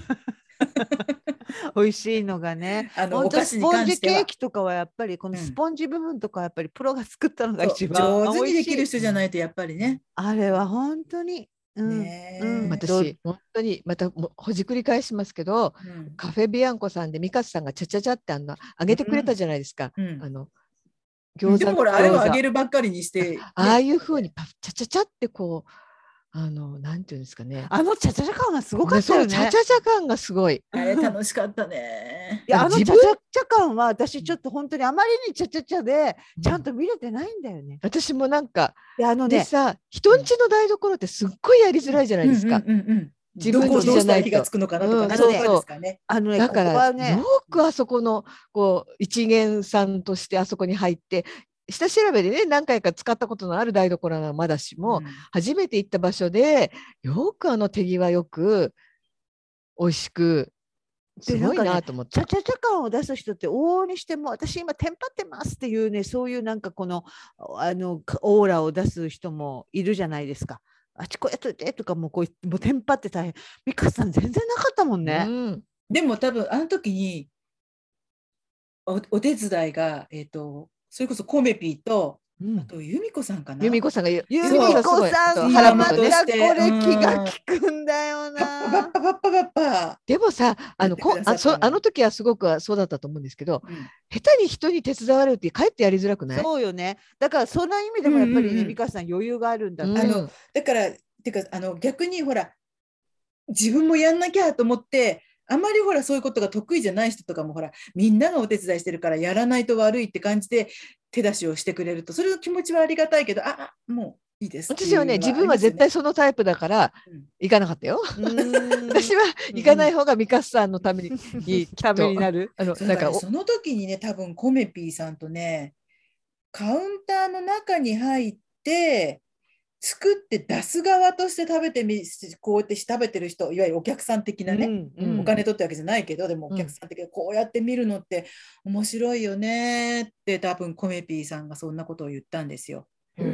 美味しいのがね、あのお菓子に関してはスポンジケーキとかはやっぱりこのスポンジ部分とかやっぱりプロが作ったのが一番上手にできる人じゃないとやっぱりね、 あれは本当に、 うんねうん、私本当にまたほじくり返しますけど、うん、カフェビアンコさんでミカスさんがちゃちゃちゃってあのあげてくれたじゃないですか、うん、あの餃子でもあれをあげるばっかりにして、ね、 ああいう風にパチャチャチャってこうあのなんていうんですかね。 あのチャチャチャ感がすごかったよね。 チャチャチャ感がすごい。 あれ楽しかったね。 いやあのチャチャチャ感は私ちょっと本当にあまりにチャチャチャでちゃんと見れてないんだよね。 うん、私もなんかあのねでさ人んちの台所ってすっごいやりづらいじゃないですか。 自分のじゃないと。火がつくのかなとか、そうそう。 あのねだからよくあそこのこう一元さんとしてあそこに入って。下調べでね何回か使ったことのある台所ならまだしも、うん、初めて行った場所でよくあの手際よく美味しくすごいなと思って、 ね、チャチャチャ感を出す人って往々にしても私今テンパってますっていうねそういうなんかこのあのオーラを出す人もいるじゃないですか。あちこやっといてとかもうこうもうテンパって大変。ミカさん全然なかったもんね。うん、 でも多分あの時に お, お手伝いがえっ、ー、とそれこそコメピーと、うん、あと由美子さんかな。 由美子さんが由美子さんがまたこれ気が利くんだよな。 パッパパッパパッパ。 でもさあのこあそあの時はすごくそうだったと思うんですけど、うん、下手に人に手伝われるってかえってやりづらくない？ そうよね。だからその意味でもやっぱりね、うんうん、美香さん余裕があるんだ、うん、 あのだからてかあの逆にほら自分もやんなきゃと思って。あまりほらそういうことが得意じゃない人とかもほらみんながお手伝いしてるからやらないと悪いって感じで手出しをしてくれるとそれの気持ちはありがたいけどあもういいですっていうのはありますよね。 私はね自分は絶対そのタイプだから、うん、行かなかったよ。私は行かない方がミカスさんのためにいいためになる。 あのなんかその時にね多分コメピーさんとねカウンターの中に入って作って出す側として食べてみ、こうやって食べてる人、いわゆるお客さん的なね、 うんうんお金取ってわけじゃないけど、でもお客さん的な、こうやって見るのって面白いよねって多分コメピーさんがそんなことを言ったんですよ。うん、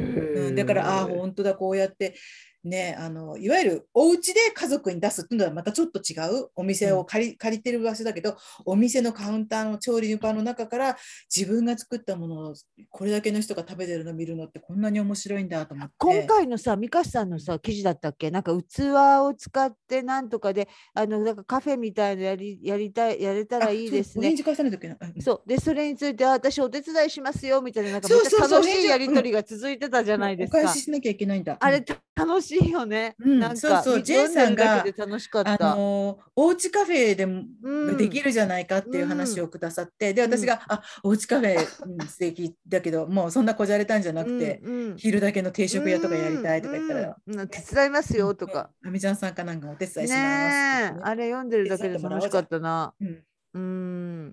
だからああ本当だ、こうやってね、あのいわゆるお家で家族に出すっていうのはまたちょっと違う、お店を借り、借りてる場所だけど、お店のカウンターの調理場の中から自分が作ったものをこれだけの人が食べてるのを見るのってこんなに面白いんだと思って。 今回のさ、ミカさんのさ記事だったっけ、なんか器を使ってなんとかで、あのなんかカフェみたいのやりやりたいやれたらいいですね。そうで、それについて私お手伝いしますよみたいな、なんかめっちゃ楽しいやり取りが続いてたじゃないですか。 お返ししなきゃいけないんだ。 あれ楽しいよね。 うん、 なんかそうそう、ジェンさんが楽しかった。 あのおうちカフェでもできるじゃないかっていう話をくださって、うん、で私が、うん、あおうちカフェ、うん、素敵だけどもうそんなこじゃれたんじゃなくて、うんうん、昼だけの定食屋とかやりたいとか言ったら、 うんうん、手伝いますよとか、 あみちゃんさんかなんかお手伝いします、 ね、あれ読んでるだけで楽しかったな。うん、うん、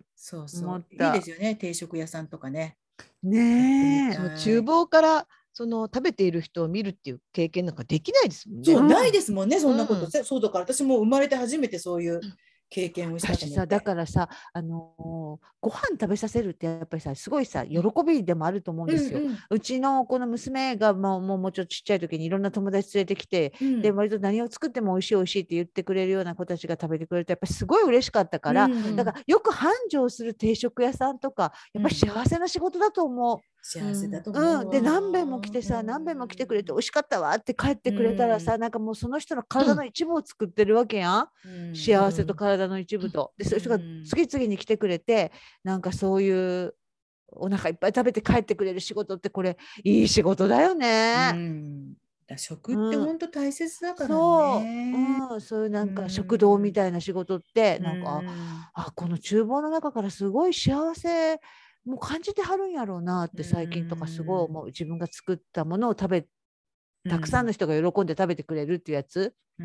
そうそういいですよね、定食屋さんとかね。 ねえ、 その厨房からその食べている人を見るっていう経験なんかできないですもんね。 そう、ないですもんね、そんなこと。うん、そうだから私も生まれて初めてそういう経験をしたと思って。 さだからさ、あのー、ご飯食べさせるってやっぱりさすごいさ喜びでもあると思うんですよ。うんうん、うちのこの娘がもうもうもうちょっとちっちゃい時にいろんな友達連れてきて、うん、で割と何を作っても美味しい美味しいって言ってくれるような子たちが食べてくれるとやっぱりすごい嬉しかったから、うん、だからよく繁盛する定食屋さんとかやっぱり幸せな仕事だと思う。 幸せだと思う、 うん、で何遍も来てさ、うん、何遍も来てくれて美味しかったわって帰ってくれたらさ、うん、なんかもうその人の体の一部を作ってるわけやん、うん、幸せと体の一部と、でそういう人が次々に来てくれて、なんかそういうお腹いっぱい食べて帰ってくれる仕事ってこれいい仕事だよね。 うん、だ食って本当大切だからね、 そう、うん、そういうなんか食堂みたいな仕事ってなんか、あこの厨房の中からすごい幸せもう感じてはるんやろうなって最近とかすごい思う。自分が作ったものを食べたくさんの人が喜んで食べてくれるっていうやつ、うん、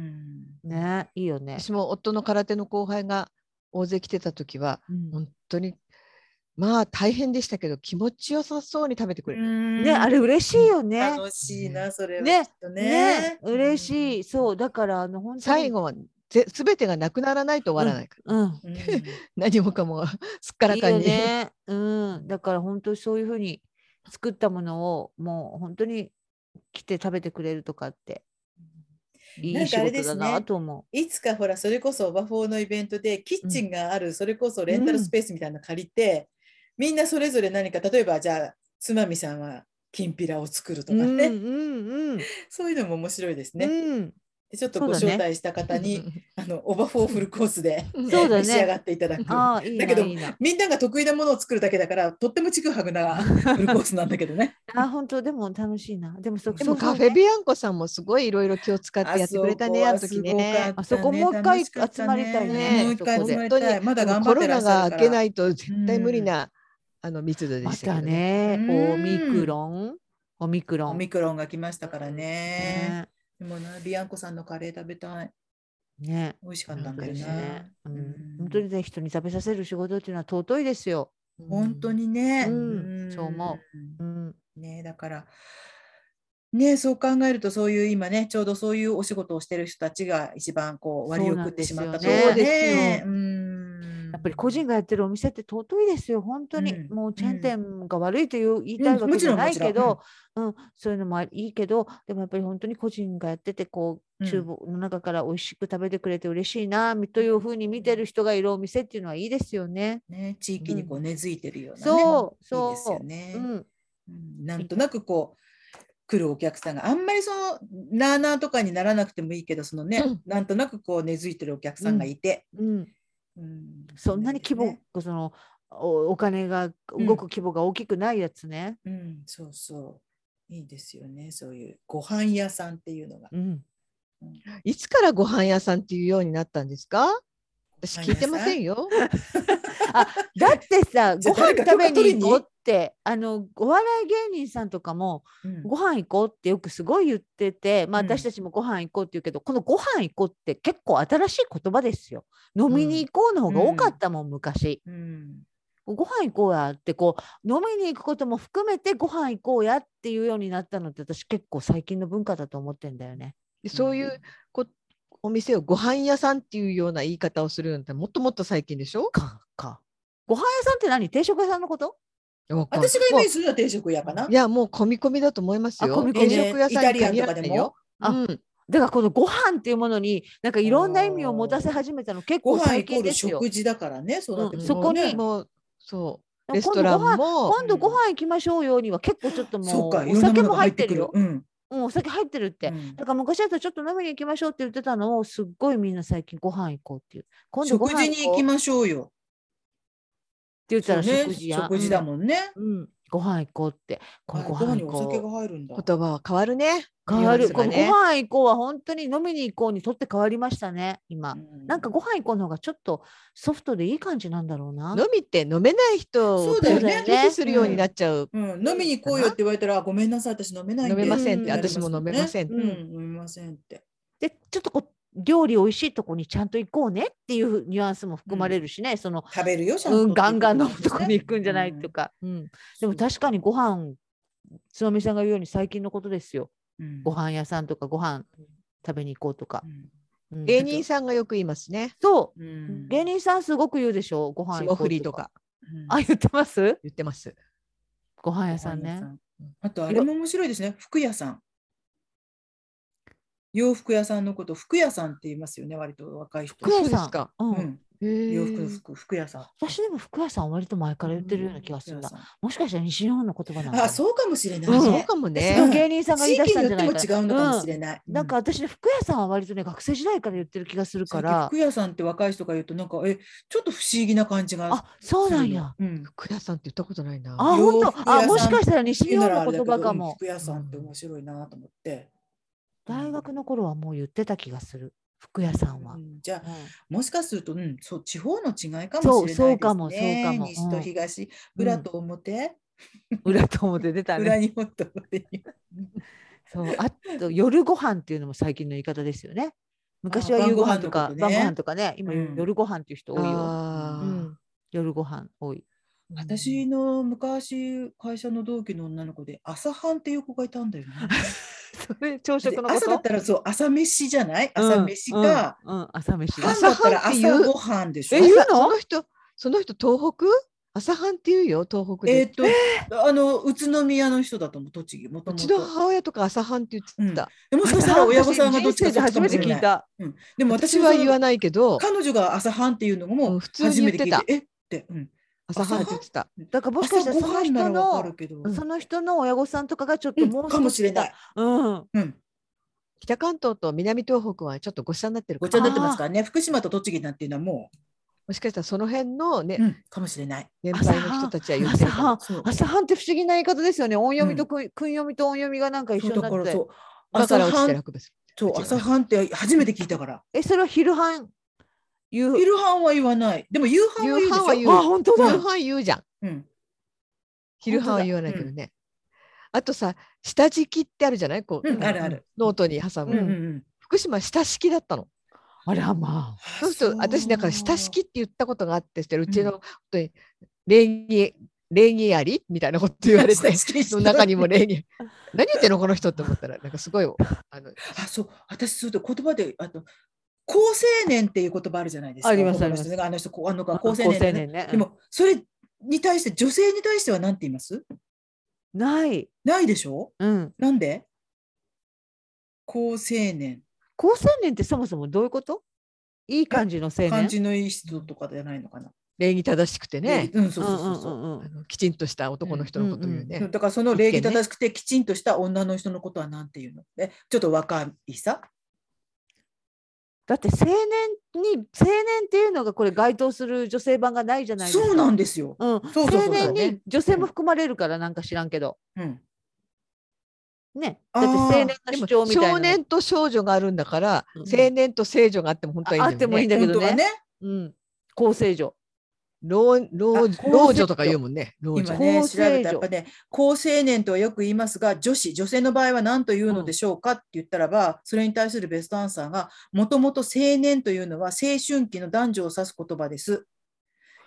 ね、いいよね。 私も夫の空手の後輩が大勢来てた時は、うん、本当にまあ大変でしたけど気持ちよさそうに食べてくれる。 ね、あれ嬉しいよね。 楽しいなそれはきっとね。 ね、ね、嬉しい。そうだからあの本当に最後はすべてがなくならないと終わらないから、うんうん、何もかもすっからかんに。 いいよね、うん、だから本当にそういうふうに作ったものをもう本当に来て食べてくれるとかっていい仕事だなと思う。 ね、いつかほらそれこそオバフォーのイベントでキッチンがある、うん、それこそレンタルスペースみたいなの借りて、うん、みんなそれぞれ何か例えばじゃあつまみさんはきんぴらを作るとかね、うんうんうん、そういうのも面白いですね。うんでちょっとご招待した方に、ね、あのオバフォーフルコースでそうだ、ね、 召し上がっていただく。あいいだけどいいみんなが得意なものを作るだけだからとってもちぐはぐなフルコースなんだけどね。 あ本当でも楽しいな。でもそでもカフェビアンコさんもすごいいろいろ気を使ってやってくれたねあの時ね。 あそこもう一回集まりたいね。 もう一回集まりたい。まだ頑張ってらっしゃるから。 コロナが明けないと絶対無理な、うん、あの密度でしたけどね。 またねオミクロンオミクロンオミクロンが来ましたからね。ねでもなビアンコさんのカレー食べたい。 ね、 美味しかったんだよね。 ね、うん、本当にね人に食べさせる仕事っていうのは尊いですよ。 本当にね。 うん、そう思う。うん、 ねだからねそう考えるとそういう今ねちょうどそういうお仕事をしてる人たちが一番こう割を食ってしまったところで、 うん、やっぱり個人がやってるお店って尊いですよ本当に、うん、もうチェーン店が悪いという言いたいわけじゃないけど、うんうん、そういうのもいいけどでもやっぱり本当に個人がやっててこう厨房の中から美味しく食べてくれて嬉しいなというふうに見てる人がいるお店っていうのはいいですよね。 ね地域にこう根付いてるような、ね、 そうそういいですよね、うんうん、なんとなくこう来るお客さんがあんまりそのなあなあとかにならなくてもいいけどそのね、うん、なんとなくこう根付いてるお客さんがいて、 うんうん、そんなに規模、ね、その お, お金が動く規模が大きくないやつね、 うんうん、そうそういいですよねそういうご飯屋さんっていうのが、うんうん、いつからご飯屋さんっていうようになったんですか？私聞いてませんよ。 あだってさご飯食べに行こうってあのお笑い芸人さんとかも、うん、ご飯行こうってよくすごい言ってて、まあ、私たちもご飯行こうって言うけど、うん、このご飯行こうって結構新しい言葉ですよ。飲みに行こうの方が多かったもん、うん、昔、うん、 ご飯行こうやってこう飲みに行くことも含めてご飯行こうやっていうようになったのって私結構最近の文化だと思ってんだよね。 でそういうこお店をご飯屋さんっていうような言い方をするようになったらもっともっと最近でしょ。 かかご飯屋さんって何？定食屋さんのこと？ 私がイメージするのは定食屋かな。 いやもう込み込みだと思いますよ。定食屋さんに限らないよ。 あ、うん、だからこのご飯っていうものになんかいろんな意味を持たせ始めたの結構最近ですよ。 ご飯イコール食事だからね。そうだって、 うん、そこにもうそうレストランも今度ご飯行きましょうよには結構ちょっともうお酒も入ってるよ。 うん、 うん、お酒入ってるって、うん、だから昔だとちょっと飲みに行きましょうって言ってたのをすっごいみんな最近ご飯行こうっていう。 今度ご飯食事に行きましょうよって言ったら食事や、 ね、食事だもんね。 うん、うん、ご飯行こうって。 これご飯にお酒が入るんだ。 言葉は変わるね。 変わる。このご飯行こうは本当に飲みに行こうにとって変わりましたね、今。うん、なんかご飯行こうの方がちょっとソフトでいい感じなんだろうな。 飲みって飲めない人を拒否するようになっちゃう。 うんうん、飲みに行こうよって言われたら、ごめんなさい、私飲めないんで。 飲めませんって、私も飲めませんって。 うん、飲めませんって。 で、ちょっとこう料理おいしいとこにちゃんと行こうねっていうニュアンスも含まれるしね、うん、その食べるよ、ちゃんと、 うん、ガンガン飲むとこに行くんじゃないとか、うんうん、でも確かにご飯つまみさんが言うように最近のことですよ、うん、ご飯屋さんとかご飯食べに行こうとか、 うんうん、芸人さんがよく言いますね。 そう、うん、芸人さんすごく言うでしょ、ご飯行こうとか。 霜降りとか、 うん、あ、言ってます？ 言ってます。 ご飯屋さんね。 あとあれも面白いですね、服屋さん。洋服屋さんのこと服屋さんって言いますよね、割と若い人。 服屋さんか。 うん。洋服の服、服屋さん。 私でも服屋さん割と前から言ってるような気がするんだ。もしかしたら西日本の言葉なんだ。 あ、そうかもしれない。 そうかもね。 芸人さんが言い出したんじゃないかな。 地域によっても違うのかもしれない。 なんか私ね、服屋さんは割とね、学生時代から言ってる気がするから。 服屋さんって若い人が言うと、なんか、え、ちょっと不思議な感じが。 あ、そうなんや。 服屋さんって言ったことないな。 あ、本当。あ、もしかしたら西日本の言葉かも。 服屋さんって面白いなと思って。 大学の頃はもう言ってた気がする。服屋さんは。 うん、じゃあ、うん、もしかすると、うん、そう地方の違いかもしれないですね。 そう、そうかも、そうかも。 西と東、うん、裏と表。 裏と表出たね。 裏日本と表に。 そう、あと夜ご飯っていうのも最近の言い方ですよね。昔は夕ご飯とか晩ご飯とかね、今夜ご飯っていう人多いよ。うん、夜ご飯多い。 私の昔会社の同期の女の子で朝飯っていう子がいたんだよね。 それ朝食のこと。 朝だったらそう朝飯じゃない？朝飯か、 うんうんうん、朝飯。 飯だったら朝ご飯でしょ。 え、言うの？ その人その人東北？朝飯って言うよ東北で。 えっと、えー、あの宇都宮の人だと思う、栃木。もともとうちの母親とか朝飯って言ってた。 うん、でもしかしたら親御さんがどっちか初めて聞いた。 うん、でも私は言わないけど、 彼女が朝飯っていうのも初めて聞いて、えって。うん、 朝飯って言ってた。 だからもしかしたらその人のその人の親御さんとかがちょっともうかもしれない。 うんうん。 北関東と南東北はちょっとごっちゃになってるごっちゃになってますからね。福島と栃木なんていうのはもうもしかしたらその辺のね、 うん、かもしれない。 年配の人たちは言ってるかも。 朝飯って不思議な言い方ですよね。音読みと訓読みと音読みがなんか一緒になって。 だから落ちて楽です。 そう、朝飯って初めて聞いたから。 え、それは昼飯？ 昼飯は言わない。でも夕飯は言うでしょ。 あ、本当だ。 夕飯言うじゃん。うん。昼飯は言わないけどね。あとさ、下敷きってあるじゃない？こう、 あるある。 ノートに挟む。福島下敷きだったの。 あらまあ。 そうすると私だから下敷きって言ったことがあってしてうちの礼儀礼儀ありみたいなこと言われての中にも礼儀何言ってんのこの人って思ったらなんかすごいあのあそう私そう言葉であと高青年っていう言葉あるじゃないですか。 ありますあります。 あの人あの高青年ね。でもそれに対して女性に対しては何て言います？ ないないでしょ。 うん。 なんで？高青年。 高青年ってそもそもどういうこと？いい感じの青年？ 感じのいい人とかじゃないのかな。 礼儀正しくてね、 うん、そうそうそうそう。 きちんとした男の人のこと言うね。 だからその礼儀正しくてきちんとした女の人のことはなんていうの？ね、ちょっと若いさ。 だって青年に青年っていうのがこれ該当する女性版がないじゃないですか。 そうなんですよ。 うん、青年に女性も含まれるからなんか知らんけど。うんね、だって青年の主張みたいな。 少年と少女があるんだから、うん、青年と聖女があっても本当はいいんだよね。 あってもいいんだけどね。ねうん、高聖女。 老老老女とか言うもんね。 今ね調べたやっぱね高青年とはよく言いますが女子女性の場合は何というのでしょうかって言ったらば、うん、それに対するベストアンサーがもともと青年というのは青春期の男女を指す言葉です。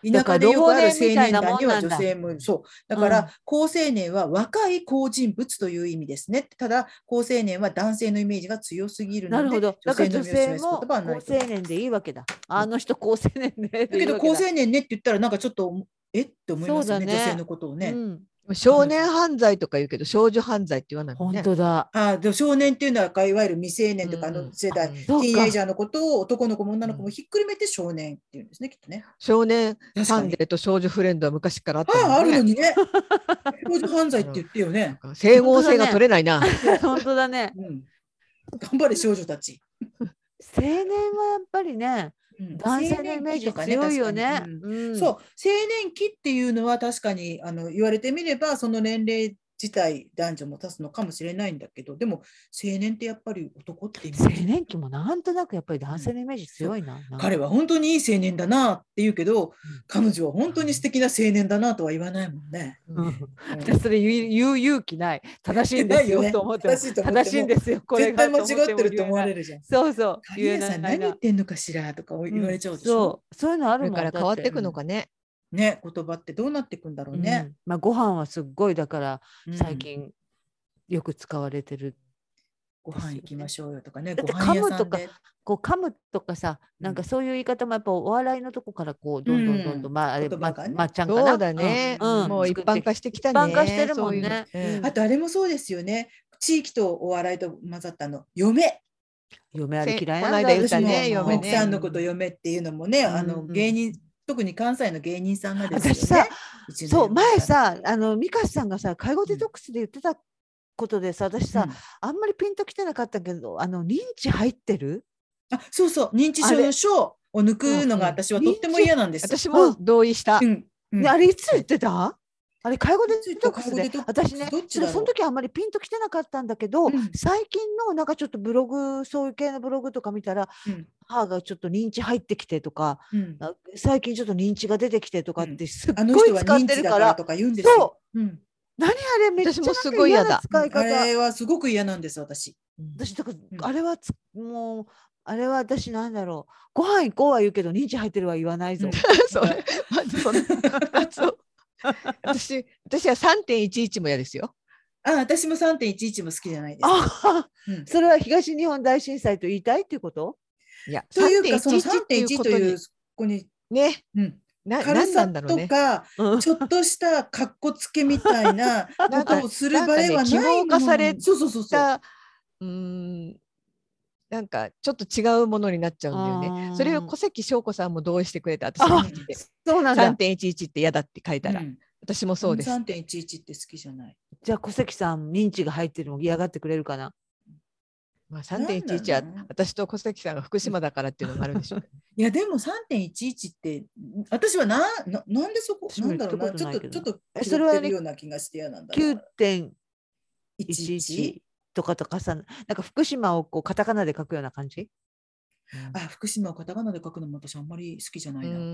田舎でよくある青年団には女性もいる。そう。だから、うん、好青年は若い好人物という意味ですね。ただ、好青年は男性のイメージが強すぎるので、 なるほど。だから女性も好青年でいいわけだ。あの人好青年で。 だけど、好青年ねって言ったら、なんかちょっと、えって思いますよね、ね、女性のことをね。うん、 少年犯罪とか言うけど少女犯罪って言わないもんね。 本当だ。 あでも少年っていうのはいわゆる未成年とかの世代、うん、ティーンエイジャーのことを男の子も女の子もひっくるめて少年っていうんですね、きっとね。 少年サンデーと少女フレンドは昔からあったのね。ああるのにね。少女犯罪って言ってよね。 整合性が取れないな。 本当だね。 うん、頑張れ少女たち。 青年はやっぱりね。うん、男性のイメージ強いよね。 うんうん、そう青年期っていうのは確かにあの言われてみればその年齢自体男女も足すのかもしれないんだけど、でも青年ってやっぱり男って青年期もなんとなくやっぱり男性のイメージ強いな。 うん、彼は本当にいい青年だなって言うけど、うん、彼女は本当に素敵な青年だなとは言わないもんね。 うんうん、私それ言う、言う勇気ない。正しいんですよ、ね、と思っても正しいんですよ。これが絶対間違ってると思われるじゃん。 そうそう。 カリアさん何言ってんのかしらとか言われちゃうでしょ。 うん、そうそういうのあるもん。 だから変わっていくのかね。 ね、言葉ってどうなっていくんだろうね。 うん、まあご飯はすっごいだから最近、うんよく使われてる、ね、 ご飯行きましょうよとかね。 だって噛むとかこう噛むとかさ、なんかそういう言い方もやっぱお笑いのとこからこうどんどんどんどん、うん、まああれ、ね、ま, まっちゃんかな。 そうだね、うんうん、もう一般化してきたね。 一般化してるもんね。 ういう、うん、あとあれもそうですよね。地域とお笑いと混ざったの嫁。 嫁あれ嫌いなんだよ。この間言ったね、嫁ね。 奥さんのこと嫁っていうのもね、うん、あの芸人。特に関西の芸人さんがですよね。私さ、 そう前さあのミカさんがさ介護デトックスで言ってたことでさ、私さ、うん、あんまりピンときてなかったけど、あの認知入ってる？ あ、そうそう、認知症の症を抜くのが私はとっても嫌なんです。 私も同意した。 うんうん、あれいつ言ってた？あれ介護デトックスで、私ね、その時はあんまりピンときてなかったんだけど、うん、最近のなんかちょっとブログ、そういう系のブログとか見たら、うん、母がちょっと認知入ってきてとか、うん、最近ちょっと認知が出てきてとかってすっごい使ってるから、 とか言うんですよ。 そう。うん何あれめっちゃすごい嫌だ。 使い方。 あれはすごく嫌なんです私。 私だから、うん、あれはもうあれは私なんだろう。ご飯行こうは言うけど認知入ってるは言わないぞ。 そうまずそのそう私私は さんてんいちいち も嫌ですよ。 あ私も さんてんいちいち も好きじゃないです。 あ、うん、それは東日本大震災と言いたいっていうこと？ いやというかその さんてんいち というここにね。 うん軽さとか、ね、ちょっとしたかっこつけみたいなことをする場合はないもん。 記号化された、 そうそうそうそう。 うーん、なんかちょっと違うものになっちゃうんだよね。それを小関翔子さんも同意してくれた。私の記事で。 そうなんだ。 さんてんいちいち って嫌だって書いたら、うん、私もそうです。 さんてんいちいち って好きじゃない。 じゃあ小関さん認知が入ってるの嫌がってくれるかな。 まあ、さんてんいちいち は私と小関さんが福島だからっていうのがあるんでしょう。 いやでも さんてんいちいち って私はな、な、なんでそこなんだろうなちょっとちょっと気取ってるような気がして嫌なんだな。 きゅうてんいちいち とかとかさ、なんか福島をこうカタカナで書くような感じ？ あ、福島をカタカナで書くのも私あんまり好きじゃないな。うん、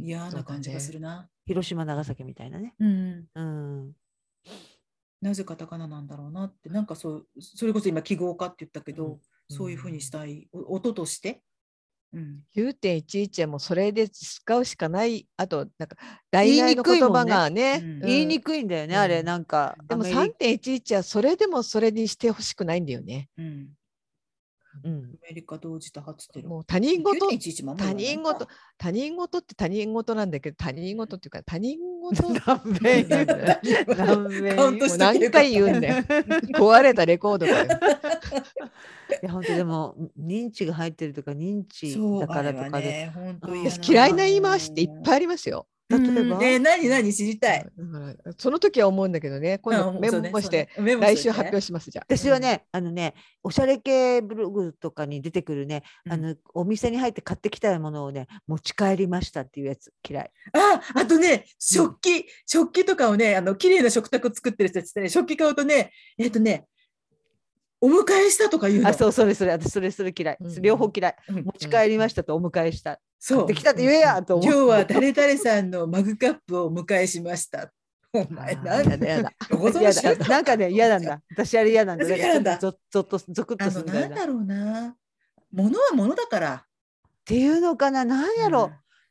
嫌な感じがするな。 ね、広島長崎みたいなね。 うん。 うん。 なぜカタカナなんだろうなってなんかそうそれこそ今記号化って言ったけど、うん、そういうふうにしたい音として、 うん、きゅうてんいちいち はもうそれで使うしかない。あとなんか代替の言葉がね言いにくいんだよね、うん、あれなんかでも さんてんいちいち はそれでもそれにしてほしくないんだよね。 うんうん、アメリカ同時多発テロ。 もう他人事他人事他人事って他人事なんだけど他人事っていうか他人事何遍言うの何回言うんだよ壊れたレコードだよ。 いや本当でも認知が入ってるとか認知だからとかで、 ね、 嫌いな言い回しっていっぱいありますよ。 例えば、 えー、何何知りたい。 その時は思うんだけどね、今度メモして来週発表します。じゃあ私はね、あのね、おしゃれ系ブログとかに出てくるね、あのお店に入って買ってきたものをね持ち帰りましたっていうやつ嫌い。 あ、あとね、食器、食器とかをね、あの綺麗な食卓作ってる人たちってね、食器買うとね、えっとね。お迎えしたとか言うの。 あ、そうそれそれ私それそれ嫌い、うん、両方嫌い、うん、持ち帰りましたとお迎えした、 そうできたって言えやと思う。 今日は誰々さんのマグカップをお迎えしました。お前なんだやだなんかね嫌なんだ。私あれ嫌なんだ。 嫌なんだ。 ゾッとゾクッとするみたいな。 なんだろうな。物は物だから。 っていうのかな、なんやろ。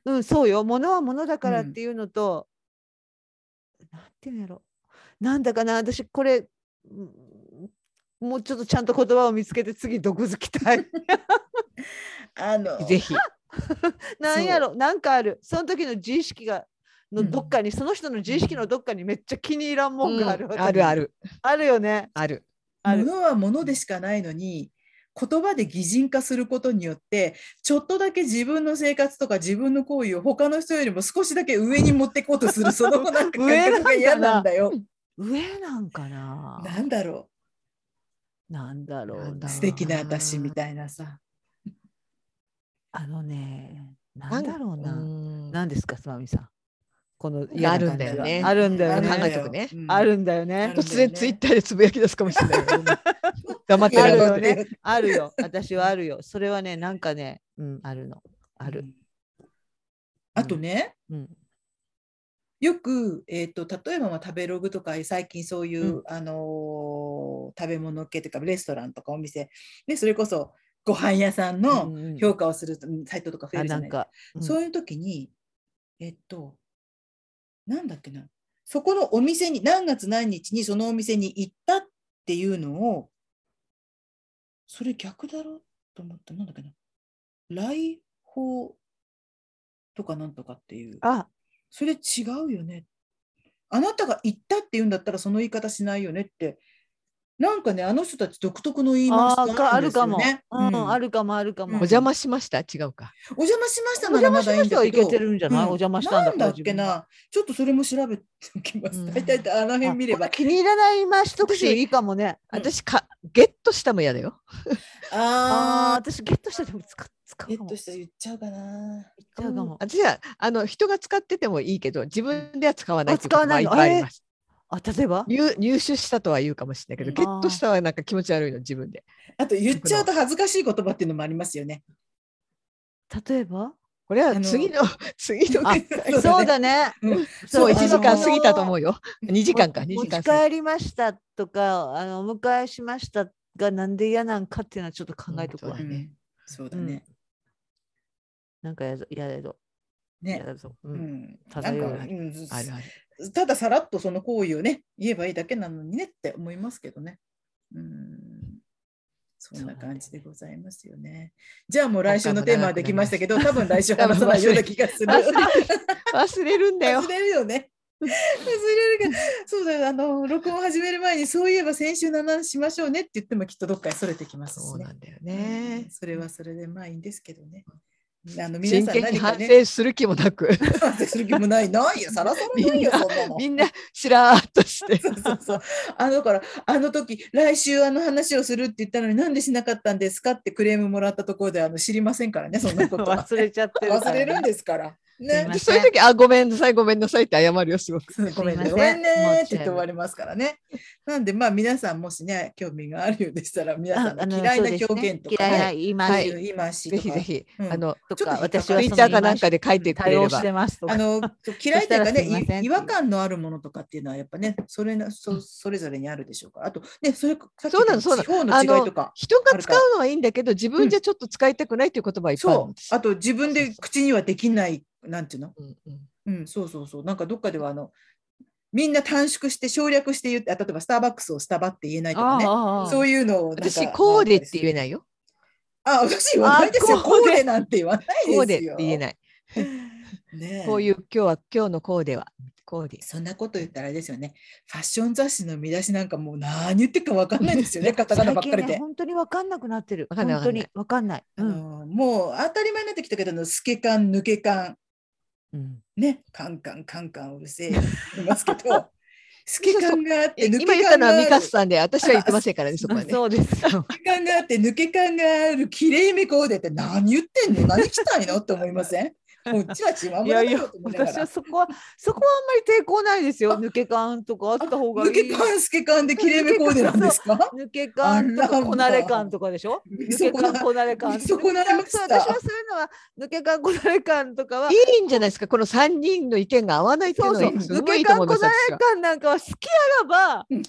うん、そうよ。物は物だからっていうのと、うん、なんていうんやろ。なんだかな、私これ、もうちょっとちゃんと言葉を見つけて次毒づきたい。 あのぜひ。 なんやろ、なんかある。その時の自意識がのどっかに、うん、その人の自意識のどっかにめっちゃ気に入らんもんがあるわけ、 うん、あるある。 あるよね。 ある。 物は物でしかないのに、言葉で擬人化することによってちょっとだけ自分の生活とか自分の行為を他の人よりも少しだけ上に持っていこうとするそのなんか感覚が嫌なんだよ。 上なんかな。 なんだろう。なんだろうな。 素敵な私みたいなさ。 あのね、なんだろうな。 ん何ですか、つまみさん。このあるんだよね。 あるんだよね。 考えとくね。 あるんだよね。 突然ツイッターでつぶやき出すかもしれない。黙ってるよね。あるよ。私はあるよ。それはね、なんかね、うん、あるの。ある。 うん、あとね、 うん、 よく、えーと、例えばまあ食べログとか最近そういう、うん、あのー、食べ物系というかレストランとかお店でそれこそご飯屋さんの評価をするサイトとか増えるじゃないですか。うん、そういう時にえっとなんだっけな、そこのお店に何月何日にそのお店に行ったっていうのを、それ逆だろうと思った。なんだっけな、来訪とかなんとかっていう。 あ、 それ違うよね。あなたが行ったって言うんだったらその言い方しないよねって。なんかね、あの人たち独特の言い回しがあるんですよね。 あるかも、うん、あるかもあるかも。 お邪魔しました。違うか。 お邪魔しましたならまだいいんだけど。お邪魔しましたはいけてるんじゃない？お邪魔したんだから。 なんだっけな。ちょっとそれも調べておきます。大体あの辺見れば。 気に入らない回し特集いいかもね。 私かゲットしたも嫌だよ。 ああ、 私ゲットしたでも使う。 ゲットした言っちゃうかな。 言っちゃうかも。 私はあの人が使っててもいいけど自分では使わないっていうことがいっぱいあります。あ、例えば入, 入手したとは言うかもしれないけど、ゲットしたはなんか気持ち悪いの自分で。 あと言っちゃうと恥ずかしい言葉っていうのもありますよね。 例えばこれは次の次のそうだね。 そう、いちじかん過ぎたと思うよ。にじかんかにじかん。 持ち帰りましたとかあのお迎えしましたがなんで嫌なんかっていうのはちょっと考えとくわ。 うん、そうだね。そうだね。 なんか嫌だぞ。 ね。 だぞ。 うん。 ただよ。 あるある。たださらっとその行為をね言えばいいだけなのにねって思いますけどね。うん。そんな感じでございますよね。じゃあもう来週のテーマはできましたけど、多分来週話さないような気がする。 忘れるんだよ。 忘れるよね。忘れるが、そうだよ。あの録音始める前にそういえば先週の話しましょうねって言ってもきっとどっかにそれてきますしね。 そうなんだよね。 うん、それはそれでまあいいんですけどね。 あの皆さん何か、ね、真剣に反省する気もなく反省する気もないないよさらさらないよそんなのみんなしらーっとしてそうそうそうあのだからあの時来週あの話をするって言ったのになんでしなかったんですかってクレームもらったところであの知りませんからねそんなことは忘れちゃってるから、 ね、忘れるんですからね、 そういう時あごめんなさいごめんなさいって謝るよすごくごめんねごめんねって言って終わりますからねなんでまあ皆さんもしね興味があるようでしたら皆さんの嫌いな表現とか、ね、 嫌いな言い回しぜひぜひ、うん、あのとか私はツイッターかなんかで書いてくれればあの嫌いというかね違和感のあるものとかっていうのはやっぱねそれな そ, それぞれにあるでしょうからあとねそれさっきの地方の違いとか人が使うのはいいんだけど自分じゃちょっと使いたくないという言葉はいっぱいあるんです、 うん、そうあと自分で口にはできないなんていうの、うんうんうん、そうそうそうなんかどっかではあのみんな短縮して省略して言って例えばスターバックスをスタバって言えないとかねそういうのを私コーデって言えないよあ私言わないですよコーデなんて言わないですよコーデって言えないねこういう今日は今日のコーデはコーデそんなこと言ったらあれですよねファッション雑誌の見出しなんかもう何言ってるか分かんないですよねカタカナばっかりで、 ね、本当に分かんなくなってる本当に分かんない、 うん、もう当たり前になってきたけど透け感抜け感うん、ね、カンカンカンカンうるせえ言いますけど、透け感があって抜け感がある。 今言ったのはミカスさんで、私は言ってませんからね、そこはね。 そうです。 透け感があって抜け感があるきれいめコーデって何言ってんの？何着たいのって思いません？こっちはちまもだよと思いながら。 私はそこはそこはあんまり抵抗ないですよ。抜け感とかあった方がいい。 抜け感透け感できれいめコーデなんですか？ 抜け感とかこなれ感とかでしょ？抜け感こなれ感。 そこなれました。 私はそういうのは抜け感こなれ感とかはいいんじゃないですか。この三人の意見が合わないっていうのはすごいと思います。 抜け感こなれ感なんかは好きあらば好き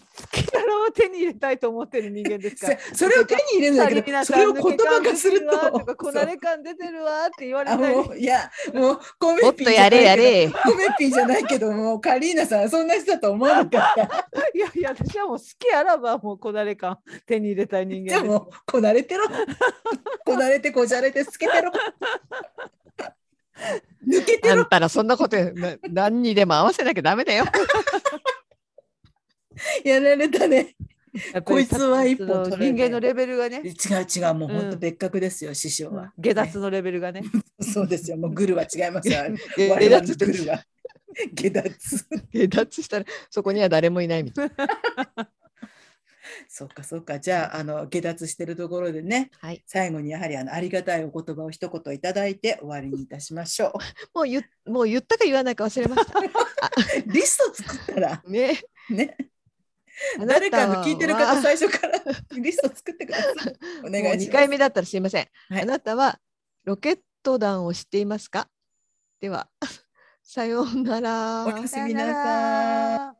キャラを手に入れたいと思ってる人間ですから。 それを手に入れるんだけど、それを言葉化すると。 とかこなれ感出てるわって言われたり。いや、もうコメピー。もっとやれやれ。 コメピーじゃないけども、カリーナさんそんな人だと思わなかった。 いやいや、私はもう好きあらばもうこなれ感手に入れたい人間です。 じゃあもうこなれてろ。こなれてこじゃれて透けてろ。抜けてろ。 あんたらそんなこと何にでも合わせなきゃダメだよ。 やられたね。こいつは一歩人間のレベルがね。 違う違う、もう本当別格ですよ、師匠は。 下脱のレベルがね。 そうですよ、もうグルは違いますよ。 下脱グルは。下脱。 下脱したらそこには誰もいないみたいな。 そうかそうか。じゃあ、あの下脱してるところでね、はい、最後にやはりあのありがたいお言葉を一言いただいて終わりにいたしましょう。もう言もう言ったか言わないか忘れました。 リスト作ったらね。 ね。誰かの聞いてる方最初からリスト作ってください。お願いします。 にかいめだったらすいません。はい、あなたはロケット弾を知っていますか？ではさようなら。 おやすみなさい。